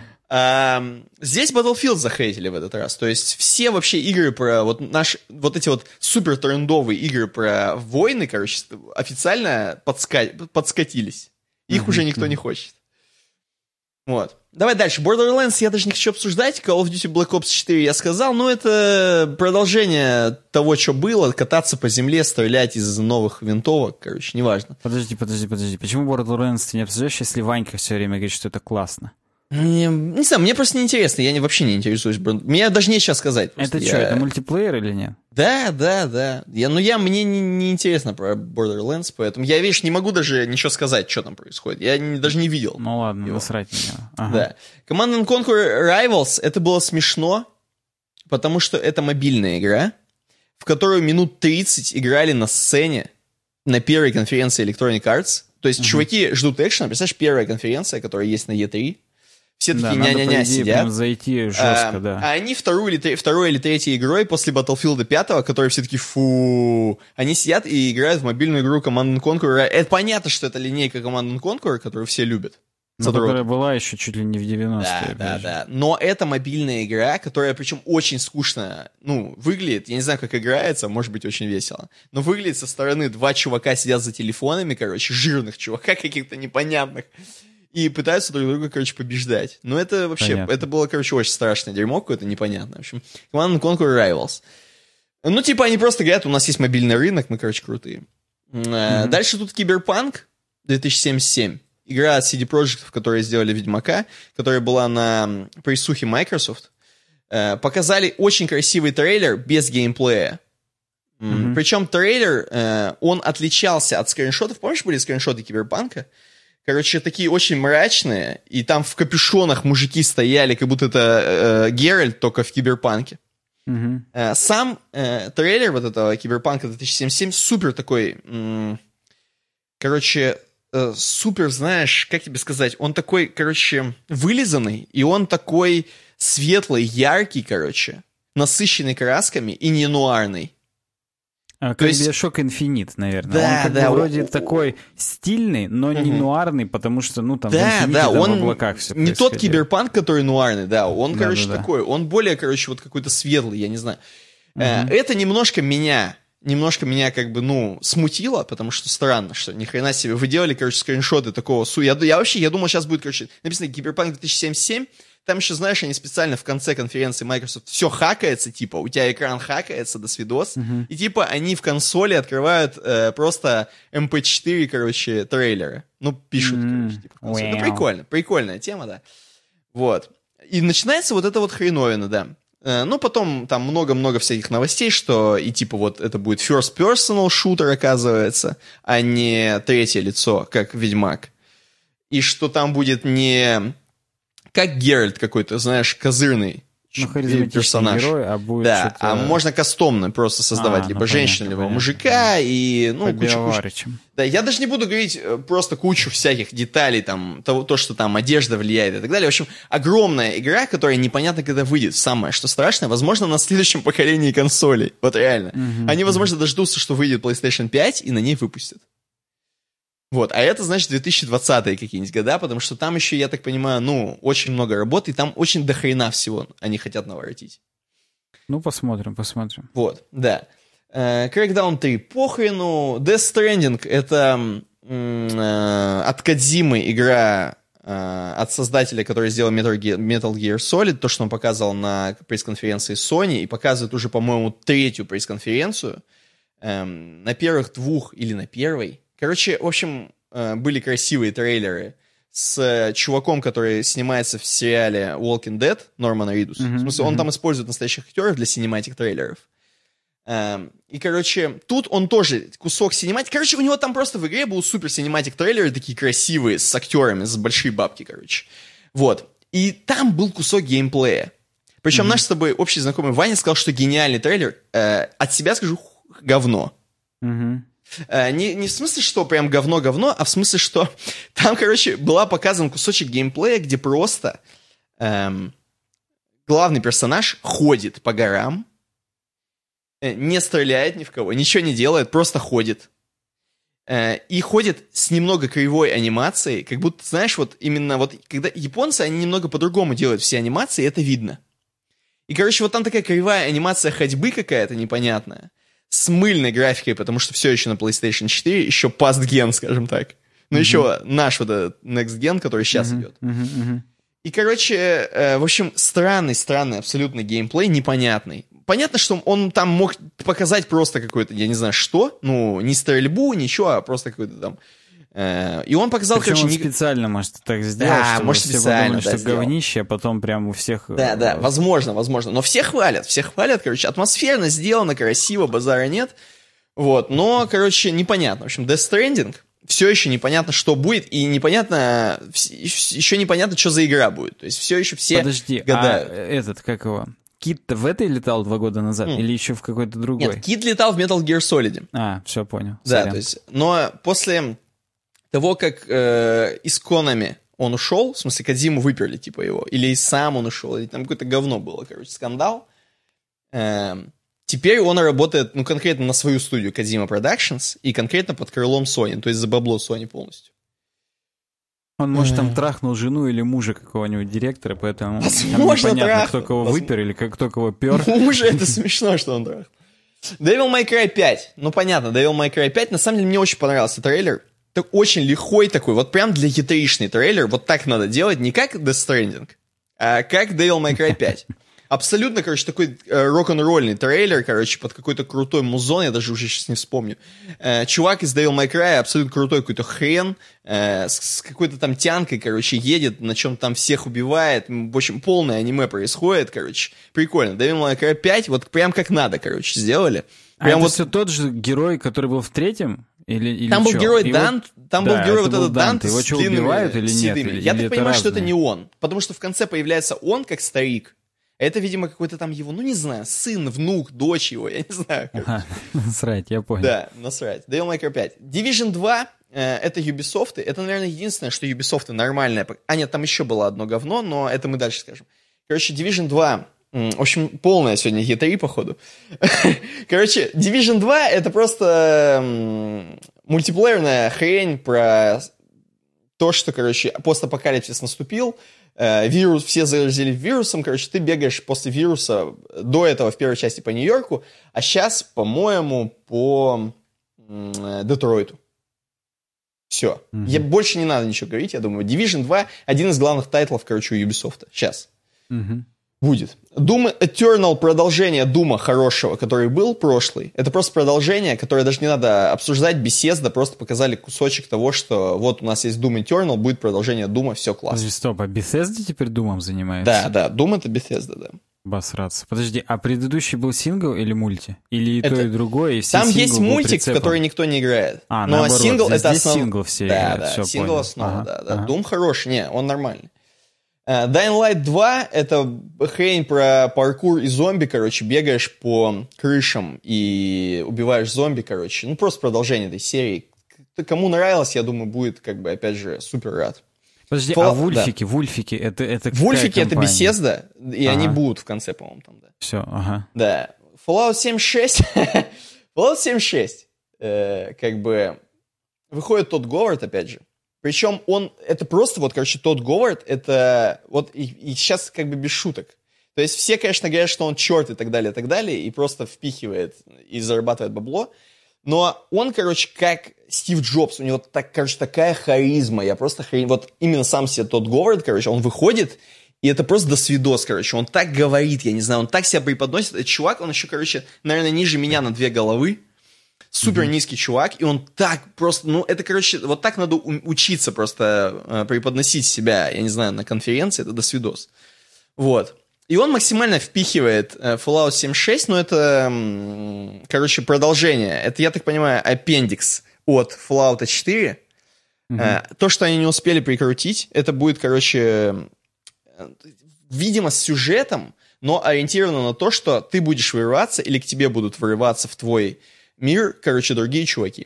Здесь Battlefield захейтили в этот раз. То есть все вообще игры про вот эти вот супер трендовые игры про войны, короче, официально подскатились. Их уже никто не хочет. Вот. Давай дальше. Borderlands я даже не хочу обсуждать. Call of Duty Black Ops 4 я сказал. Но это продолжение того, что было. Кататься по земле, стрелять из новых винтовок. Короче, неважно. Подожди. Почему Borderlands ты не обсуждаешь, если Ванька все время говорит, что это классно? Не знаю, мне просто неинтересно, я вообще не интересуюсь. Мне даже нечего сказать. Это что, это мультиплеер или нет? Да. Мне не интересно про Borderlands, поэтому я, видишь, не могу даже ничего сказать, что там происходит. Я даже не видел. Ну ладно, насрать меня. Ага. Да. Command & Conquer Rivals, это было смешно, потому что это мобильная игра, в которую минут 30 играли на сцене на первой конференции Electronic Arts. То есть чуваки ждут экшена. Представляешь, первая конференция, которая есть на E3. Все такие ня-ня-ня сидят. Прям зайти жестко, да. А они второй или третьей игрой после Battlefield 5, которые все такие, фу, они сидят и играют в мобильную игру Command & Conquer. Это понятно, что это линейка Command & Conquer, которую все любят. Которая была еще чуть ли не в 90-е. Да. Но это мобильная игра, которая причем очень скучно, выглядит. Я не знаю, как играется, может быть, очень весело. Но выглядит со стороны два чувака сидят за телефонами, короче, жирных чувака каких-то непонятных. и пытаются друг друга, короче, побеждать. Но это вообще, Понятно. это было, короче, очень страшное дерьмо какое-то непонятное. В общем, Command & Conquer Rivals. Ну, типа, они просто говорят, у нас есть мобильный рынок, мы, короче, крутые. Дальше тут Киберпанк 2077. Игра от CD Projekt, которые сделали Ведьмака, которая была на присухе Microsoft. Показали очень красивый трейлер без геймплея. Причем трейлер, он отличался от скриншотов. Помнишь, были скриншоты Киберпанка? Короче, такие очень мрачные, и там в капюшонах мужики стояли, как будто это Геральт, только в Киберпанке. Сам трейлер вот этого Киберпанка 2077 супер такой, короче, супер, знаешь, как тебе сказать, он такой, короче, вылизанный, и он такой светлый, яркий, короче, насыщенный красками и не нуарный. Как То есть- Bioshock Infinite, наверное. Да, он как да, бы вроде такой стильный, но не нуарный, потому что, ну, там, в Да, Infinite да, там в он облаках все не тот Киберпанк, который нуарный, да, он, Да, короче, да, да. такой, он более, короче, вот какой-то светлый, я не знаю. Это немножко меня как бы, ну, смутило, потому что странно, что ни хрена себе, вы делали, короче, скриншоты такого, я думал, сейчас будет, короче, написано Киберпанк 2077, там еще, знаешь, они специально в конце конференции Microsoft все хакается, типа, у тебя экран хакается, до свидос, и типа они в консоли открывают просто MP4, короче, трейлеры. Ну, пишут, короче, типа, в консоли. Ну, Вау. прикольно, прикольная тема, да. Вот. И начинается вот эта вот хреновина, да. Ну, потом там много-много всяких новостей, что и типа вот это будет first personal шутер, оказывается, а не третье лицо, как Ведьмак. И что там будет не как Геральт какой-то, знаешь, козырный Ну, харизматичный персонаж. герой, а будет Да, что-то а можно кастомно просто создавать либо ну, женщину, понятно, либо понятно. мужика, и, ну, по куча. Биоварычам. Да, я даже не буду говорить просто кучу всяких деталей, там, то, что там одежда влияет и так далее. В общем, огромная игра, которая непонятно, когда выйдет. Самое, что страшное, возможно, на следующем поколении консолей. Вот реально. Они, возможно, дождутся, что выйдет PlayStation 5, и на ней выпустят. Вот, а это, значит, 2020-е какие-нибудь года, потому что там еще, я так понимаю, ну, очень много работы, и там очень дохрена всего они хотят наворотить. Ну, посмотрим. Вот, да. Crackdown 3 похрену. Death Stranding — это от Кодзимы игра от создателя, который сделал Metal Gear Solid, то, что он показывал на пресс-конференции Sony, и показывает уже, по-моему, третью пресс-конференцию. На первых двух или на первой. Короче, в общем, были красивые трейлеры с чуваком, который снимается в сериале Walking Dead, Норман Ридус. В смысле, он там использует настоящих актеров для синематик-трейлеров. И, короче, тут он тоже кусок синематик. Короче, у него там просто в игре был супер синематик-трейлеры, такие красивые, с актерами, с большие бабки, короче. Вот. И там был кусок геймплея. Причем наш с тобой общий знакомый Ваня сказал, что гениальный трейлер. От себя скажу, говно. Не в смысле, что прям говно-говно, а в смысле, что там, короче, была показан кусочек геймплея, где просто главный персонаж ходит по горам, не стреляет ни в кого, ничего не делает, просто ходит. И ходит с немного кривой анимацией, как будто, знаешь, вот именно вот, когда японцы, они немного по-другому делают все анимации, это видно. И, короче, вот там такая кривая анимация ходьбы какая-то непонятная, с мыльной графикой, потому что все еще на PlayStation 4, еще past gen, скажем так. Но еще наш вот этот next gen, который сейчас идет. И, короче, в общем, странный абсолютно геймплей, непонятный. Понятно, что он там мог показать просто какой-то, я не знаю, что, ну, не стрельбу, ничего, а просто какой-то там... И он показал, Причем короче... он специально может так сделать, Да, чтобы может, все специально, подумали, да, что сделал. говнище, а потом прям у всех... Да, возможно. Но все хвалят, короче, атмосферно сделано, красиво, базара нет. Вот, но, короче, непонятно. В общем, Death Stranding, все еще непонятно, что будет, и непонятно, еще непонятно, что за игра будет. То есть все еще все Подожди, гадают. а этот, как его... Кит-то в этой летал 2 года назад или еще в какой-то другой? Нет, Кит летал в Metal Gear Solid. Все, понял. Да, Сорян. то есть, но после того, как из Konami он ушел, в смысле, Кодзиму выперли, типа, его, или и сам он ушел, или там какое-то говно было, короче, скандал. Теперь он работает, ну, конкретно на свою студию Kojima Productions и конкретно под крылом Sony, то есть за бабло Sony полностью. Он, может, там трахнул жену или мужа какого-нибудь директора, поэтому там Возможно, непонятно, трахнул. кто кого выпер или кто кого пер. Уже это смешно, что он трахнул. Devil May Cry 5. Ну, понятно, Devil May Cry 5. На самом деле, мне очень понравился трейлер. так очень лихой такой, вот прям для E3-шный трейлер, вот так надо делать, не как Death Stranding, а как Devil May Cry 5. Абсолютно, короче, такой рок-н-ролльный трейлер, короче, под какой-то крутой музон, я даже уже сейчас не вспомню. Чувак из Devil May Cry, абсолютно крутой какой-то хрен, с какой-то там тянкой, короче, едет, на чем там всех убивает. В общем, полное аниме происходит, короче. Прикольно. Devil May Cry 5, вот прям как надо, короче, сделали. Прям это вот... все тот же герой, который был в третьем? Или там был что? герой Дант, там был герой вот этот Дант его с что, длинными убивают или нет? седыми. Или Я так понимаю, что это разное? не он, потому что в конце появляется он как старик. Это, видимо, какой-то там его, ну не знаю, сын, внук, дочь его, я не знаю. Ага, насрать, я понял. Да, насрать. Devil May Cry 5. Division 2 это Ubisoft. Это, наверное, единственное, что Ubisoft нормальное. А нет, там еще было одно говно, но это мы дальше скажем. Короче, Division 2... В общем, полная сегодня E3, походу. Короче, Division 2 это просто мультиплеерная хрень про то, что, короче, постапокалипсис наступил, вирус, все заразили вирусом, короче, ты бегаешь после вируса, до этого в первой части по Нью-Йорку, а сейчас, по-моему, по Детройту. Все. Больше не надо ничего говорить, я думаю. Division 2 один из главных тайтлов, короче, у Ubisoft. Сейчас. Будет. Doom Eternal, продолжение Дума хорошего, который был прошлый. Это просто продолжение, которое даже не надо обсуждать, Bethesda просто показали кусочек того, что вот у нас есть Doom Eternal, будет продолжение Дума, все классно. Подожди, стоп, а Bethesda теперь Думом занимается? Да, Doom это Bethesda, да. Басраться. Подожди, а предыдущий был сингл или мульти? Или и это... то, и другое, и все там есть мультик, прицепом? в который никто не играет. А, но наоборот, сингл это здесь основа. сингл все да, играют. Да, все, сингл понял. основа, да. Doom хороший, не, он нормальный. Dying Light 2 это хрень про паркур и зомби, короче, бегаешь по крышам и убиваешь зомби, короче. Ну, просто продолжение этой серии. Кому нравилось, я думаю, будет, как бы, опять же, супер рад. Подожди, а Вульфики, Вульфики, это Вульфики это компания? Bethesda, и они будут в конце, по-моему, там, да. Все, ага. Да. Fallout 76, Fallout 76, как бы, выходит тот Говард, опять же. Причем это просто вот, короче, тот Говард, это вот, и сейчас как бы без шуток. То есть все, конечно, говорят, что он черт и так далее, и просто впихивает и зарабатывает бабло. Но он, короче, как Стив Джобс, у него, короче, такая харизма, я просто вот именно сам себе тот Говард, короче, он выходит, и это просто досвидос, короче, он так говорит, я не знаю, он так себя преподносит. Этот чувак, он еще, короче, наверное, ниже меня на 2 головы. Супер низкий чувак, и он так просто, ну, это, короче, вот так надо учиться просто преподносить себя, я не знаю, на конференции, это досвидос. Вот. И он максимально впихивает Fallout 76, но это, короче, продолжение. Это, я так понимаю, аппендикс от Fallout 4. То, что они не успели прикрутить, это будет, короче, видимо, с сюжетом, но ориентировано на то, что ты будешь вырываться или к тебе будут вырываться в твой мир, короче, другие чуваки.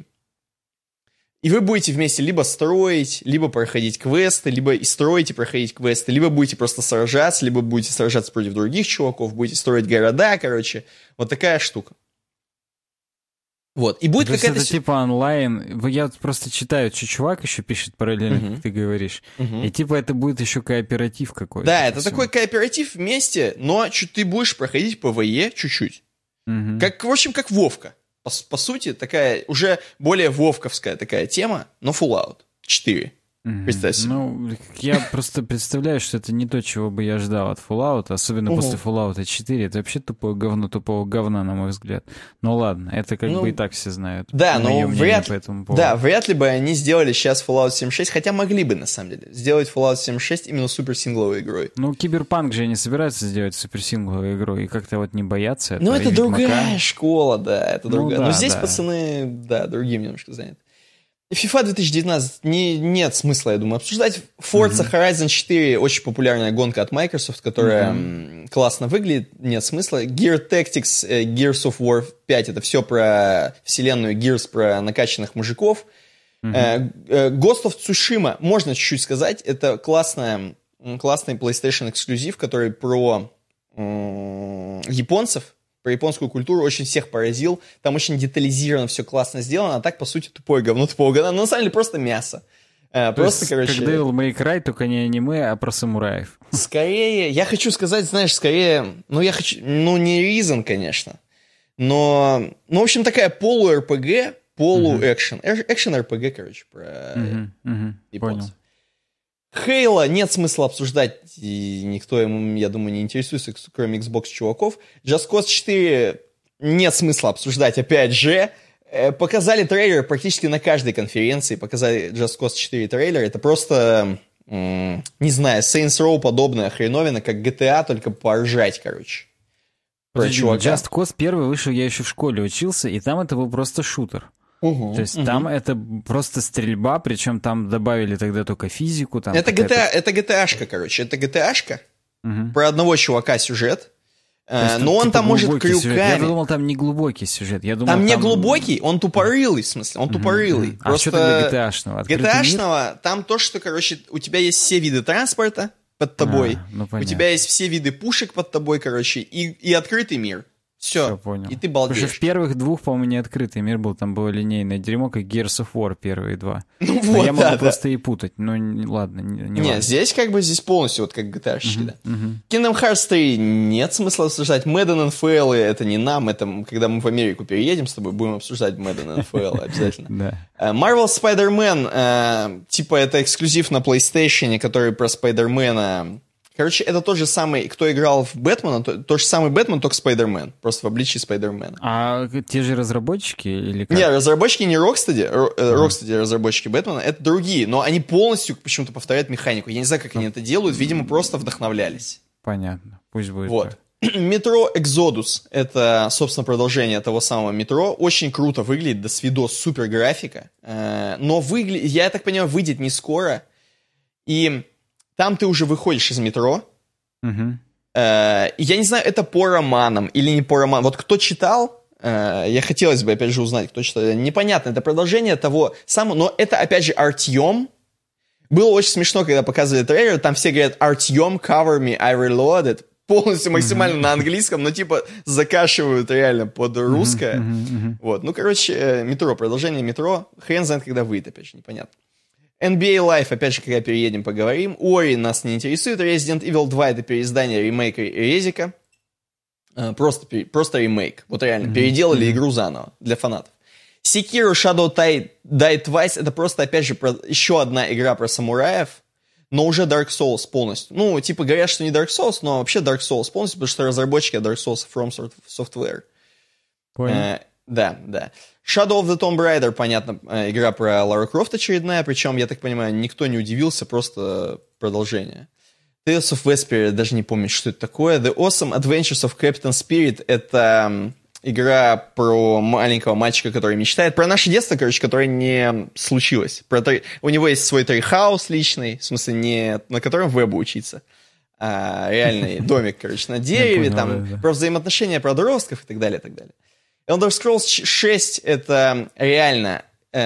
И вы будете вместе либо строить, либо проходить квесты, либо и строить и проходить квесты, либо будете просто сражаться, либо будете сражаться против других чуваков, будете строить города, короче. Вот такая штука. Вот. И будет какая-то... Это типа онлайн. Я просто читаю, что чувак еще пишет параллельно, как ты говоришь. И типа это будет еще кооператив какой-то. Да, это такой кооператив вместе, но ты будешь проходить ПВЕ чуть-чуть. Как, в общем, как Вовка. По сути, такая уже более вовковская такая тема, но Fallout 4. Представь себе. Ну, я просто представляю, что это не то, чего бы я ждал от Fallout, особенно после Fallout 4. Это вообще тупое говно тупого говна, на мой взгляд. Ну ладно, это как бы и так все знают. Да, но вряд ли бы они сделали сейчас Fallout 76, хотя могли бы, на самом деле, сделать Fallout 76 именно суперсингловой игрой. Ну, Киберпанк же не собираются сделать суперсингловой игрой, и как-то вот не боятся этого. Ну, это другая школа, да, это другая. Да, но здесь пацаны, да, другим немножко заняты. FIFA 2019 нет смысла, я думаю, обсуждать. Forza Horizon 4 очень популярная гонка от Microsoft, которая классно выглядит, нет смысла. Gear Tactics, Gears of War 5, это все про вселенную Gears, про накачанных мужиков. Ghost of Tsushima, можно чуть-чуть сказать, это классный PlayStation эксклюзив, который про японцев, про японскую культуру, очень всех поразил. Там очень детализировано, все классно сделано, а так, по сути, тупое говно тупого говна. Но на самом деле просто мясо. Просто, короче... Как Devil May Cry, только не аниме, а про самураев. Скорее, я хочу сказать, знаешь, скорее... не Reason, конечно. Но, в общем, такая полу-РПГ, полу-экшен. Экшен-РПГ, короче, про японцев. Понял. Хейла нет смысла обсуждать, и никто ему, я думаю, не интересуется, кроме Xbox чуваков. Just Cause 4 нет смысла обсуждать, опять же. Показали трейлер практически на каждой конференции, показали Just Cause 4 трейлер. Это просто, не знаю, Saints Row подобная хреновина, как GTA, только поржать, короче. Подожди, Just Cause 1 вышел, я еще в школе учился, и там это был просто шутер. То есть там это просто стрельба, причем там добавили тогда только физику. Там это GTA-шка, короче. Это GTA-шка. Про одного чувака сюжет. Но он там может крюками. Сюжет. Я думал, там не глубокий сюжет. Я думал, там не глубокий, он тупорылый, в смысле. Он тупорылый. А что тогда GTA-шного? GTA-шного, там то, что, короче, у тебя есть все виды транспорта под тобой. У тебя есть все виды пушек под тобой, короче, и открытый мир. Все, понял. И ты балдеешь. Потому что в первых двух, по-моему, не открытый мир был, там было линейное дерьмо, как Gears of War первые два. Ну вот, я могу просто и путать, но ладно, не важно. Здесь здесь полностью вот как GTA-щики, да. Kingdom Hearts 3 нет смысла обсуждать. Madden NFL это не нам, это когда мы в Америку переедем с тобой, будем обсуждать Madden NFL обязательно. Marvel Spider-Man, типа это эксклюзив на PlayStation, который про Спайдермена. Короче, это тот же самый, кто играл в Бэтмена, тот же самый Бэтмен, только Спайдермен. Просто в обличии Спайдермена. А те же разработчики или как? Не, разработчики не Rocksteady. Rocksteady разработчики Бэтмена, это другие. Но они полностью почему-то повторяют механику. Я не знаю, как они это делают. Видимо, просто вдохновлялись. Понятно. Пусть будет вот. Метро Exodus. Это, собственно, продолжение того самого метро. Очень круто выглядит. До свидос. Супер графика. Но я так понимаю, выйдет не скоро. И... Там ты уже выходишь из метро. Я не знаю, это по романам или не по романам. Вот кто читал, я хотелось бы, опять же, узнать, кто читал. Непонятно, это продолжение того самого, но это, опять же, Артем. Было очень смешно, когда показывали трейлер, там все говорят «Артем, cover me, I reloaded». Полностью максимально на английском, но типа закашивают реально под русское. Вот, ну, короче, метро, продолжение метро. Хрен знает, когда выйдет, опять же, непонятно. NBA Live, опять же, когда переедем, поговорим. Ori нас не интересует. Resident Evil 2 — это переиздание ремейка Резика. Просто ремейк. Вот реально, переделали игру заново для фанатов. Sekiro Shadow Die Twice — это просто, опять же, еще одна игра про самураев, но уже Dark Souls полностью. Ну, типа, говорят, что не Dark Souls, но вообще Dark Souls полностью, потому что разработчики Dark Souls From Software. Понял. Да. Shadow of the Tomb Raider, понятно, игра про Лару Крофт очередная, причем, я так понимаю, никто не удивился, просто продолжение. Tales of Vesperia, даже не помню, что это такое. The Awesome Adventures of Captain Spirit — это игра про маленького мальчика, который мечтает, про наше детство, короче, которое не случилось. У него есть свой трейхаус личный, в смысле, не на котором вебу учиться, а реальный домик, короче, на дереве, там, про взаимоотношения подростков и так далее, и так далее. Elder Scrolls 6 — это реально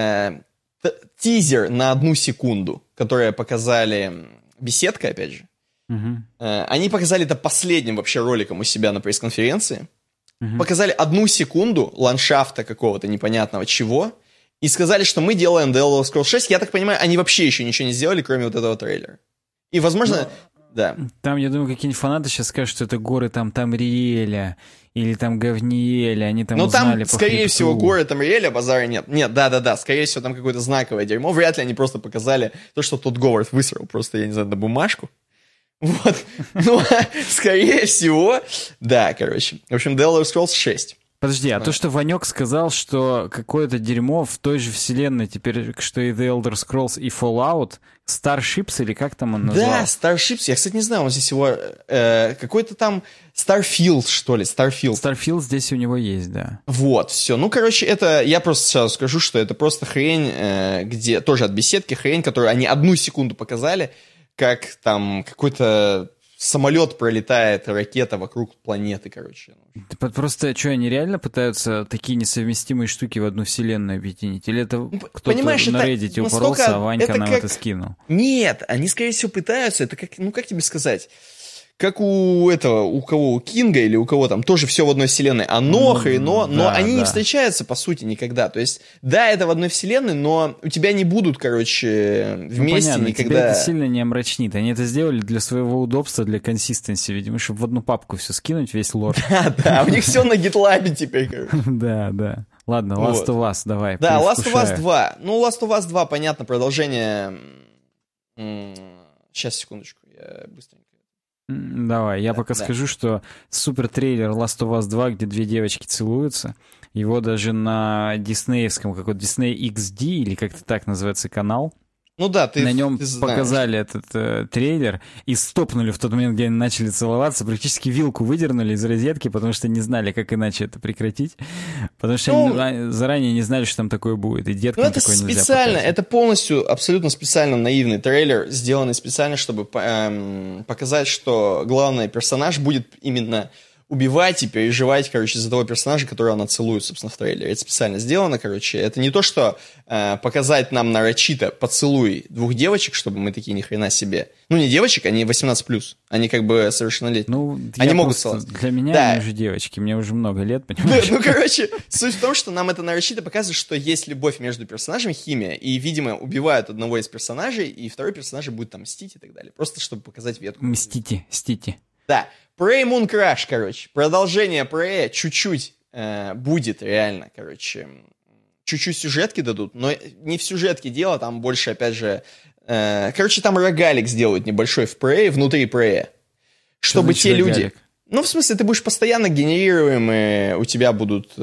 тизер на 1 секунду, который показали беседка, опять же. Они показали это последним вообще роликом у себя на пресс-конференции. Показали 1 секунду ландшафта какого-то непонятного чего и сказали, что мы делаем The Elder Scrolls 6. Я так понимаю, они вообще еще ничего не сделали, кроме вот этого трейлера. И, возможно... Да. Там, я думаю, какие-нибудь фанаты сейчас скажут, что это горы там Тамриэля или там Гавниэля, они там узнали по скорее хребту. всего, горы Тамриэля, базара нет. Нет, да, скорее всего, там какое-то знаковое дерьмо. Вряд ли они просто показали то, что тот Говард высрал просто, я не знаю, на бумажку. Вот. Ну, скорее всего, да, короче. В общем, The Elder Scrolls 6. Подожди, а то, что Ванек сказал, что какое-то дерьмо в той же вселенной теперь, что и The Elder Scrolls, и Fallout, Starships, или как там он назвал? Да, Starships, я, кстати, не знаю, он здесь его... какой-то там Starfield, что ли, Starfield. Starfield здесь у него есть, да. Вот, все. Ну, короче, это... Я просто сразу скажу, что это просто хрень, где... Тоже от беседки хрень, которую они 1 секунду показали, как там какой-то... Самолет пролетает, ракета вокруг планеты, короче. Просто что, они реально пытаются такие несовместимые штуки в одну вселенную объединить? Или это кто-то на Reddit упоролся, а Ванька нам это скинул? Нет, они, скорее всего, пытаются. Это как, ну как тебе сказать? Как у кого, у Кинга или у кого там, тоже все в одной вселенной. Но они не встречаются, по сути, никогда. То есть, да, это в одной вселенной, но у тебя не будут, короче, вместе понятно, никогда... Тебя это сильно не омрачнит. Они это сделали для своего удобства, для консистенции, видимо, чтобы в одну папку все скинуть, весь лор. Да, у них все на GitLab теперь, короче. Да. Ладно, Last of Us, давай. Да, Last of Us 2. Ну, Last of Us 2, понятно, продолжение... Сейчас, секундочку, я быстренько... Давай, я пока скажу, что супер трейлер Last of Us 2, где две девочки целуются, его даже на диснеевском, какой-то Disney XD, или как-то так называется канал, ну да, на нем показали этот трейлер и стопнули в тот момент, где они начали целоваться, практически вилку выдернули из розетки, потому что не знали, как иначе это прекратить, потому что они заранее не знали, что там такое будет, и деткам это такое нельзя специально, показывать. это полностью, абсолютно специально наивный трейлер, сделанный специально, чтобы показать, что главный персонаж будет именно убивать и переживать, короче, за того персонажа, которого она целует, собственно, в трейлере. Это специально сделано, короче. Это не то, что показать нам нарочито поцелуй двух девочек, чтобы мы такие, ни хрена себе. Ну, не девочек, они 18+. Они как бы совершеннолетние. Ну, они могут целоваться. Для меня они уже девочки, мне уже много лет, понимаешь? Да, ну, короче, суть в том, что нам это нарочито показывает, что есть любовь между персонажами, химия, и, видимо, убивают одного из персонажей, и второй персонаж будет там мстить и так далее. Просто, чтобы показать ветку. Мстите. Да. Prey Moon Crash, короче. Продолжение Prey чуть-чуть будет реально, короче. Чуть-чуть сюжетки дадут, но не в сюжетке дело, там больше, опять же... короче, там рогалик сделают небольшой в Prey, внутри Prey. Чтобы те люди... Рогалик? Ну, в смысле, ты будешь постоянно генерируемые, у тебя будут...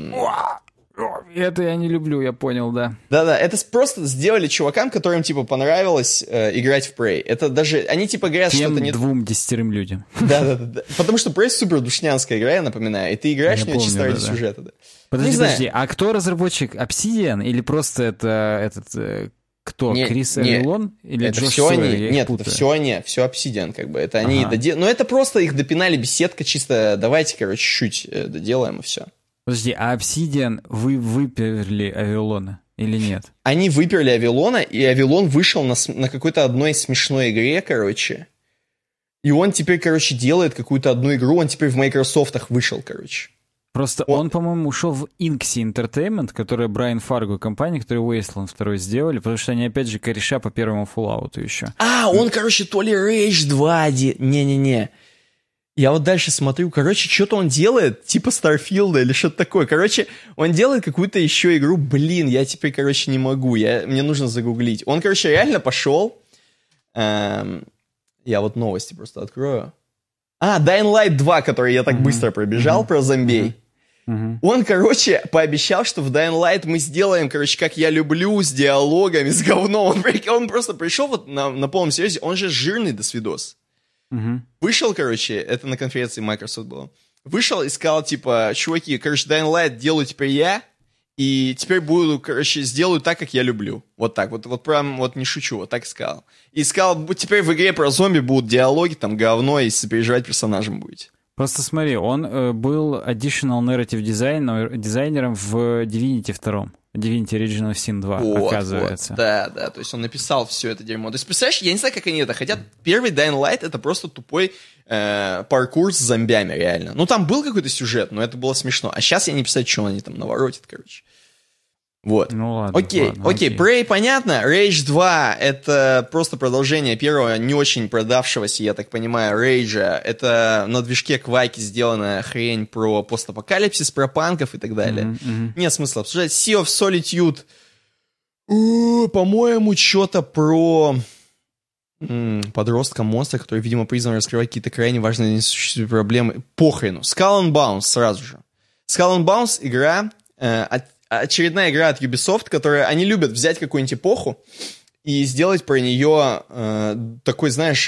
Это я не люблю, я понял, да. Да-да, это просто сделали чувакам, которым, типа, понравилось играть в Prey. Это даже, они, типа, говорят, что это не... 2-10 людям. Да-да-да. Потому что Prey супер душнянская игра, я напоминаю, и ты играешь в нее чисто ради сюжета. Да. Подожди, а кто разработчик? Obsidian или просто это этот... Кто? Крис Авилон? Или это Джош все Сойер? Они. Нет, это все они, все Obsidian, как бы. Это они но это просто их допинали беседка, чисто давайте, короче, чуть-чуть доделаем, и все. Подожди, а Obsidian вы выперли Авилона или нет? Они выперли Авилона, и Авилон вышел на какой-то одной смешной игре, короче. И он теперь, короче, делает какую-то одну игру, он теперь в Майкрософтах вышел, короче. Просто он, по-моему, ушел в Inxi Entertainment, которая Брайан Фарго компания, которая Wasteland 2 сделали, потому что они, опять же, кореша по первому Fallout еще. Он, короче, то ли Rage 2... Не-не-не. Я вот дальше смотрю, короче, что-то он делает, типа Старфилда или что-то такое. Короче, он делает какую-то еще игру, блин, я теперь, короче, не могу, мне нужно загуглить. Он, короче, реально пошел, я вот новости просто открою. Dying Light 2, который я так быстро пробежал, про зомбей. Он, короче, пообещал, что в Dying Light мы сделаем, короче, как я люблю, с диалогами, с говном. Он просто пришел вот на полном серьезе, он же жирный досвидос. Вышел, короче, это на конференции Microsoft было. Вышел и сказал, типа, чуваки, короче, Dying Light делаю теперь я, и теперь буду, короче, сделаю так, как я люблю. Вот так, вот прям, вот не шучу, вот так и сказал. И сказал, теперь в игре про зомби будут диалоги, там, говно, и сопереживать персонажем будете. Просто смотри, он был additional narrative дизайнером в Divinity 2. Divinity Original Sin 2, оказывается. Вот, да, то есть он написал все это дерьмо. То есть, представляешь, я не знаю, как они это хотят. Первый Dying Light — это просто тупой паркур с зомбями, реально. Ну, там был какой-то сюжет, но это было смешно. А сейчас я не представляю, что они там наворотят, короче. Вот. Ну ладно. Окей. Prey понятно. Rage 2 — это просто продолжение первого, не очень продавшегося, я так понимаю, Rage. Это на движке Квайки сделанная хрень про постапокалипсис, про панков и так далее. Нет смысла обсуждать. Sea of Solitude. По-моему, что-то про подростка-монстра, который, видимо, призван раскрывать какие-то крайне важные несуществующие проблемы. Похрену. Skull and Bones сразу же. Skull and Bones — игра... очередная игра от Ubisoft, которая они любят взять какую-нибудь эпоху и сделать про нее такой, знаешь,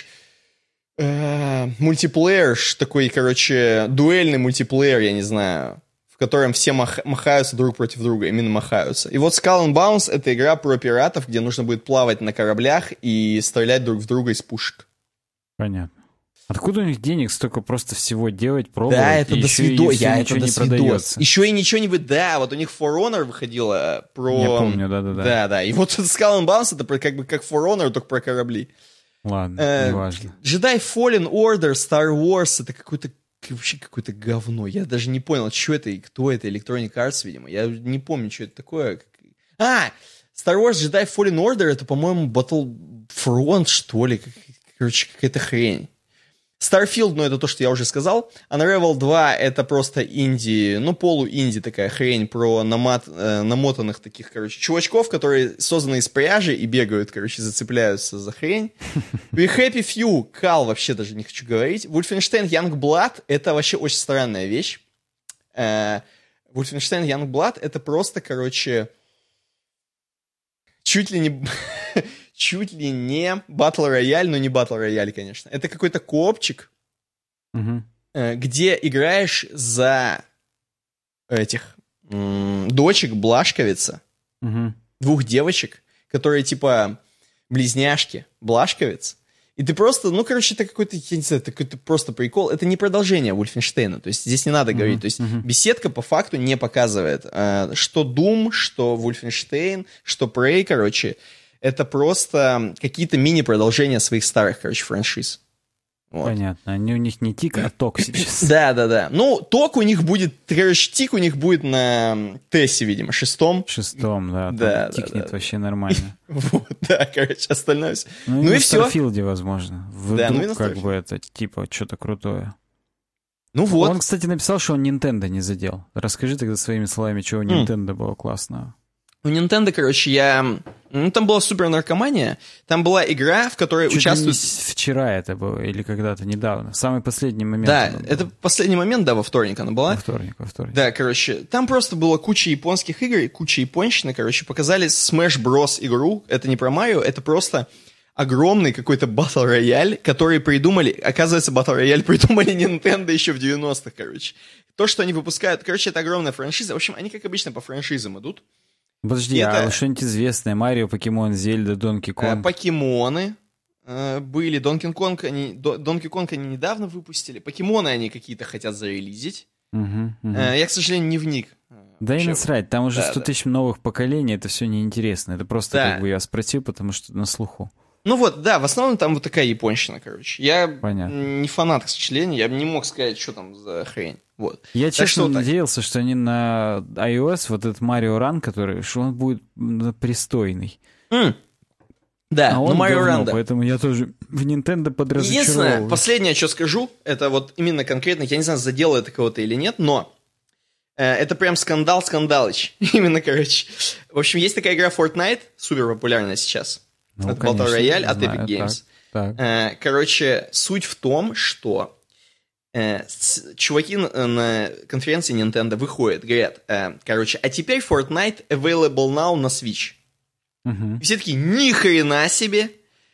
мультиплеер, такой, короче, дуэльный мультиплеер, я не знаю, в котором все махаются друг против друга, именно махаются. И вот Skull and Bones — это игра про пиратов, где нужно будет плавать на кораблях и стрелять друг в друга из пушек. Понятно. Откуда у них денег столько просто всего делать, пробовать? Да, это досвидос. Это досвидос. Еще и ничего не... Да, вот у них For Honor выходила про... Я помню, да. Да. И вот Skull and Bones — это как бы как For Honor, только про корабли. Ладно, неважно. Jedi Fallen Order, Star Wars — это вообще какое-то говно. Я даже не понял, что это и кто это. Electronic Arts, видимо. Я не помню, что это такое. Star Wars Jedi Fallen Order — это, по-моему, Battlefront, что ли. Короче, какая-то хрень. Starfield, ну, это то, что я уже сказал. Unravel 2 это просто инди, ну, полу-инди такая хрень про намотанных таких, короче, чувачков, которые созданы из пряжи и бегают, короче, зацепляются за хрень. И Happy Few, Кал, вообще даже не хочу говорить. Wolfenstein Youngblood это вообще очень странная вещь. Wolfenstein Youngblood это просто, короче, чуть ли не Battle Royale, но не Battle Royale, конечно. Это какой-то коопчик, где играешь за этих дочек Блашковица, двух девочек, которые типа близняшки Блашковиц. И ты просто, ну, короче, это какой-то, я не знаю, это какой-то просто прикол. Это не продолжение Wolfenstein. То есть здесь не надо говорить. То есть беседка по факту не показывает, что Doom, что Wolfenstein, что Prey, короче, это просто какие-то мини-продолжения своих старых, короче, франшиз. Вот. Понятно. Они у них не тик, а ток сейчас. Да. Ну, ток у них будет, короче, тик у них будет на Тессе, видимо, 6-м. 6-м, да. Да, тикнет вообще нормально. Вот, да, короче, остальное все. Ну и все. В Starfield'е, возможно. Да, ну и на как бы это, типа, что-то крутое. Ну вот. Он, кстати, написал, что он Nintendo не задел. Расскажи тогда своими словами, чего у Nintendo было классного. У Nintendo, короче, ну, там была супер наркомания. Там была игра, в которой участвуют... Вчера это было, или когда-то недавно. В самый последний момент. Да, это последний момент, да, во вторник она была. Во вторник. Да, короче, там просто было куча японских игр и куча японщины, короче. Показали Smash Bros. Игру. Это не про Марио, это просто огромный какой-то Battle Royale, который придумали... Оказывается, Battle Royale придумали Nintendo еще в 90-х, короче. То, что они выпускают... Короче, это огромная франшиза. В общем, они, как обычно, по франшизам идут. Подожди, а что-нибудь известное? Марио, Покемон, Зельда, Донки Конг? Покемоны были. Донки Конг они недавно выпустили. Покемоны они какие-то хотят зарелизить. Я, к сожалению, не вник. Да и насрать, там уже 100 тысяч новых поколений, это все неинтересно. Это просто как бы я спросил, потому что на слуху. Ну вот, да, в основном там вот такая японщина, короче. Я не фанат, к сожалению, я бы не мог сказать, что там за хрень. Вот. Я честно надеялся, что они на iOS, вот этот Mario Run, который, что он будет пристойный. Да, а он Mario говно, Run, да. Поэтому я тоже в Nintendo подразочаровываюсь. Единственное, последнее, что скажу, это вот именно конкретно, я не знаю, задело это кого-то или нет, но это прям скандал-скандалыч. Именно, короче. В общем, есть такая игра Fortnite, супер популярная сейчас. Ну, это Battle Royale от знаю, Epic Games. Так. Короче, суть в том, что чуваки на конференции Nintendo выходят, говорят, короче, а теперь Fortnite available now на Switch. И все такие, ни хрена себе.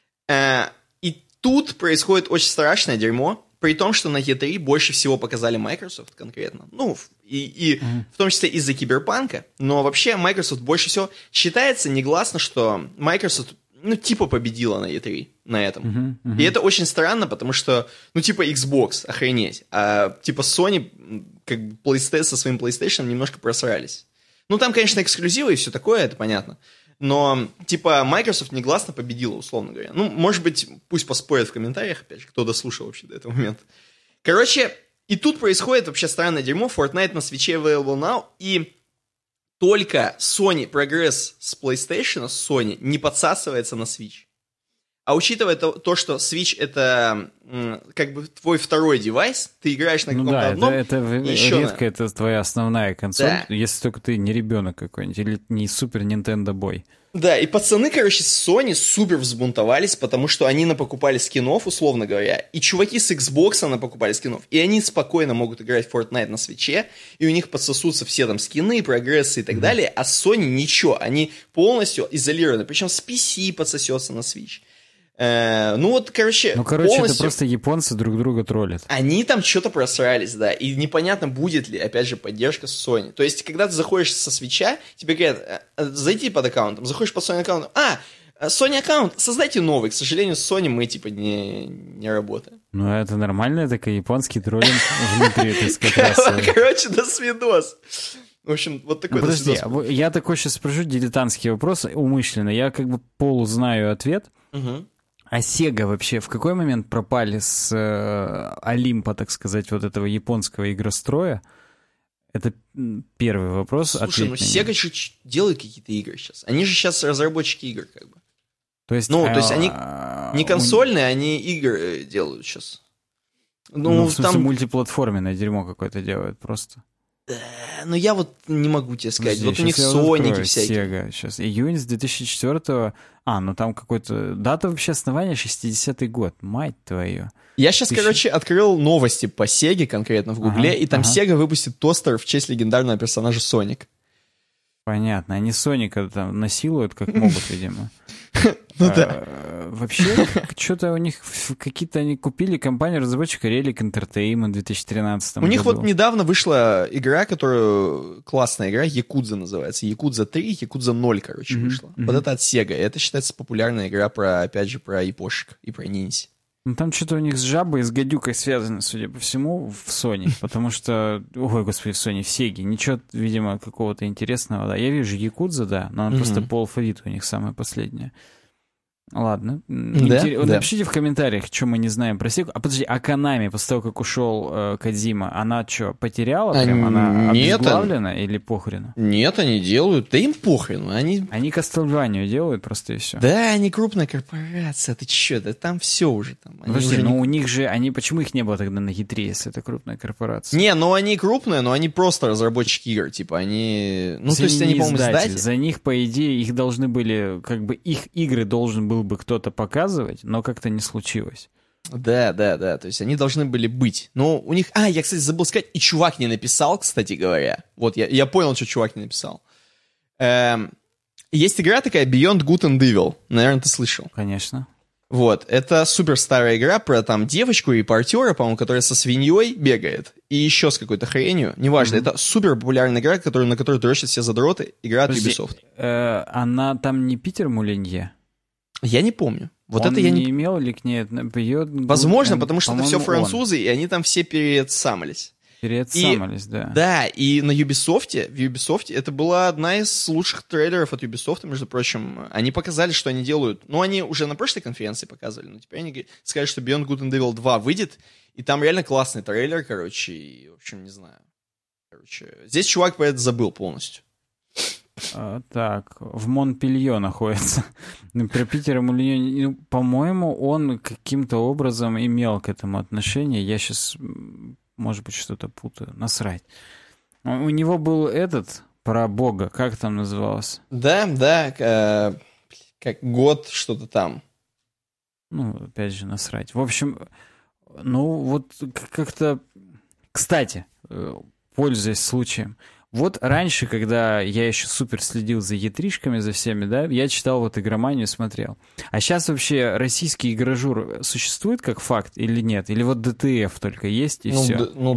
И тут происходит очень страшное дерьмо, при том, что на E3 больше всего показали Microsoft конкретно. Ну, и в том числе из-за Киберпанка. Но вообще Microsoft больше всего... Считается негласно, что Microsoft, ну, типа победила на E3 на этом. И это очень странно, потому что, ну, типа Xbox, охренеть. А типа Sony, как бы PlayStation со своим PlayStation немножко просрались. Ну, там, конечно, эксклюзивы и все такое, это понятно. Но, типа, Microsoft негласно победила, условно говоря. Ну, может быть, пусть поспорят в комментариях, опять же, кто дослушал вообще до этого момента. Короче, и тут происходит вообще странное дерьмо. Fortnite на Switch available now, и только Sony прогресс с PlayStation, с Sony, не подсасывается на Switch. А учитывая то, что Switch это как бы твой второй девайс, ты играешь на каком-то одном. Это редко это твоя основная консоль, если только ты не ребенок какой-нибудь, или не супер Nintendo Boy. Да, и пацаны, короче, с Sony супер взбунтовались, потому что они напокупали скинов, условно говоря, и чуваки с Xbox напокупали скинов, и они спокойно могут играть в Fortnite на Switch'е, и у них подсосутся все там скины, прогрессы и так далее, а Sony ничего, они полностью изолированы, причем с PC подсосется на Switch. Ну вот, короче, полностью... это просто японцы друг друга троллят. Они там что-то просрались, да, и непонятно, будет ли, опять же, поддержка с Sony. То есть, когда ты заходишь со Switch'а, тебе говорят, зайди под аккаунтом, заходишь под Sony аккаунтом, Sony аккаунт, создайте новый. К сожалению, с Sony мы, типа, не работаем. Ну, это нормально, такой японский троллинг внутри этой скотрасы. Короче, до свидос. В общем, вот такой подожди, я такой сейчас спрошу дилетантский вопрос, умышленно. Я как бы полузнаю ответ. А Sega вообще в какой момент пропали с Олимпа, так сказать, вот этого японского игростроя? Это первый вопрос. Слушай, ну Sega же делает какие-то игры сейчас. Они же сейчас разработчики игр, как бы. То есть, то есть они не консольные, они игры делают сейчас. Ну, в смысле, мультиплатформенное дерьмо какое-то делают просто. Ну, я вот не могу тебе сказать. Подожди, вот у них Соники всякие. Sega. Сейчас июнь с 2004-го. Ну там какой-то... Дата вообще основания 60-й год. Мать твою. Я сейчас, короче, открыл новости по Сеге конкретно в Гугле, и там Sega выпустит тостер в честь легендарного персонажа Соник. Понятно. Они Соника там насилуют как могут, видимо. Ну да. Вообще, что-то у них какие-то они купили компанию-разработчика Relic Entertainment в 2013 году. У них вот недавно вышла игра, классная игра, Якудза называется. Якудза 3, Якудза 0, короче, вышла. Вот это от Sega. И это считается популярная игра опять же, про япошек и про ниндзя. Ну, там что-то у них с жабой и с гадюкой связано, судя по всему, в Sony. Потому что, ой, господи, в Sony, в Сеге. Ничего, видимо, какого-то интересного, да. Я вижу Якудза, да, но она просто по алфавиту у них самая последняя. Ладно. Да? Напишите в комментариях, что мы не знаем про Сегу. Подожди, а Konami, после того, как ушел Кодзима, она что, потеряла прям? Она обезглавлена или похрену? Нет, они делают. Да им похрену. Они Castlevania делают просто и все. Да, они крупная корпорация. Ты че? Да там все уже. Подожди, у них же... почему их не было тогда на E3, если это крупная корпорация? Не, они крупные, но они просто разработчики игр. Типа они... Ну, то есть они, по-моему, издатели. За них, по идее, их должны были... Как бы их игры должен был бы кто-то показывать, но как-то не случилось. Да. То есть они должны были быть. Но у них... я, кстати, забыл сказать, и чувак не написал, кстати говоря. Вот, я понял, что чувак не написал. Есть игра такая Beyond Good and Evil. Наверное, ты слышал. Конечно. Вот, это супер старая игра про там девочку-репортера, по-моему, которая со свиньей бегает, и еще с какой-то хренью, неважно, это супер популярная игра, на которую дрочат все задроты, игра от Ubisoft. Она там не Питер Мулинье? Я не помню. Вот он это я не имел или нет? Возможно, потому что это все французы, и они там все переотсамались. Да. Да, и в Ubisoft это была одна из лучших трейлеров от Ubisoft, между прочим. Они показали, что они делают. Ну, они уже на прошлой конференции показывали, но теперь они сказали, что Beyond Good and Evil 2 выйдет, и там реально классный трейлер, короче, и, в общем, не знаю. Короче, здесь чувак про это забыл полностью. Так, в Монпелье находится. Про Питера Мулинье, по-моему, он каким-то образом имел к этому отношение. Я сейчас... Может быть, что-то путаю. Насрать. У него был про Бога. Как там называлось? Да. Как год, что-то там. Ну, опять же, насрать. В общем, вот как-то... Кстати, пользуясь случаем, вот раньше, когда я еще супер следил за E3-шками, за всеми, да, я читал вот игроманию, смотрел. А сейчас вообще российский игражур существует как факт или нет? Или вот DTF только есть и все?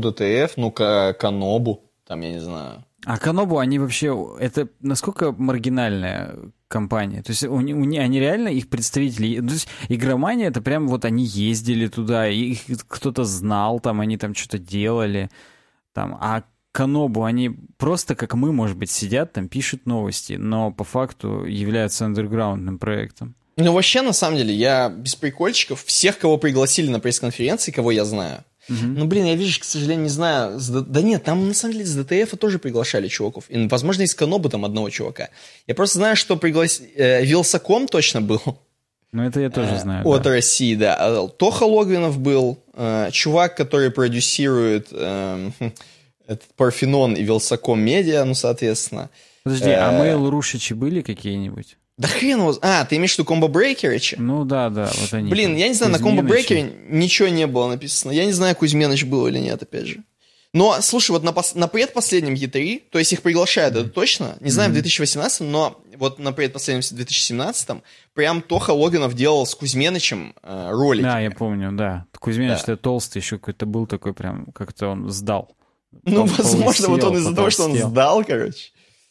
DTF, Канобу, там, я не знаю. А Канобу, они вообще, это насколько маргинальная компания? То есть они реально, их представители... То есть игромания, это прям вот они ездили туда, их кто-то знал, там, они там что-то делали, там, а Канобу, они просто, как мы, может быть, сидят там, пишут новости, но по факту являются андерграундным проектом. Ну, вообще, на самом деле, я без прикольчиков, всех, кого пригласили на пресс-конференции, кого я знаю. Ну, блин, я, видишь, к сожалению, не знаю. Да нет, там, на самом деле, с DTF тоже приглашали чуваков. И, возможно, из Канобу там одного чувака. Я просто знаю, что Вилсаком точно был. Ну, это я тоже знаю. От России, да. Тоха Логвинов был. Чувак, который продюсирует... этот Парфенон и Вилсаком Медиа, ну, соответственно. Подожди, а Mail Рушичи были какие-нибудь? Да хрен его... ты имеешь в виду Комбо Брейкерича? Ну да, вот они. Блин, я не знаю, на Комбо Брейкере ничего не было написано. Я не знаю, Кузьменыч был или нет, опять же. Но, слушай, вот на предпоследнем E3, то есть их приглашают, это точно, не знаю, в 2018, но вот на предпоследнем, в 2017, прям Тоха Логинов делал с Кузьменычем ролики. Да, я помню, да. Кузьменыч толстый еще какой-то был такой прям, как-то он сдал. Ну, возможно, вот он из-за того, что он сдал, короче.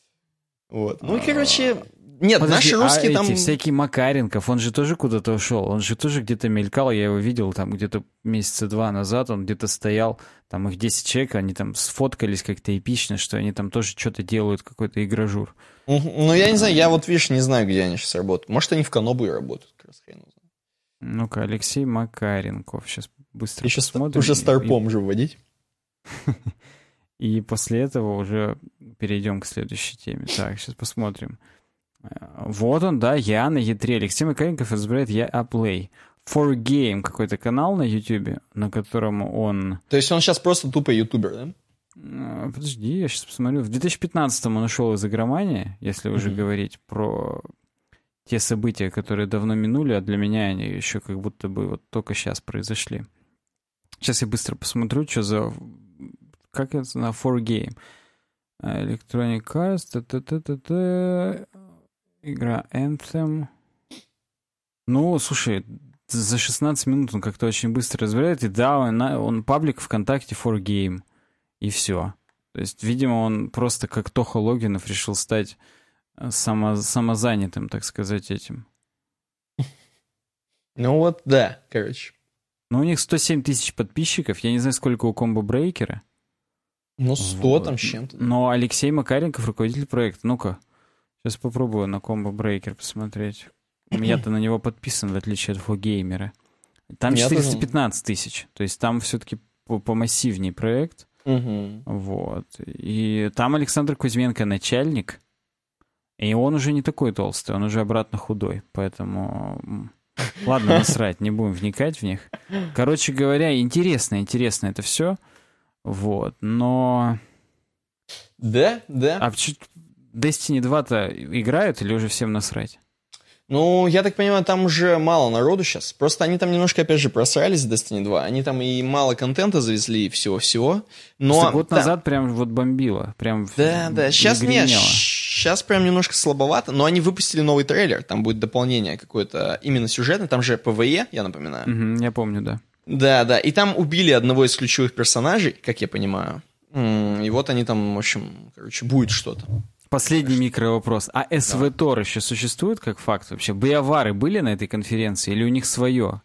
Вот. Ну, и, короче... Нет, подожди, наши русские там... всякий Макаренков, он же тоже куда-то ушел. Он же тоже где-то мелькал, я его видел там где-то месяца 2 назад, он где-то стоял, там их 10 человек, они там сфоткались как-то эпично, что они там тоже что-то делают, какой-то игражур. Ну, я не знаю, я вот, видишь, не знаю, где они сейчас работают. Может, они в Канобу и работают, как раз хрен узнает. Ну-ка, Алексей Макаренков, сейчас быстро посмотрим. Уже старпом же вводить. И после этого уже перейдем к следующей теме. Так, сейчас посмотрим. Вот он, да, я на E3. Алексей Макаренков разбирает я Play. 4Game какой-то канал на YouTube, на котором он... То есть он сейчас просто тупо ютубер, да? Подожди, я сейчас посмотрю. В 2015-м он ушел из игромании, если уже говорить про те события, которые давно минули, а для меня они еще как будто бы вот только сейчас произошли. Сейчас я быстро посмотрю, что за... Как это на 4Game? Electronic Arts, игра Anthem. Ну, слушай, за 16 минут он как-то очень быстро разбирает. И да, он паблик ВКонтакте 4Game. И все. То есть, видимо, он просто как Тоха Логинов решил стать самозанятым, так сказать, этим. Ну вот, да, короче. Ну, у них 107 тысяч подписчиков. Я не знаю, сколько у Комбо Брейкера. Ну, 100 там с чем-то. Но Алексей Макаренков, руководитель проекта. Ну-ка, сейчас попробую на Комбо Брейкер посмотреть. Я-то на него подписан, в отличие от Фогеймера. Там 415 тысяч. То есть там все-таки помассивней проект. Вот. И там Александр Кузьменко начальник. И он уже не такой толстый, он уже обратно худой. Поэтому... Ладно, насрать, не будем вникать в них. Короче говоря, интересно это все. Вот, но... Да. А Destiny 2-то играют или уже всем насрать? Ну, я так понимаю, там уже мало народу сейчас. Просто они там немножко, опять же, просрались в Destiny 2. Они там и мало контента завезли, и всего-всего. Но год назад прям вот бомбило. Прям да. Сейчас нет. Сейчас прям немножко слабовато. Но они выпустили новый трейлер. Там будет дополнение какое-то именно сюжетное. Там же ПВЕ, я напоминаю. Я помню, да. Да. И там убили одного из ключевых персонажей, как я понимаю. И вот они там, в общем, короче, будет что-то. Последний микровопрос. А СВТОР еще существует как факт вообще? Биовары были на этой конференции или у них свое?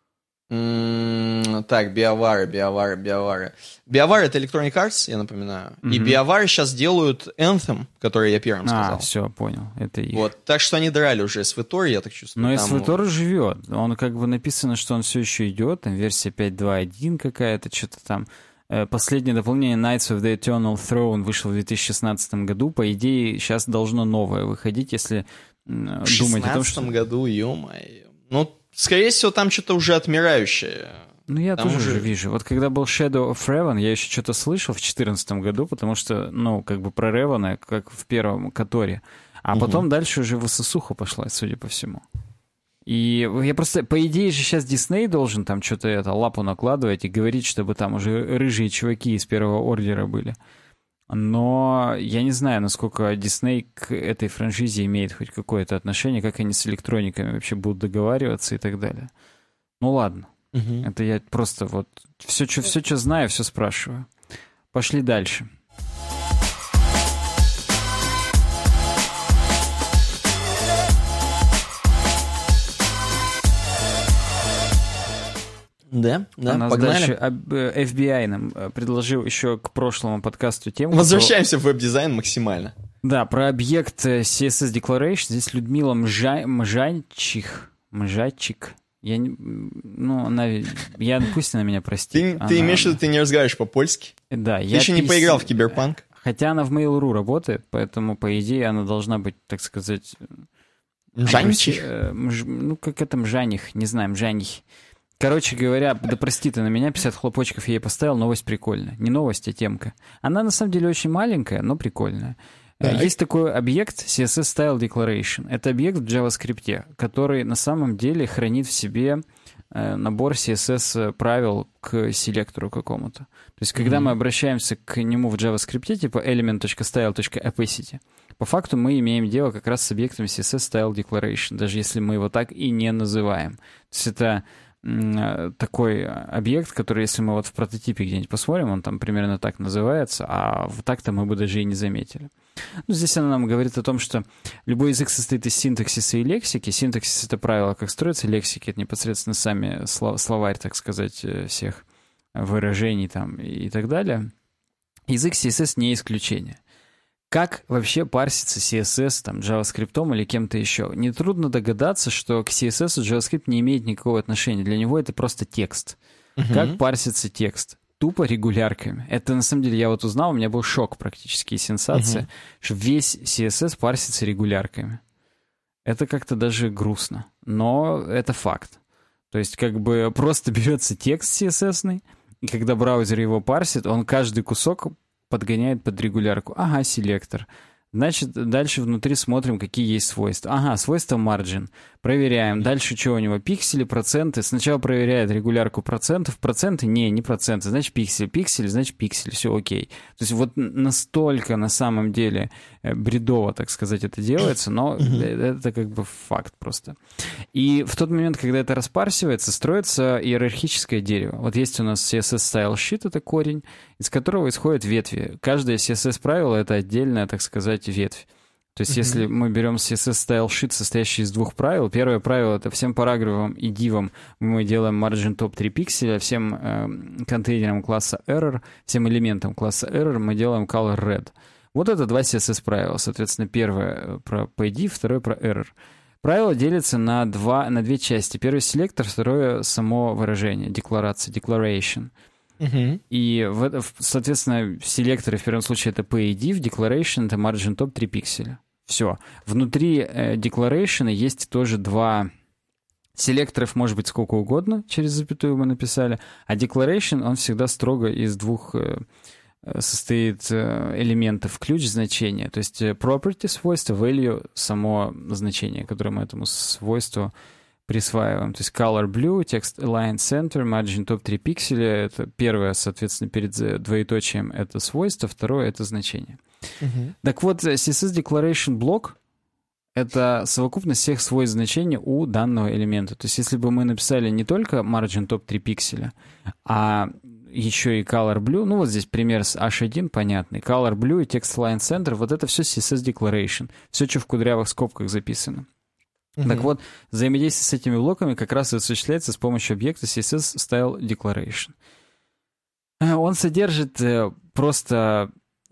Так, биовары. Биовары — это Electronic Arts, я напоминаю. И биовары сейчас делают Anthem, который я первым сказал. Все, понял. Это их. Вот, так что они драли уже СВТОР, я так чувствую. Но СВТОР живет. Он как бы написано, что он все еще идет. Там версия 5.2.1 какая-то, что-то там. Последнее дополнение Knights of the Eternal Throne вышло в 2016 году. По идее, сейчас должно новое выходить, если думать о том, что... В 2016 году, ё-моё. Ну, скорее всего, там что-то уже отмирающее. Ну, я там тоже уже вижу. Вот когда был Shadow of Revan, я еще что-то слышал в 2014 году, потому что, ну, как бы про Ревана, как в первом Которе. А потом дальше уже высосуха пошла, судя по всему. И я просто, по идее же сейчас Дисней должен там что-то лапу накладывать и говорить, чтобы там уже рыжие чуваки из Первого Ордера были. Но я не знаю, насколько Дисней к этой франшизе имеет хоть какое-то отношение, как они с электрониками вообще будут договариваться и так далее. Ну ладно. Это я просто вот все, что знаю, все спрашиваю. Пошли дальше. Да, погнали. Дальше FBI нам предложил еще к прошлому подкасту тему. Возвращаемся в веб-дизайн максимально. Да, про объект CSS Declaration. Здесь Людмила Мжачик. Пусть она меня простит. Ты имеешь в виду, ты не разговариваешь по-польски? Да. Ты еще не поиграл в Киберпанк? Хотя она в Mail.ru работает, поэтому, по идее, она должна быть, так сказать... Мжаничих? Ну, как это Мжаних, не знаю, Мжаних. Короче говоря, да прости ты на меня, 50 хлопочков я ей поставил, новость прикольная. Не новость, а темка. Она на самом деле очень маленькая, но прикольная. Так. Есть такой объект CSS Style Declaration. Это объект в JavaScript, который на самом деле хранит в себе набор CSS правил к селектору какому-то. То есть, когда мы обращаемся к нему в JavaScript, типа element.style.opacity, по факту мы имеем дело как раз с объектом CSS Style Declaration, даже если мы его так и не называем. То есть, это такой объект, который, если мы вот в прототипе где-нибудь посмотрим, он там примерно так называется, а вот так-то мы бы даже и не заметили. Ну, здесь она нам говорит о том, что любой язык состоит из синтаксиса и лексики. Синтаксис — это правило, как строятся лексики, это непосредственно сами словарь, так сказать, всех выражений там и так далее. Язык CSS не исключение. Как вообще парсится CSS, там, JavaScript или кем-то еще? Нетрудно догадаться, что к CSS JavaScript не имеет никакого отношения. Для него это просто текст. Как парсится текст? Тупо регулярками. Это, на самом деле, я вот узнал, у меня был шок практически и сенсация, что весь CSS парсится регулярками. Это как-то даже грустно. Но это факт. То есть как бы просто берется текст CSS-ный, и когда браузер его парсит, он каждый кусок подгоняет под регулярку. Ага, селектор. Значит, дальше внутри смотрим, какие есть свойства. Ага, свойства margin. Проверяем. Дальше что у него? Пиксели, проценты. Сначала проверяет регулярку процентов. Проценты? Не проценты. Значит, пиксель. Пиксель, значит, пиксель. Все окей. То есть вот настолько на самом деле бредово, так сказать, это делается, но это как бы факт просто. И в тот момент, когда это распарсивается, строится иерархическое дерево. Вот есть у нас CSS style sheet, это корень, из которого исходят ветви. Каждое CSS-правило — это отдельная, так сказать, ветвь. То есть если мы берем CSS style sheet, состоящий из двух правил, первое правило — это всем параграфам и дивам мы делаем margin top 3 пикселя, всем контейнерам класса error, всем элементам класса error мы делаем color red. Вот это два CSS-правила. Соответственно, первое про PD, второе про error. Правило делится на две части. Первый селектор, второе само выражение, декларация, declaration. И, соответственно, в селекторе в первом случае это PID, в declaration это margin top 3 пикселя. Все. Внутри declaration есть тоже два селекторов, может быть, сколько угодно, через запятую мы написали, а declaration, он всегда строго из двух состоит элементов, ключ значения, то есть property свойство, value само значение, которое мы этому свойству присваиваем. То есть color blue, text align center, margin top 3 пикселя. Это первое, соответственно, перед двоеточием это свойство, второе это значение. Так вот, CSS declaration блок — это совокупность всех свойств значения у данного элемента. То есть если бы мы написали не только margin top 3 пикселя, а еще и color blue, ну вот здесь пример с H1 понятный, color blue и text align center, вот это все CSS declaration, все, что в кудрявых скобках записано. Так вот, взаимодействие с этими блоками как раз и осуществляется с помощью объекта CSS Style Declaration. Он содержит просто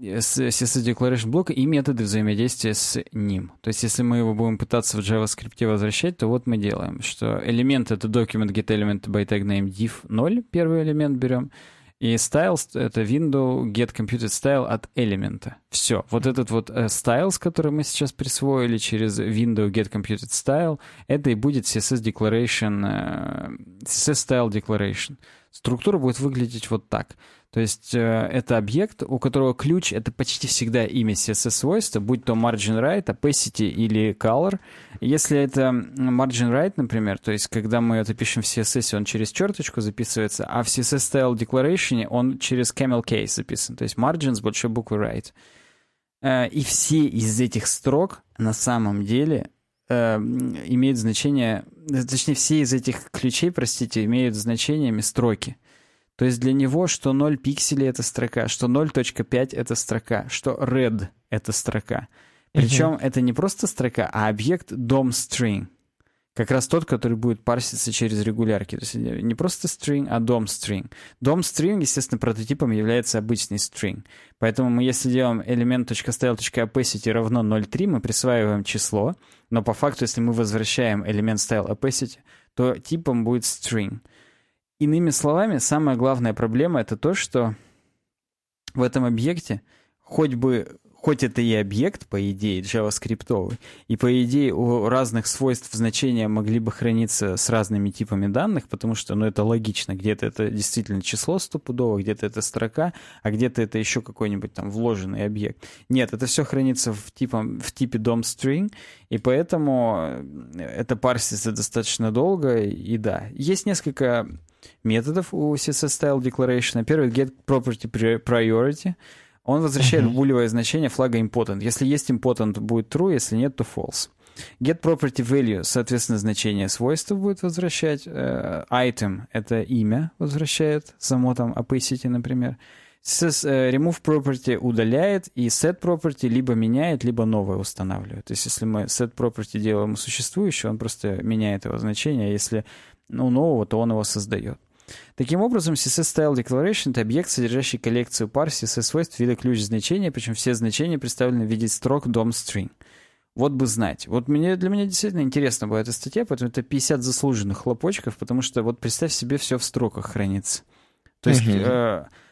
CSS Declaration блок и методы взаимодействия с ним. То есть, если мы его будем пытаться в JavaScript возвращать, то вот мы делаем, что элемент — это document get element by tag name div 0, первый элемент берем, и styles — это window get computed style от элемента. Все. Вот этот вот styles, который мы сейчас присвоили через window get computed style, это и будет CSS declaration, CSS style declaration. Структура будет выглядеть вот так. То есть это объект, у которого ключ — это почти всегда имя CSS-свойства, будь то margin right, opacity или color. Если это margin right, например, то есть когда мы это пишем в CSS, он через черточку записывается, а в CSS style declaration он через camel case записан, то есть margin с большой буквы right. И все из этих строк на самом деле имеют значение, точнее, все из этих ключей, простите, имеют значениями строки. То есть для него, что 0 пикселей — это строка, что 0.5 — это строка, что red — это строка. Причем это не просто строка, а объект DOM-string. Как раз тот, который будет парситься через регулярки. То есть не просто string, а DOM-string. DOM-string, естественно, прототипом является обычный string. Поэтому мы, если делаем element.style.opacity равно 0.3, мы присваиваем число, но по факту, если мы возвращаем элемент style.opacity, то типом будет string. Иными словами, самая главная проблема — это то, что в этом объекте, хоть это и объект, по идее, JavaScript-овый, и по идее у разных свойств значения могли бы храниться с разными типами данных, потому что, ну, это логично, где-то это действительно число стопудово, где-то это строка, а где-то это еще какой-нибудь там вложенный объект. Нет, это все хранится в типе DOM-string, и поэтому это парсится достаточно долго, и да. Есть несколько методов у CSS Style Declaration. Первый — get property priority. Он возвращает булевое значение флага important. Если есть important, будет true, если нет, то false. Get property value, соответственно, значение свойства будет возвращать. Item — это имя возвращает, само там opacity, например. Remove property удаляет, и set property либо меняет, либо новое устанавливает. То есть если мы set property делаем существующее, он просто меняет его значение, а если нового, то он его создает. Таким образом, CSS Style Declaration — это объект, содержащий коллекцию пар CSS-свойств вида ключ-значения, причем все значения представлены в виде строк DOM-string. Вот бы знать. Вот для меня действительно интересна была эта статья, поэтому это 50 заслуженных хлопочков, потому что вот представь себе, все в строках хранится. То есть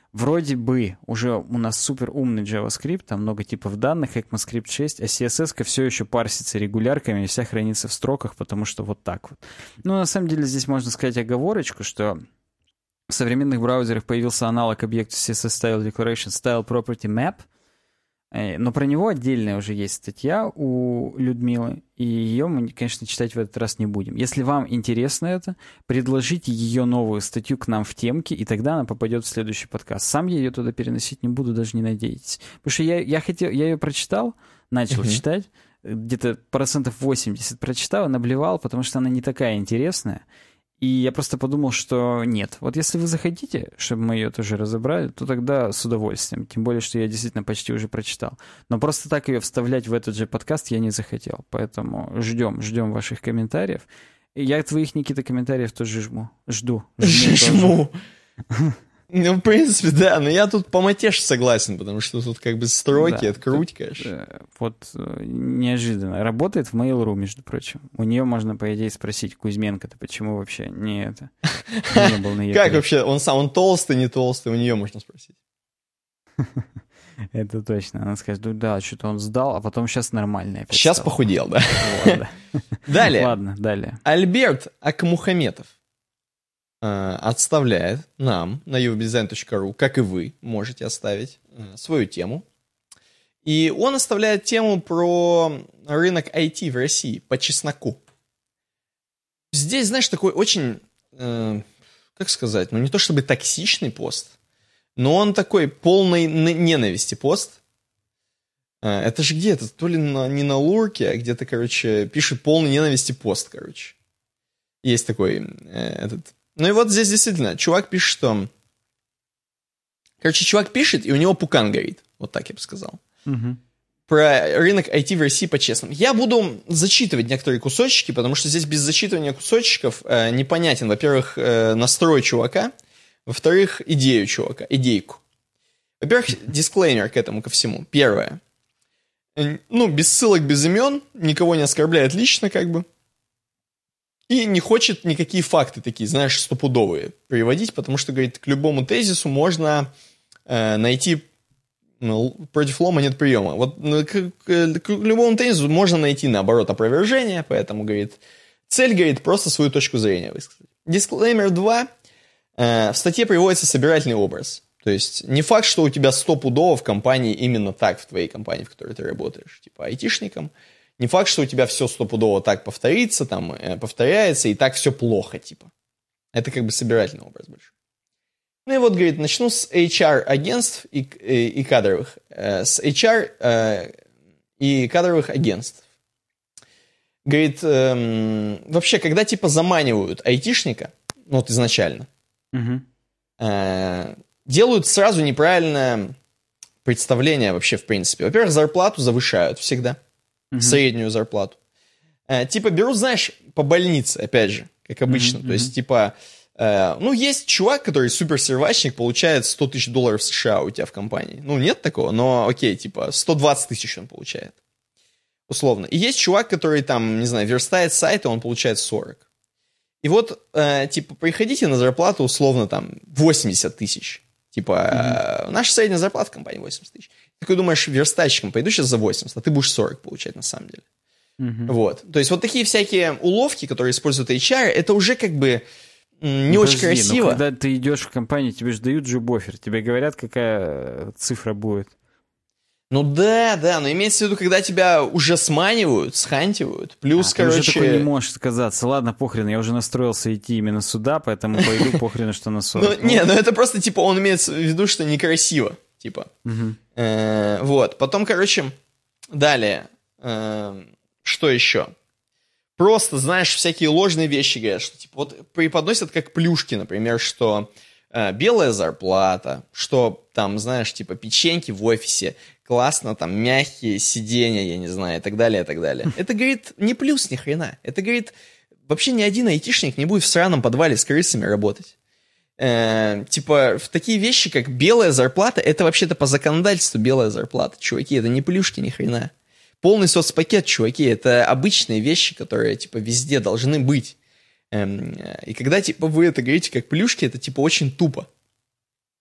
вроде бы уже у нас супер умный JavaScript, там много типов данных, ECMAScript 6, а CSS-ка все еще парсится регулярками и вся хранится в строках, потому что вот так вот. Ну, на самом деле, здесь можно сказать оговорочку, что в современных браузерах появился аналог объекту CSS Style Declaration Style Property Map, но про него отдельная уже есть статья у Людмилы, и ее мы, конечно, читать в этот раз не будем. Если вам интересно это, предложите ее новую статью к нам в темке, и тогда она попадет в следующий подкаст. Сам я ее туда переносить не буду, даже не надейтесь. Потому что я ее прочитал, начал читать, где-то 80% прочитал и наблевал, потому что она не такая интересная. И я просто подумал, что нет. Вот если вы захотите, чтобы мы ее тоже разобрали, то тогда с удовольствием. Тем более, что я действительно почти уже прочитал. Но просто так ее вставлять в этот же подкаст я не захотел. Поэтому ждем ваших комментариев. И я твоих, Никита, комментариев тоже жду. Жму. Ну, в принципе, да, но я тут по матеш согласен, потому что тут как бы строки, да, откруть, конечно. Вот неожиданно. Работает в Mail.ru, между прочим. У нее можно, по идее, спросить, Кузьменко-то почему вообще не был на Как вообще? Он толстый, не толстый? У нее можно спросить. Это точно. Она скажет, да, что-то он сдал, а потом сейчас нормально. Сейчас похудел, да. Далее. Ладно, далее. Альберт Акмухаметов отставляет нам на uvdesign.ru, как и вы можете оставить свою тему. И он оставляет тему про рынок IT в России по чесноку. Здесь, знаешь, такой очень, как сказать, ну не то чтобы токсичный пост, но он такой полной ненависти пост. Это же где-то, то ли не на Лурке, а где-то, короче, пишет полной ненависти пост, короче. Есть такой этот... Ну и вот здесь действительно, чувак пишет, что... Короче, чувак пишет, и у него пукан горит. Вот так я бы сказал. Про рынок IT в России по-честному. Я буду зачитывать некоторые кусочки, потому что здесь без зачитывания кусочков непонятен, во-первых, настрой чувака, во-вторых, идею чувака, идейку. Во-первых, дисклеймер к этому ко всему. Первое. Ну, без ссылок, без имен, никого не оскорбляет лично, как бы. И не хочет никакие факты такие, знаешь, стопудовые приводить, потому что, говорит, к любому тезису можно найти, против лома нет приема. Вот к любому тезису можно найти, наоборот, опровержение, поэтому, говорит, цель, говорит, просто свою точку зрения высказать. Дисклеймер 2. В статье приводится собирательный образ. То есть не факт, что у тебя стопудово в компании именно так, в твоей компании, в которой ты работаешь, типа айтишником. Не факт, что у тебя все стопудово так повторится, там, повторяется, и так все плохо, типа. Это как бы собирательный образ больше. Ну и вот, говорит, начну с HR-агентств и кадровых. С HR и кадровых агентств. Говорит, вообще, когда, типа, заманивают айтишника, ну вот изначально, делают сразу неправильное представление вообще, в принципе. Во-первых, зарплату завышают всегда. Среднюю зарплату. Типа берут, знаешь, по больнице, опять же, как обычно. То есть, типа, ну, есть чувак, который суперсервачник, получает $100 000 США у тебя в компании. Ну, нет такого, но окей, типа, 120 000 он получает. Условно. И есть чувак, который там, не знаю, верстает сайты, он получает 40. И вот, типа, приходите на зарплату, условно, там, 80 000. Типа, наша средняя зарплата в компании 80 000. Ты такой думаешь, верстальщиком пойду сейчас за 80, а ты будешь 40 получать на самом деле. Вот. То есть вот такие всякие уловки, которые используют HR, это уже как бы не очень красиво. Но когда ты идешь в компанию, тебе же дают джоб-оффер, тебе говорят, какая цифра будет. Ну да, но имеется в виду, когда тебя уже сманивают, схантивают, плюс, короче... Ты уже такой не можешь отказаться. Ладно, похрен, я уже настроился идти именно сюда, поэтому пойду похрен, что на 40. Ну это просто, типа, он имеет в виду, что некрасиво, типа. Вот, потом, короче, далее, что еще? Просто, знаешь, всякие ложные вещи говорят, что, типа, вот преподносят как плюшки, например, что белая зарплата, что там, знаешь, типа, печеньки в офисе, классно, там, мягкие сиденья, я не знаю, и так далее, и так далее. Это, говорит, не плюс ни хрена. Это, говорит, вообще ни один айтишник не будет в сраном подвале с крысами работать. Типа, в такие вещи, как белая зарплата, это вообще-то по законодательству белая зарплата, чуваки, это не плюшки ни хрена. Полный соцпакет, чуваки, это обычные вещи, которые, типа, везде должны быть. И когда, типа, вы это говорите как плюшки, это, типа, очень тупо.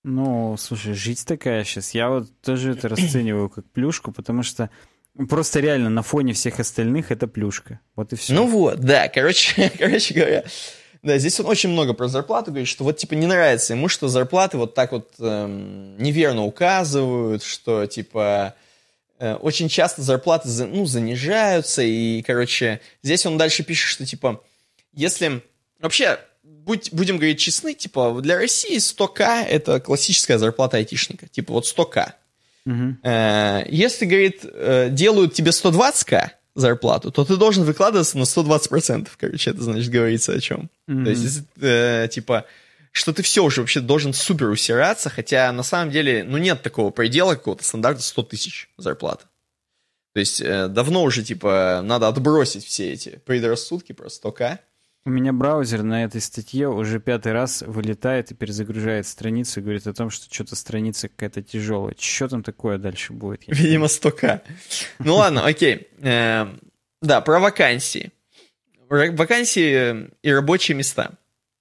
Ну, слушай, жить такая сейчас. Я вот тоже это расцениваю как плюшку, потому что просто реально на фоне всех остальных это плюшка. Вот и все. Ну вот, да, короче говоря, да, здесь он очень много про зарплату говорит, что вот типа не нравится ему, что зарплаты вот так вот неверно указывают, что типа очень часто зарплаты занижаются, и, короче, здесь он дальше пишет, что типа, если вообще, будем говорить честны, типа для России 100К это классическая зарплата айтишника, типа вот 100К. Угу. Если, говорит, делают тебе 120К зарплату, то ты должен выкладываться на 120%. Короче, это, значит, говорится о чем. То есть, типа, что ты все уже вообще должен супер усираться, хотя на самом деле, ну, нет такого предела какого-то стандарта 100 тысяч зарплата. То есть, давно уже, типа, надо отбросить все эти предрассудки про 100К. У меня браузер на этой статье уже 5-й раз вылетает и перезагружает страницу и говорит о том, что что-то страница какая-то тяжелая. Что там такое дальше будет? Видимо, 100К. Ну ладно, окей. Да, про вакансии. Вакансии и рабочие места.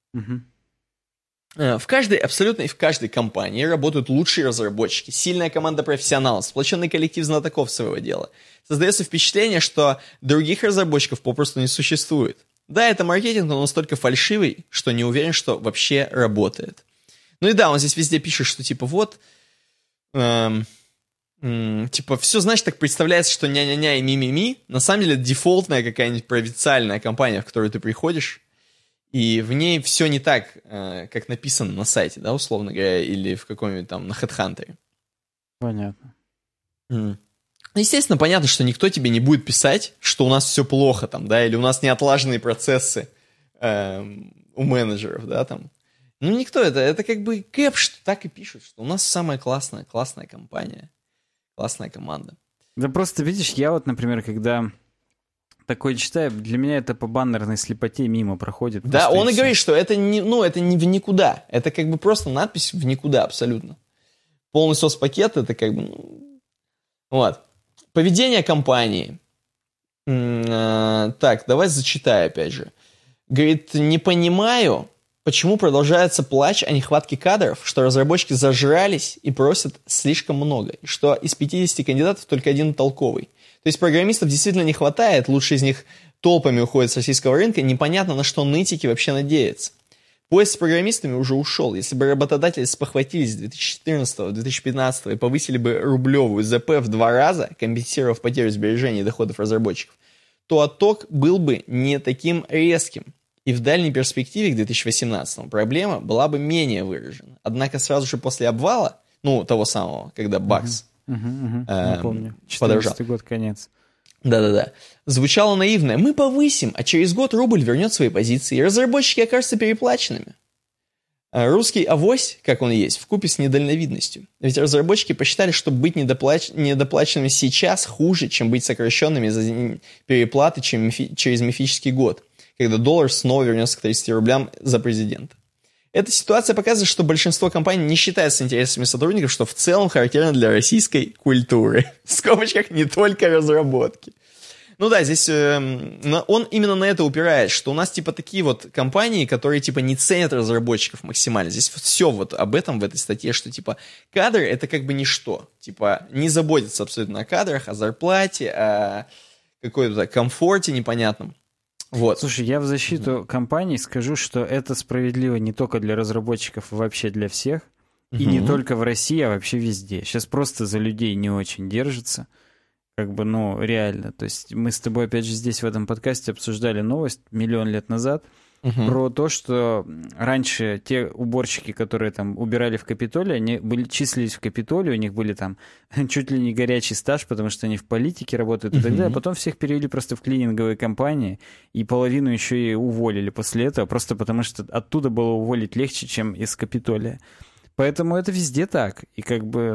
Абсолютно в каждой компании работают лучшие разработчики, сильная команда профессионалов, сплоченный коллектив знатоков своего дела. Создается впечатление, что других разработчиков попросту не существует. Да, это маркетинг, но он настолько фальшивый, что не уверен, что вообще работает. Ну и да, он здесь везде пишет, что типа вот, типа все, знаешь, так представляется, что ня-ня-ня и ми-ми-ми. На самом деле дефолтная какая-нибудь провинциальная компания, в которую ты приходишь, и в ней все не так, как написано на сайте, да, условно говоря, или в каком-нибудь там на HeadHunter. Понятно. Естественно, понятно, что никто тебе не будет писать, что у нас все плохо там, да, или у нас неотлаженные процессы у менеджеров, да, там. Ну, никто, это как бы кэп, что так и пишут, что у нас самая классная компания, классная команда. Да просто, видишь, я вот, например, когда такое читаю, для меня это по баннерной слепоте мимо проходит. Да, он и говорит, что это не, это не в никуда, это как бы просто надпись в никуда абсолютно. Полный соцпакет, это как бы, вот. Поведение компании. Так, давай зачитаю опять же. Говорит, не понимаю, почему продолжается плач о нехватке кадров, что разработчики зажрались и просят слишком много, и что из 50 кандидатов только один толковый. То есть программистов действительно не хватает, лучшие из них толпами уходят с российского рынка, непонятно, на что нытики вообще надеются. Поезд с программистами уже ушел. Если бы работодатели спохватились с 2014-2015 и повысили бы рублевую ЗП в 2 раза, компенсировав потерю сбережений и доходов разработчиков, то отток был бы не таким резким. И в дальней перспективе к 2018 проблема была бы менее выражена. Однако сразу же после обвала, того самого, когда бакс помню. 14-й год, конец. Да-да-да. Звучало наивно. Мы повысим, а через год рубль вернет свои позиции, и разработчики окажутся переплаченными. Русский авось, как он есть, вкупе с недальновидностью. Ведь разработчики посчитали, что быть недоплаченными сейчас хуже, чем быть сокращенными за переплаты через мифический год, когда доллар снова вернется к 30 рублям за президента. Эта ситуация показывает, что большинство компаний не считается интересами сотрудников, что в целом характерно для российской культуры. В скобочках не только разработки. Ну да, здесь он именно на это упирает, что у нас типа такие вот компании, которые типа не ценят разработчиков максимально. Здесь все вот об этом в этой статье, что типа кадры это как бы ничто. Типа не заботятся абсолютно о кадрах, о зарплате, о какой-то комфорте непонятном. Вот. Слушай, я в защиту компаний скажу, что это справедливо не только для разработчиков, а вообще для всех. И не только в России, а вообще везде. Сейчас просто за людей не очень держится. Как бы, реально. То есть мы с тобой, опять же, здесь в этом подкасте обсуждали новость 1 000 000 лет назад про то, что раньше те уборщики, которые там убирали в Капитолии, они числились в Капитолии, у них были там чуть ли не горячий стаж, потому что они в политике работают и так далее. А потом всех перевели просто в клининговые компании, и половину еще и уволили после этого, просто потому что оттуда было уволить легче, чем из Капитолия. Поэтому это везде так. И как бы,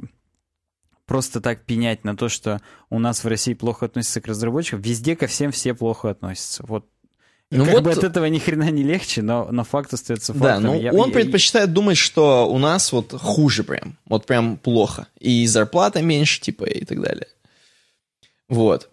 просто так пенять на то, что у нас в России плохо относятся к разработчикам, везде ко всем все плохо относятся. Вот. Бы от этого ни хрена не легче, но факт остается фактом. Да, он предпочитает думать, что у нас вот хуже прям, вот прям плохо. И зарплата меньше, типа, и так далее. Вот.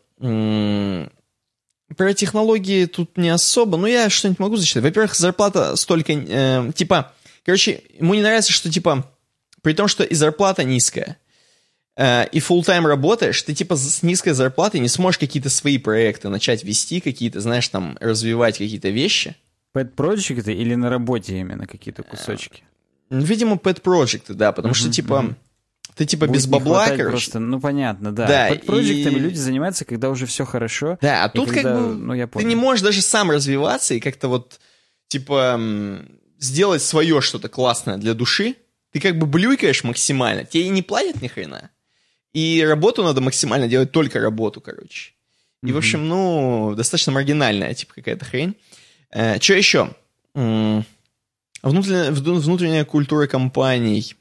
Про технологии тут не особо, но я что-нибудь могу зачитать. Во-первых, зарплата столько, ему не нравится, что, при том, что и зарплата низкая, и full-time работаешь, ты типа с низкой зарплатой не сможешь какие-то свои проекты начать вести, какие-то, знаешь, там, развивать какие-то вещи. Pet-проекты или на работе именно какие-то кусочки? Видимо, pet-проекты, да, потому что, типа, ты, типа, без бабла, короче. Просто, ну, понятно, да. Да, Pet-проектами люди занимаются, когда уже все хорошо. Да, а тут когда, как бы ну, я ты не можешь даже сам развиваться и как-то вот, типа, сделать свое что-то классное для души. Ты как бы блюйкаешь максимально, тебе и не платят ни хрена. И работу надо максимально делать, только работу, короче. И, в общем, ну, достаточно маргинальная, типа, какая-то хрень. Что еще? Внутренняя культура компаний.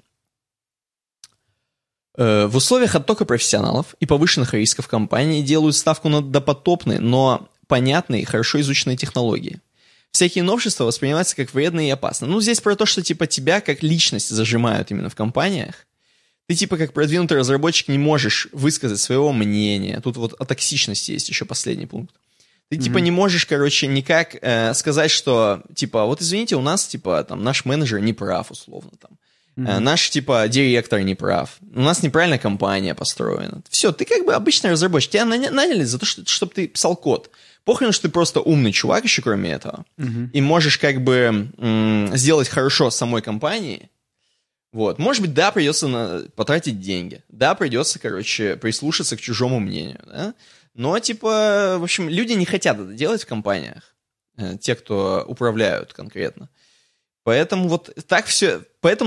В условиях оттока профессионалов и повышенных рисков компании делают ставку на допотопные, но понятные и хорошо изученные технологии. Всякие новшества воспринимаются как вредные и опасные. Ну, здесь про то, что, типа, тебя как личность зажимают именно в компаниях. Ты, типа, как продвинутый разработчик не можешь высказать своего мнения. Тут вот о токсичности есть еще последний пункт. Ты, типа, не можешь, короче, никак сказать, что, типа, вот извините, у нас, типа, там, наш менеджер не прав, условно, там. Наш, типа, директор не прав. У нас неправильно компания построена. Все, ты как бы обычный разработчик. Тебя наняли за то, чтобы ты писал код. Похрен, что ты просто умный чувак еще, кроме этого. И можешь как бы сделать хорошо самой компании. Вот. Может быть, да, придется потратить деньги. Да, придется, короче, прислушаться к чужому мнению. Да? Но, типа, в общем, люди не хотят это делать в компаниях. Те, кто управляют конкретно. Поэтому вот так все,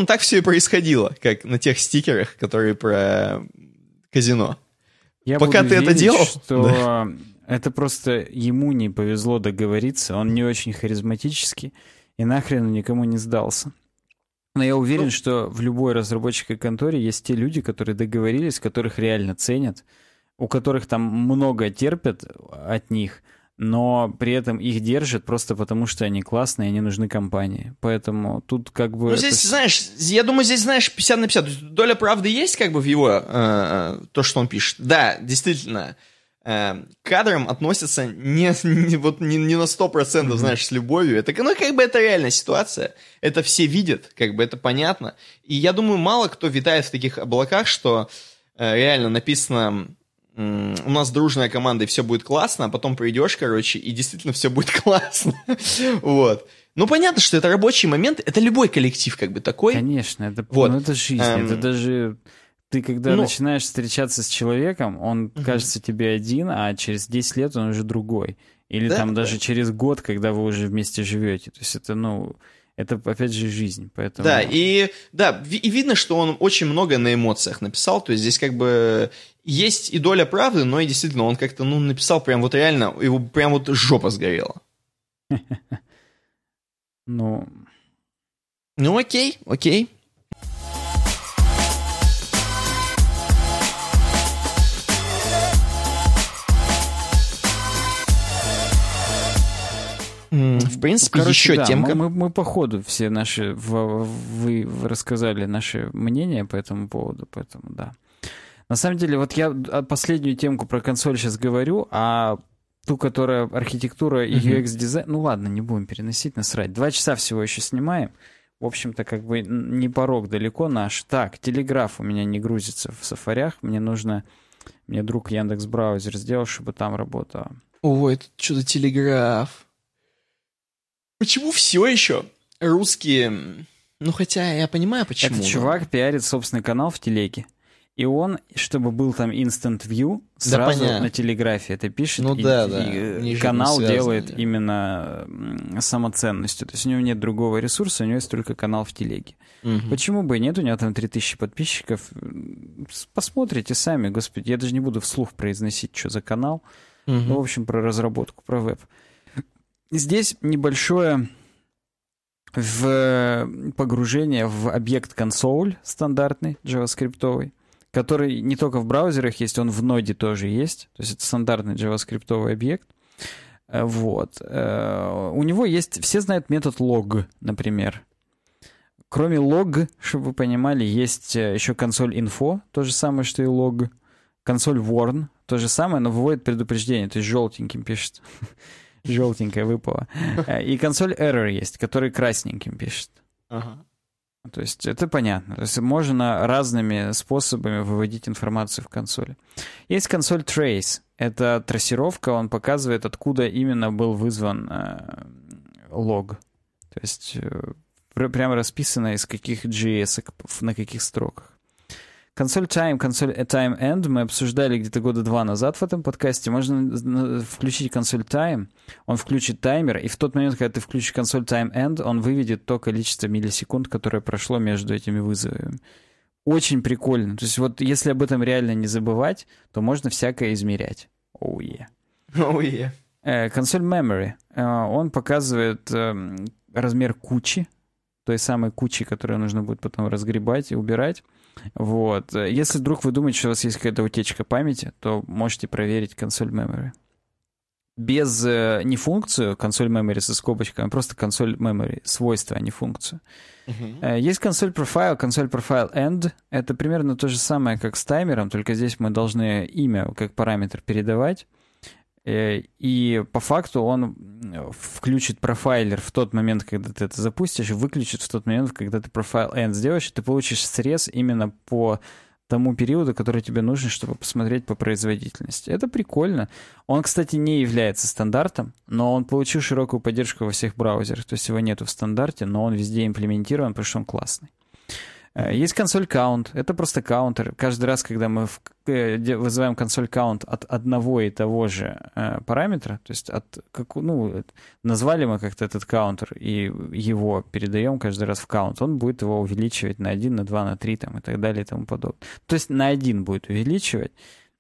и происходило, как на тех стикерах, которые про казино. Я Пока буду ты верить, это делал, что это просто ему не повезло договориться, он не очень харизматический и нахрен никому не сдался. Но я уверен, что в любой разработческой конторе есть те люди, которые договорились, которых реально ценят, у которых там много терпят от них, но при этом их держат просто потому, что они классные, они нужны компании. Поэтому тут как бы... Ну, здесь, знаешь, я думаю, здесь, знаешь, 50 на 50. То есть доля правды есть как бы в его, то, что он пишет. Да, действительно, к кадрам относятся не на 100%, знаешь, с любовью. Это, ну, как бы это реальная ситуация. Это все видят, как бы это понятно. И я думаю, мало кто витает в таких облаках, что реально написано... У нас дружная команда, и все будет классно, а потом придешь, короче, и действительно все будет классно. Вот. Ну, понятно, что это рабочий момент, это любой коллектив как бы такой. Конечно, это, вот. Ну, это жизнь, это даже... Ты когда начинаешь встречаться с человеком, он кажется тебе один, а через 10 лет он уже другой. Или там даже через год, когда вы уже вместе живете. То есть это, ну... Это, опять же, жизнь, поэтому... Да, и видно, что он очень много на эмоциях написал, то есть здесь как бы есть и доля правды, но и действительно он как-то, ну, написал прям вот реально, его прям вот жопа сгорела. Ну, окей. В принципе, короче, еще темка. Мы по ходу все наши... Вы рассказали наши мнения по этому поводу, поэтому да. На самом деле, вот я последнюю темку про консоль сейчас говорю, а ту, которая архитектура и UX-дизайн... Ну ладно, не будем переносить, насрать. 2 часа всего еще снимаем. В общем-то, как бы не порог далеко наш. Так, Телеграф у меня не грузится в сафарях. Мне друг Яндекс.Браузер сделал, чтобы там работало. Ой, это что-то Телеграф. Почему все еще русские... Ну, хотя я понимаю, почему. Этот чувак пиарит собственный канал в телеге. И он, чтобы был там Instant View, сразу на Телеграфе это пишет. Ну, и канал делает именно самоценностью. То есть у него нет другого ресурса, у него есть только канал в телеге. Почему бы и нет? У него там 3000 подписчиков. Посмотрите сами, господи. Я даже не буду вслух произносить, что за канал. Ну, в общем, про разработку, про веб. Здесь небольшое погружение в объект консоль стандартный, JavaScript-овый, который не только в браузерах есть, он в ноде тоже есть. То есть это стандартный JavaScript-овый объект. Вот. У него есть... Все знают метод log, например. Кроме log, чтобы вы понимали, есть еще консоль info, то же самое, что и log. Консоль warn, то же самое, но выводит предупреждение, то есть желтеньким пишет. Желтенькая выпала. И консоль error есть, который красненьким пишет. То есть это понятно. То есть можно разными способами выводить информацию в консоли. Есть консоль Trace. Это трассировка, он показывает, откуда именно был вызван лог. То есть прямо расписано, из каких JS, на каких строках. Консоль Time, консоль Time End мы обсуждали где-то года 2 назад в этом подкасте. Можно включить консоль Time, он включит таймер, и в тот момент, когда ты включишь консоль Time End, он выведет то количество миллисекунд, которое прошло между этими вызовами. Очень прикольно. То есть вот если об этом реально не забывать, то можно всякое измерять. Oh yeah. Oh yeah. Консоль Memory. Он показывает размер кучи, той самой кучи, которую нужно будет потом разгребать и убирать. Вот. Если вдруг вы думаете, что у вас есть какая-то утечка памяти, то можете проверить консоль Memory. Без не функцию консоль Memory со скобочками, а просто консоль Memory, свойства, а не функцию. Есть консоль Profile, консоль Profile End. Это примерно то же самое, как с таймером, только здесь мы должны имя как параметр передавать. И по факту он включит профайлер в тот момент, когда ты это запустишь, и выключит в тот момент, когда ты Profile End сделаешь, и ты получишь срез именно по тому периоду, который тебе нужен, чтобы посмотреть по производительности. Это прикольно. Он, кстати, не является стандартом, но он получил широкую поддержку во всех браузерах. То есть его нету в стандарте, но он везде имплементирован, потому что он классный. Есть консоль Count. Это просто каунтер. Каждый раз, когда мы вызываем консоль Count от одного и того же параметра, то есть назвали мы как-то этот каунтер и его передаем каждый раз в count, он будет его увеличивать на 1, на 2, на 3 там, и так далее и тому подобное. То есть на 1 будет увеличивать,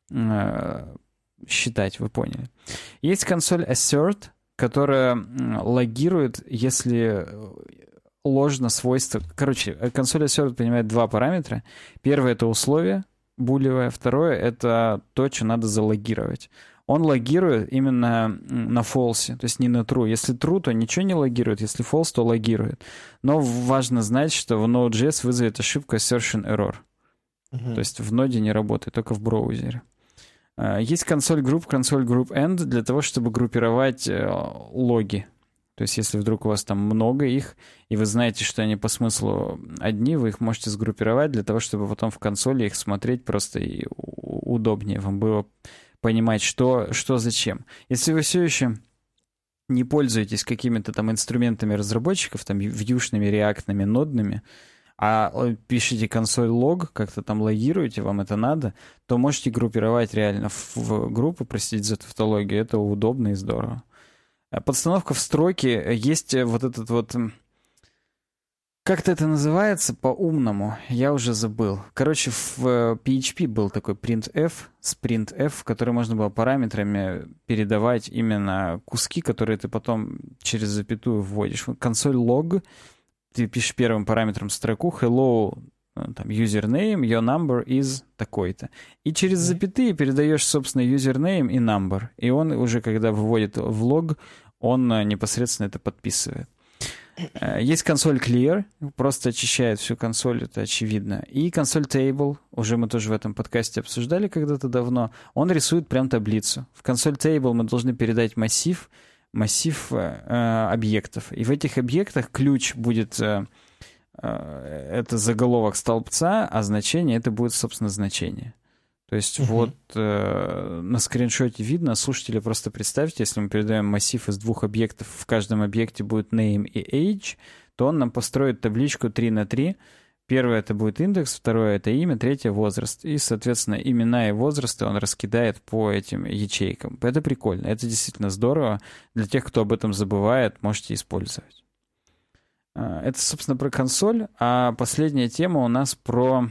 считать, вы поняли. Есть консоль Assert, которая логирует, если ложно свойство. Короче, консоль Assert принимает 2 параметра. Первое — это условие булевое, второе — это то, что надо залогировать. Он логирует именно на false, то есть не на true. Если true, то ничего не логирует, если false, то логирует. Но важно знать, что в Node.js вызовет ошибку assertion error. То есть в ноде не работает, только в браузере. Есть консоль group end для того, чтобы группировать логи. То есть если вдруг у вас там много их, и вы знаете, что они по смыслу одни, вы их можете сгруппировать для того, чтобы потом в консоли их смотреть просто и удобнее вам было понимать, что зачем. Если вы все еще не пользуетесь какими-то там инструментами разработчиков, там вьюшными, реактными, нодными, а пишите консоль лог, как-то там логируете, вам это надо, то можете группировать реально в группу, простите за тавтологию, это удобно и здорово. Подстановка в строки, есть вот этот вот... Как-то это называется по-умному, я уже забыл. Короче, в PHP был такой printf, sprintf, в который можно было параметрами передавать именно куски, которые ты потом через запятую вводишь. Консоль log, ты пишешь первым параметром строку hello, там, username, your number is такой-то. И через запятые передаешь, собственно, username и number. И он уже, когда выводит в лог, он непосредственно это подписывает. Есть консоль Clear, просто очищает всю консоль, это очевидно. И консоль Table, уже мы тоже в этом подкасте обсуждали когда-то давно, он рисует прям таблицу. В консоль Table мы должны передать массив объектов. И в этих объектах ключ будет... это заголовок столбца, а значение это будет, собственно, значение. То есть вот на скриншоте видно, слушатели, просто представьте, если мы передаем массив из 2 объектов, в каждом объекте будет name и age, то он нам построит табличку 3 на 3. Первое это будет индекс, второе это имя, третье возраст. И, соответственно, имена и возрасты он раскидает по этим ячейкам. Это прикольно, это действительно здорово. Для тех, кто об этом забывает, можете использовать. Это, собственно, про консоль. А последняя тема у нас про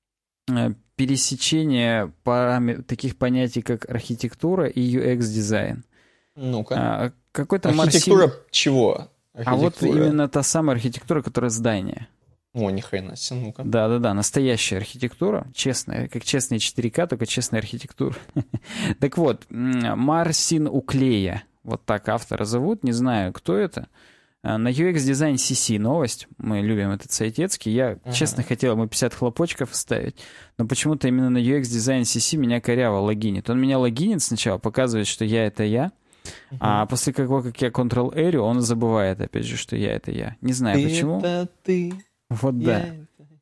пересечение таких понятий, как архитектура и UX-дизайн. Ну-ка. Какой-то архитектура чего? А вот именно та самая архитектура, которая здание. О, ни хрена себе, ну-ка. Да-да-да, настоящая архитектура, честная, как честная 4К, только честная архитектура. Так вот, Марсин Уклея, вот так автора зовут, не знаю, кто это. На UX Design CC новость. Мы любим этот сайтецкий. Я, честно, хотел ему 50 хлопочков вставить, но почему-то именно на UX Design CC меня коряво логинит. Он меня логинит сначала, показывает, что я — это я, а после того, как я Ctrl-R, он забывает, опять же, что я — это я. Не знаю, почему. Это ты. Вот да.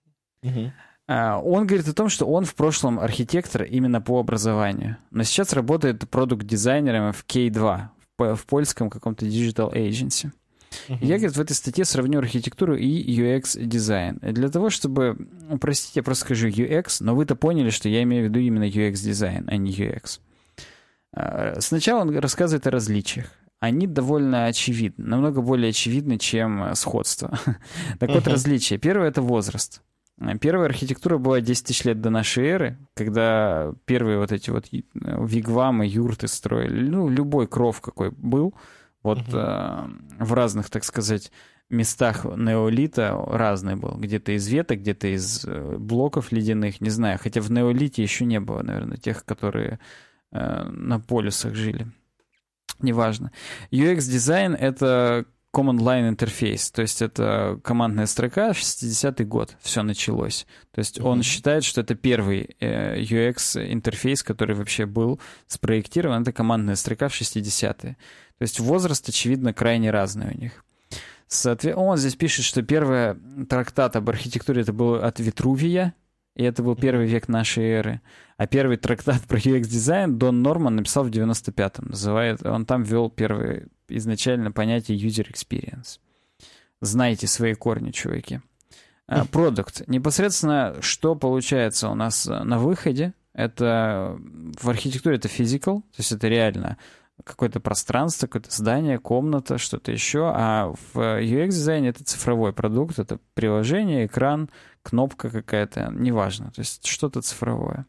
Он говорит о том, что он в прошлом архитектор именно по образованию, но сейчас работает продукт-дизайнером в K2, в польском каком-то digital agency. Я, говорит, в этой статье сравню архитектуру и UX-дизайн. Для того, чтобы упростить, я просто скажу UX, но вы-то поняли, что я имею в виду именно UX-дизайн, а не UX. Сначала он рассказывает о различиях. Они довольно очевидны, намного более очевидны, чем сходство. Так вот, различия. Первое — это возраст. Первая архитектура была 10 тысяч лет до нашей эры, когда первые вот эти вот вигвамы, юрты строили. Ну, любой кров какой был. Вот в разных, так сказать, местах неолита разный был. Где-то из веток, где-то из блоков ледяных, не знаю. Хотя в неолите еще не было, наверное, тех, которые на полюсах жили. Неважно. UX-дизайн — это Command Line Interface, то есть это командная строка, 60-й год все началось. То есть он считает, что это первый UX-интерфейс, который вообще был спроектирован, это командная строка в 60-е. То есть возраст, очевидно, крайне разный у них. Он здесь пишет, что первый трактат об архитектуре это был от Витрувия, и это был первый век нашей эры. А первый трактат про UX-дизайн Дон Норман написал в 95-м. Он там ввел первое изначально понятие user experience. Знайте свои корни, чуваки. Продукт. Непосредственно, что получается у нас на выходе, это в архитектуре это physical, то есть это реально какое-то пространство, какое-то здание, комната, что-то еще, а в UX-дизайне это цифровой продукт, это приложение, экран, кнопка какая-то, неважно, то есть что-то цифровое.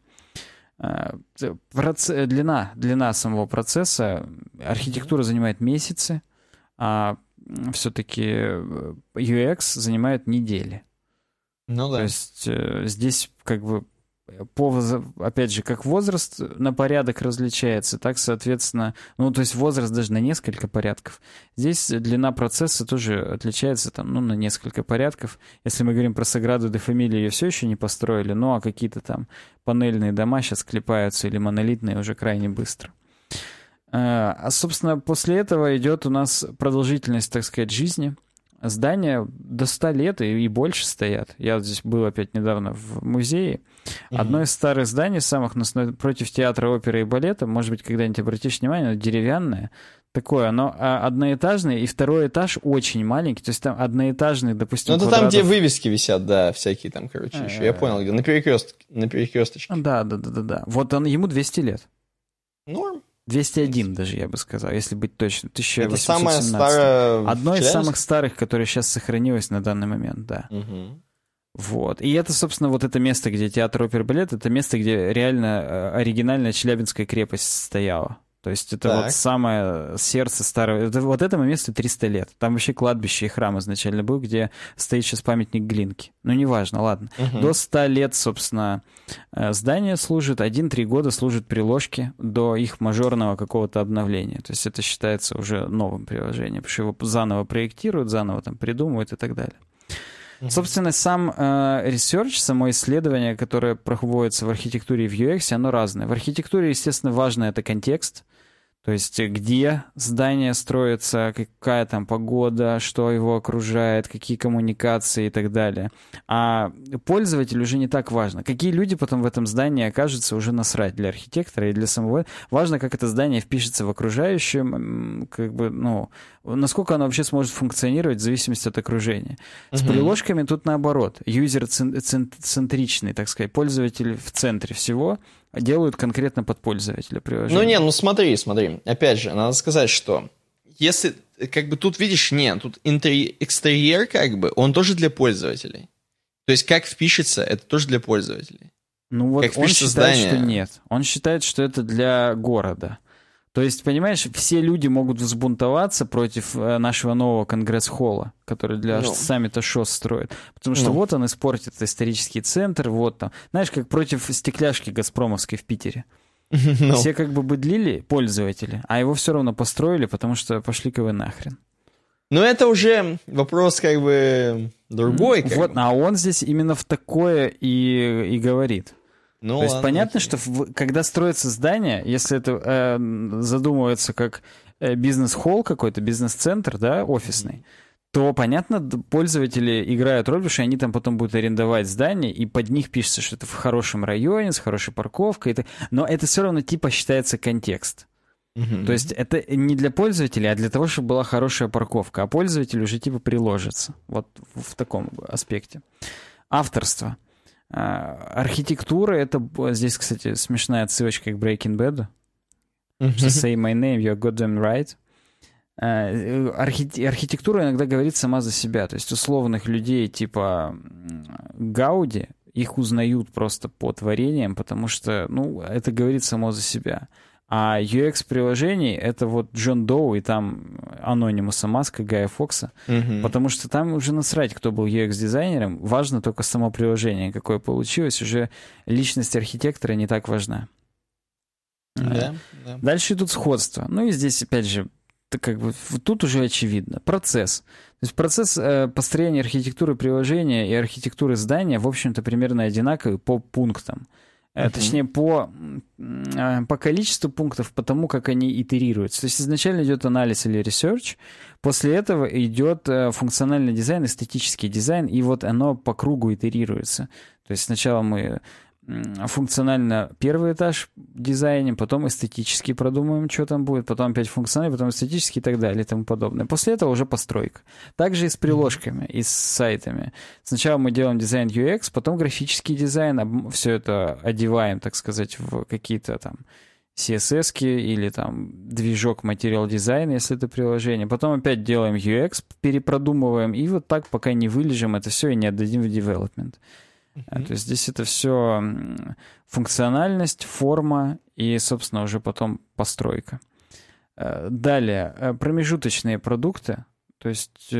Длина самого процесса, архитектура занимает месяцы, а все-таки UX занимает недели. Ну да. То есть здесь как бы опять же, как возраст на порядок различается, так, соответственно, ну, то есть возраст даже на несколько порядков. Здесь длина процесса тоже отличается там, ну, на несколько порядков. Если мы говорим про Саграду де Фамилию, ее все еще не построили, ну, а какие-то там панельные дома сейчас клепаются или монолитные уже крайне быстро. А, собственно, после этого идет у нас продолжительность, так сказать, жизни. Здания до 100 лет и больше стоят. Я вот здесь был опять недавно в музее. Одно из старых зданий, самых против театра оперы и балета, может быть, когда-нибудь обратишь внимание, оно деревянное. Такое, оно одноэтажное, и второй этаж очень маленький. То есть там одноэтажный, допустим, ну, это квадратов... там, где вывески висят, да, всякие там, короче, еще. Я понял, где на перекресточке. Да. Вот ему 200 лет. Норм. 201 даже, я бы сказал, если быть точным. 1817. Это самое старое... Одно из самых старых, которое сейчас сохранилось на данный момент, да. Вот. И это, собственно, вот это место, где театр оперы и балет, это место, где реально оригинальная Челябинская крепость стояла. То есть это вот самое сердце старого... Вот этому месту 300 лет. Там вообще кладбище и храм изначально был, где стоит сейчас памятник Глинки. Ну, неважно, ладно. До 100 лет, собственно, здание служит, 1-3 года служит приложки до их мажорного какого-то обновления. То есть это считается уже новым приложением, потому что его заново проектируют, заново там придумывают и так далее. Собственно, сам ресерч, само исследование, которое проводится в архитектуре и в UX, оно разное. В архитектуре, естественно, важно это контекст, то есть где здание строится, какая там погода, что его окружает, какие коммуникации и так далее. А пользователю уже не так важно. Какие люди потом в этом здании окажутся, уже насрать для архитектора и для самого. Важно, как это здание впишется в окружающем, как бы, ну, насколько оно вообще сможет функционировать в зависимости от окружения. С приложками тут наоборот. Юзер-центричный, так сказать, пользователь в центре всего, делают конкретно под пользователя приложения. Ну смотри. Опять же, надо сказать, что если, как бы тут, видишь, тут экстерьер, как бы, он тоже для пользователей. То есть как впишется, это тоже для пользователей. Ну вот он считает, что нет. Он считает, что это для города. То есть, понимаешь, все люди могут взбунтоваться против нашего нового Конгресс-холла, который для саммита ШОС строит. Потому что вот он испортит исторический центр, вот там. Знаешь, как против стекляшки газпромовской в Питере. Все как бы быдлили пользователи, а его все равно построили, потому что пошли-ка вы нахрен. Ну, это уже вопрос как бы другой. Вот, а он здесь именно в такое и говорит. Ну, то есть понятно, что когда строится здание, если это задумывается как бизнес-холл какой-то, бизнес-центр, да, офисный, то, понятно, пользователи играют роль, потому что они там потом будут арендовать здание, и под них пишется, что это в хорошем районе, с хорошей парковкой. Но это все равно типа считается контекст. То есть это не для пользователя, а для того, чтобы была хорошая парковка. А пользователь уже типа приложится. Вот в таком аспекте. Авторство. Архитектура, это здесь, кстати, смешная отсылочка к Breaking Bad. Say my name, you're goddamn right. Архитектура иногда говорит сама за себя. То есть условных людей типа Гауди, их узнают просто по творениям, потому что, ну, это говорит само за себя. А UX-приложений — это вот Джон Доу и там Анонимуса Маска, Гая Фокса, потому что там уже насрать, кто был UX-дизайнером, важно только само приложение, какое получилось, уже личность архитектора не так важна. Да. Дальше идут сходства. Ну и здесь, опять же, как бы, тут уже очевидно. Процесс. То есть процесс построения архитектуры приложения и архитектуры здания, в общем-то, примерно одинаковый по пунктам. Точнее, по количеству пунктов, по тому, как они итерируются. То есть изначально идет анализ или research, после этого идет функциональный дизайн, эстетический дизайн, и вот оно по кругу итерируется. То есть сначала мы функционально первый этаж дизайним, потом эстетически продумаем, что там будет, потом опять функциональный, потом эстетический и так далее и тому подобное. После этого уже постройка. Также и с приложками, и с сайтами. Сначала мы делаем дизайн UX, потом графический дизайн, все это одеваем, так сказать, в какие-то там CSS-ки или там движок Material Design, если это приложение. Потом опять делаем UX, перепродумываем, и вот так, пока не вылежим это все и не отдадим в development. То есть здесь это все функциональность, форма и, собственно, уже потом постройка. Далее, промежуточные продукты. То есть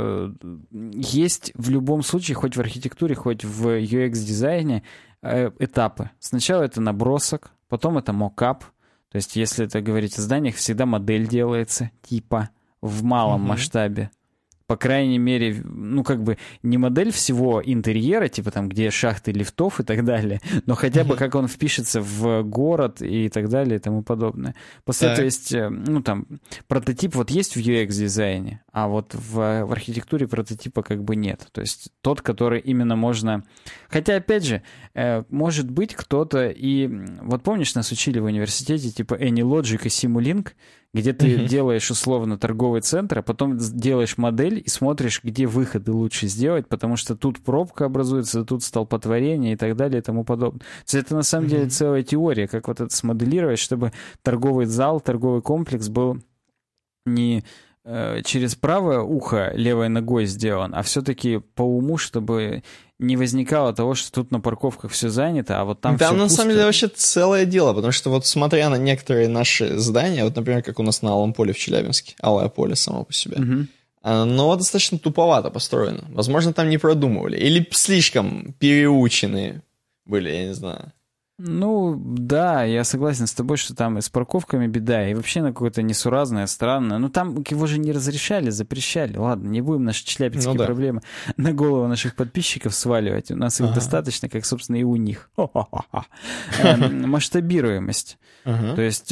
есть в любом случае, хоть в архитектуре, хоть в UX-дизайне, этапы. Сначала это набросок, потом это мокап. То есть если это говорить о зданиях, всегда модель делается, типа, в малом масштабе. По крайней мере, ну, как бы не модель всего интерьера, типа там, где шахты лифтов и так далее, но хотя бы как он впишется в город и так далее и тому подобное. После этого есть, ну, там, прототип вот есть в UX-дизайне, а вот в архитектуре прототипа как бы нет. То есть тот, который именно можно... Хотя, опять же, может быть кто-то и... Вот помнишь, нас учили в университете, типа AnyLogic и Simulink, где ты делаешь условно торговый центр, а потом делаешь модель и смотришь, где выходы лучше сделать, потому что тут пробка образуется, тут столпотворение и так далее и тому подобное. То есть это на самом деле целая теория, как вот это смоделировать, чтобы торговый зал, торговый комплекс был не через правое ухо левой ногой сделан, а все-таки по уму, чтобы не возникало того, что тут на парковках все занято, а вот там все на пусто. самом деле вообще целое дело, потому что вот смотря на некоторые наши здания, вот, например, как у нас на Алом поле в Челябинске, Алое поле само по себе, оно достаточно туповато построено. Возможно, там не продумывали. Или слишком переученные были, я не знаю. Ну, да, я согласен с тобой, что там и с парковками беда, и вообще на какое-то несуразное, странное. Ну, там его же не разрешали, запрещали. Ладно, не будем наши челябинские проблемы на голову наших подписчиков сваливать. У нас их достаточно, как, собственно, и у них. Масштабируемость. То есть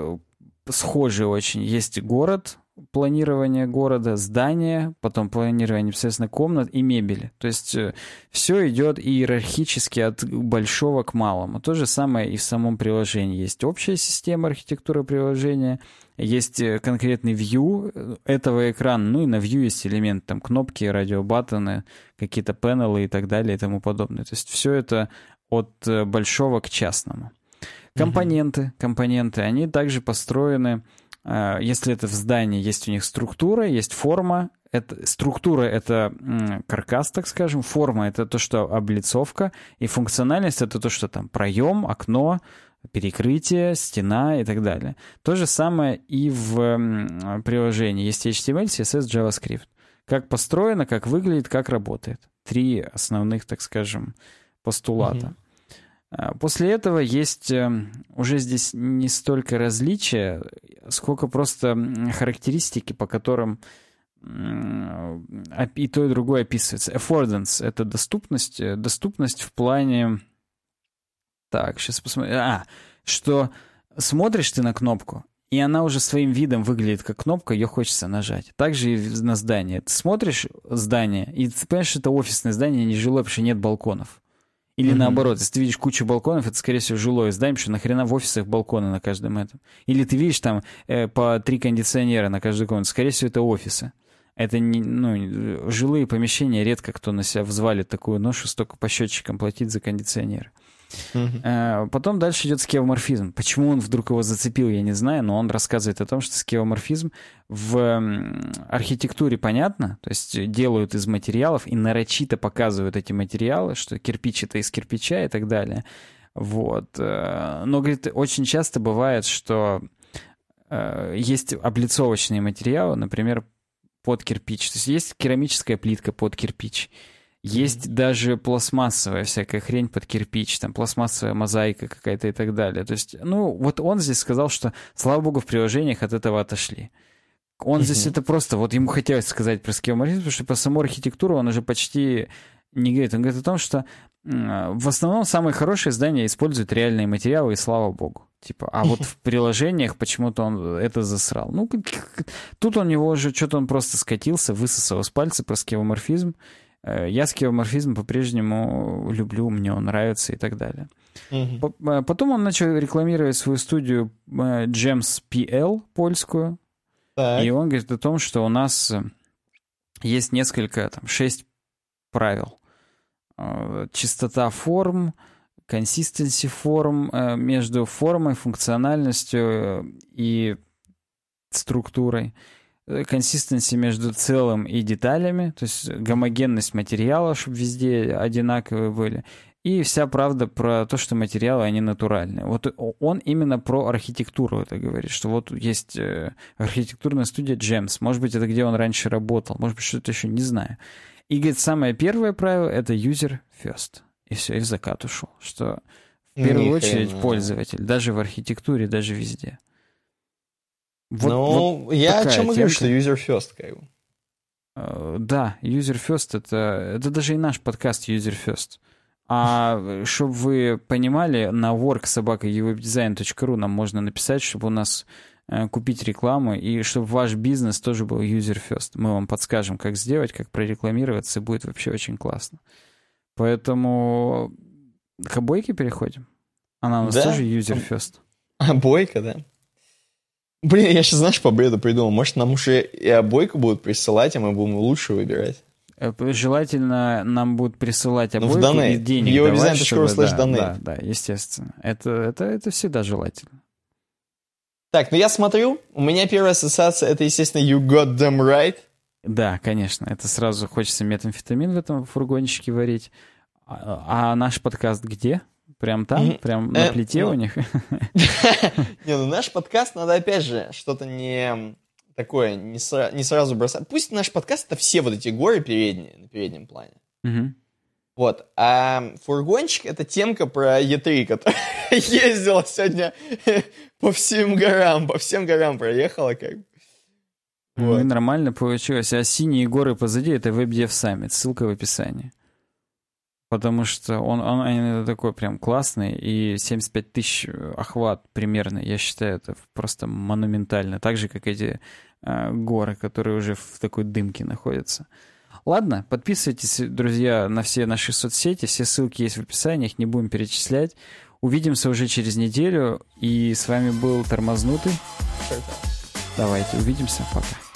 схожий очень. Есть город, планирование города, здания, потом планирование непосредственно комнат и мебели. То есть все идет иерархически от большого к малому. То же самое и в самом приложении. Есть общая система архитектуры приложения, есть конкретный view этого экрана, ну и на view есть элементы, там кнопки, радиобаттоны, какие-то панелы и так далее и тому подобное. То есть все это от большого к частному. Компоненты, они также построены. Если это в здании, есть у них структура, есть форма. Структура — это каркас, так скажем. Форма — это то, что облицовка. И функциональность — это то, что там проем, окно, перекрытие, стена и так далее. То же самое и в приложении. Есть HTML, CSS, JavaScript. Как построено, как выглядит, как работает. 3 основных, так скажем, постулата. После этого есть уже здесь не столько различия, сколько просто характеристики, по которым и то, и другое описывается. Affordance — это доступность. Доступность в плане... Так, сейчас посмотрим. Что смотришь ты на кнопку, и она уже своим видом выглядит как кнопка, ее хочется нажать. Также и на здание. Ты смотришь здание, и ты понимаешь, что это офисное здание, не жилое, потому что нет балконов. Или наоборот, если ты видишь кучу балконов, это, скорее всего, жилое здание, потому что нахрена в офисах балконы на каждом этом. Или ты видишь там по 3 кондиционера на каждую комнату, скорее всего, это офисы. Это не, жилые помещения, редко кто на себя взвалит такую ношу, столько по счетчикам платить за кондиционеры. Потом дальше идет скеоморфизм. Почему он вдруг его зацепил, я не знаю, но он рассказывает о том, что скеоморфизм в архитектуре понятно, то есть делают из материалов и нарочито показывают эти материалы, что кирпич это из кирпича и так далее. Вот. Но, говорит, очень часто бывает, что есть облицовочные материалы, например, под кирпич. То есть есть керамическая плитка под кирпич. Есть даже пластмассовая всякая хрень под кирпич, там пластмассовая мозаика какая-то и так далее. То есть, ну, вот он здесь сказал, что, слава богу, в приложениях от этого отошли. Он здесь это просто, вот ему хотелось сказать про скеоморфизм, потому что по самой архитектуре он уже почти не говорит. Он говорит о том, что в основном самые хорошие здания используют реальные материалы, и слава богу. Типа, а вот в приложениях почему-то он это засрал. Ну, тут у него уже что-то он просто скатился, высосал из пальца про скеоморфизм. Я скеоморфизм по-прежнему люблю, мне он нравится и так далее. Потом он начал рекламировать свою студию Gems PL польскую. Так. И он говорит о том, что у нас есть несколько, там, 6 правил. Чистота форм, консистенси форм, между формой, функциональностью и структурой. Консистенси между целым и деталями, то есть гомогенность материала, чтобы везде одинаковые были. И вся правда про то, что материалы, они натуральные. Вот он именно про архитектуру это говорит, что вот есть архитектурная студия Gems. Может быть, это где он раньше работал, может быть, что-то еще, не знаю. И, говорит, самое первое правило — это user first. И все, и в закат ушел. Что в первую очередь пользователь, даже в архитектуре, даже везде. Вот, ну, вот я о чем и говорю, что user first, как бы. Да, user first это даже и наш подкаст user first. А чтобы вы понимали, на work@uwebdesign.ru нам можно написать, чтобы у нас купить рекламу, и чтобы ваш бизнес тоже был user first. Мы вам подскажем, как сделать, как прорекламироваться, и будет вообще очень классно. Поэтому к обойке переходим. Она у нас тоже user first. Обойка, да. Блин, я сейчас, знаешь, по бреду придумал. Может, нам уже и обойку будут присылать, а мы будем лучше выбирать. Желательно нам будут присылать обойку и денег давать, чтобы... Да, естественно. Это всегда желательно. Так, ну я смотрю, у меня первая ассоциация, это, естественно, You Got Them Right. Да, конечно. Это сразу хочется метамфетамин в этом фургончике варить. А наш подкаст где? Прям там? Прям на плите у них? Не, ну наш подкаст надо, опять же, что-то не такое, не сразу бросать. Пусть наш подкаст — это все вот эти горы передние, на переднем плане. Вот. А фургончик — это темка про Е3, которая ездила сегодня по всем горам проехала, как бы. Ну и нормально получилось. А синие горы позади — это WebDev Summit. Ссылка в описании. Потому что он такой прям классный, и 75 тысяч охват примерно, я считаю, это просто монументально. Так же, как эти горы, которые уже в такой дымке находятся. Ладно, подписывайтесь, друзья, на все наши соцсети, все ссылки есть в описании, их не будем перечислять. Увидимся уже через неделю, и с вами был Тормознутый. Давайте, увидимся, пока.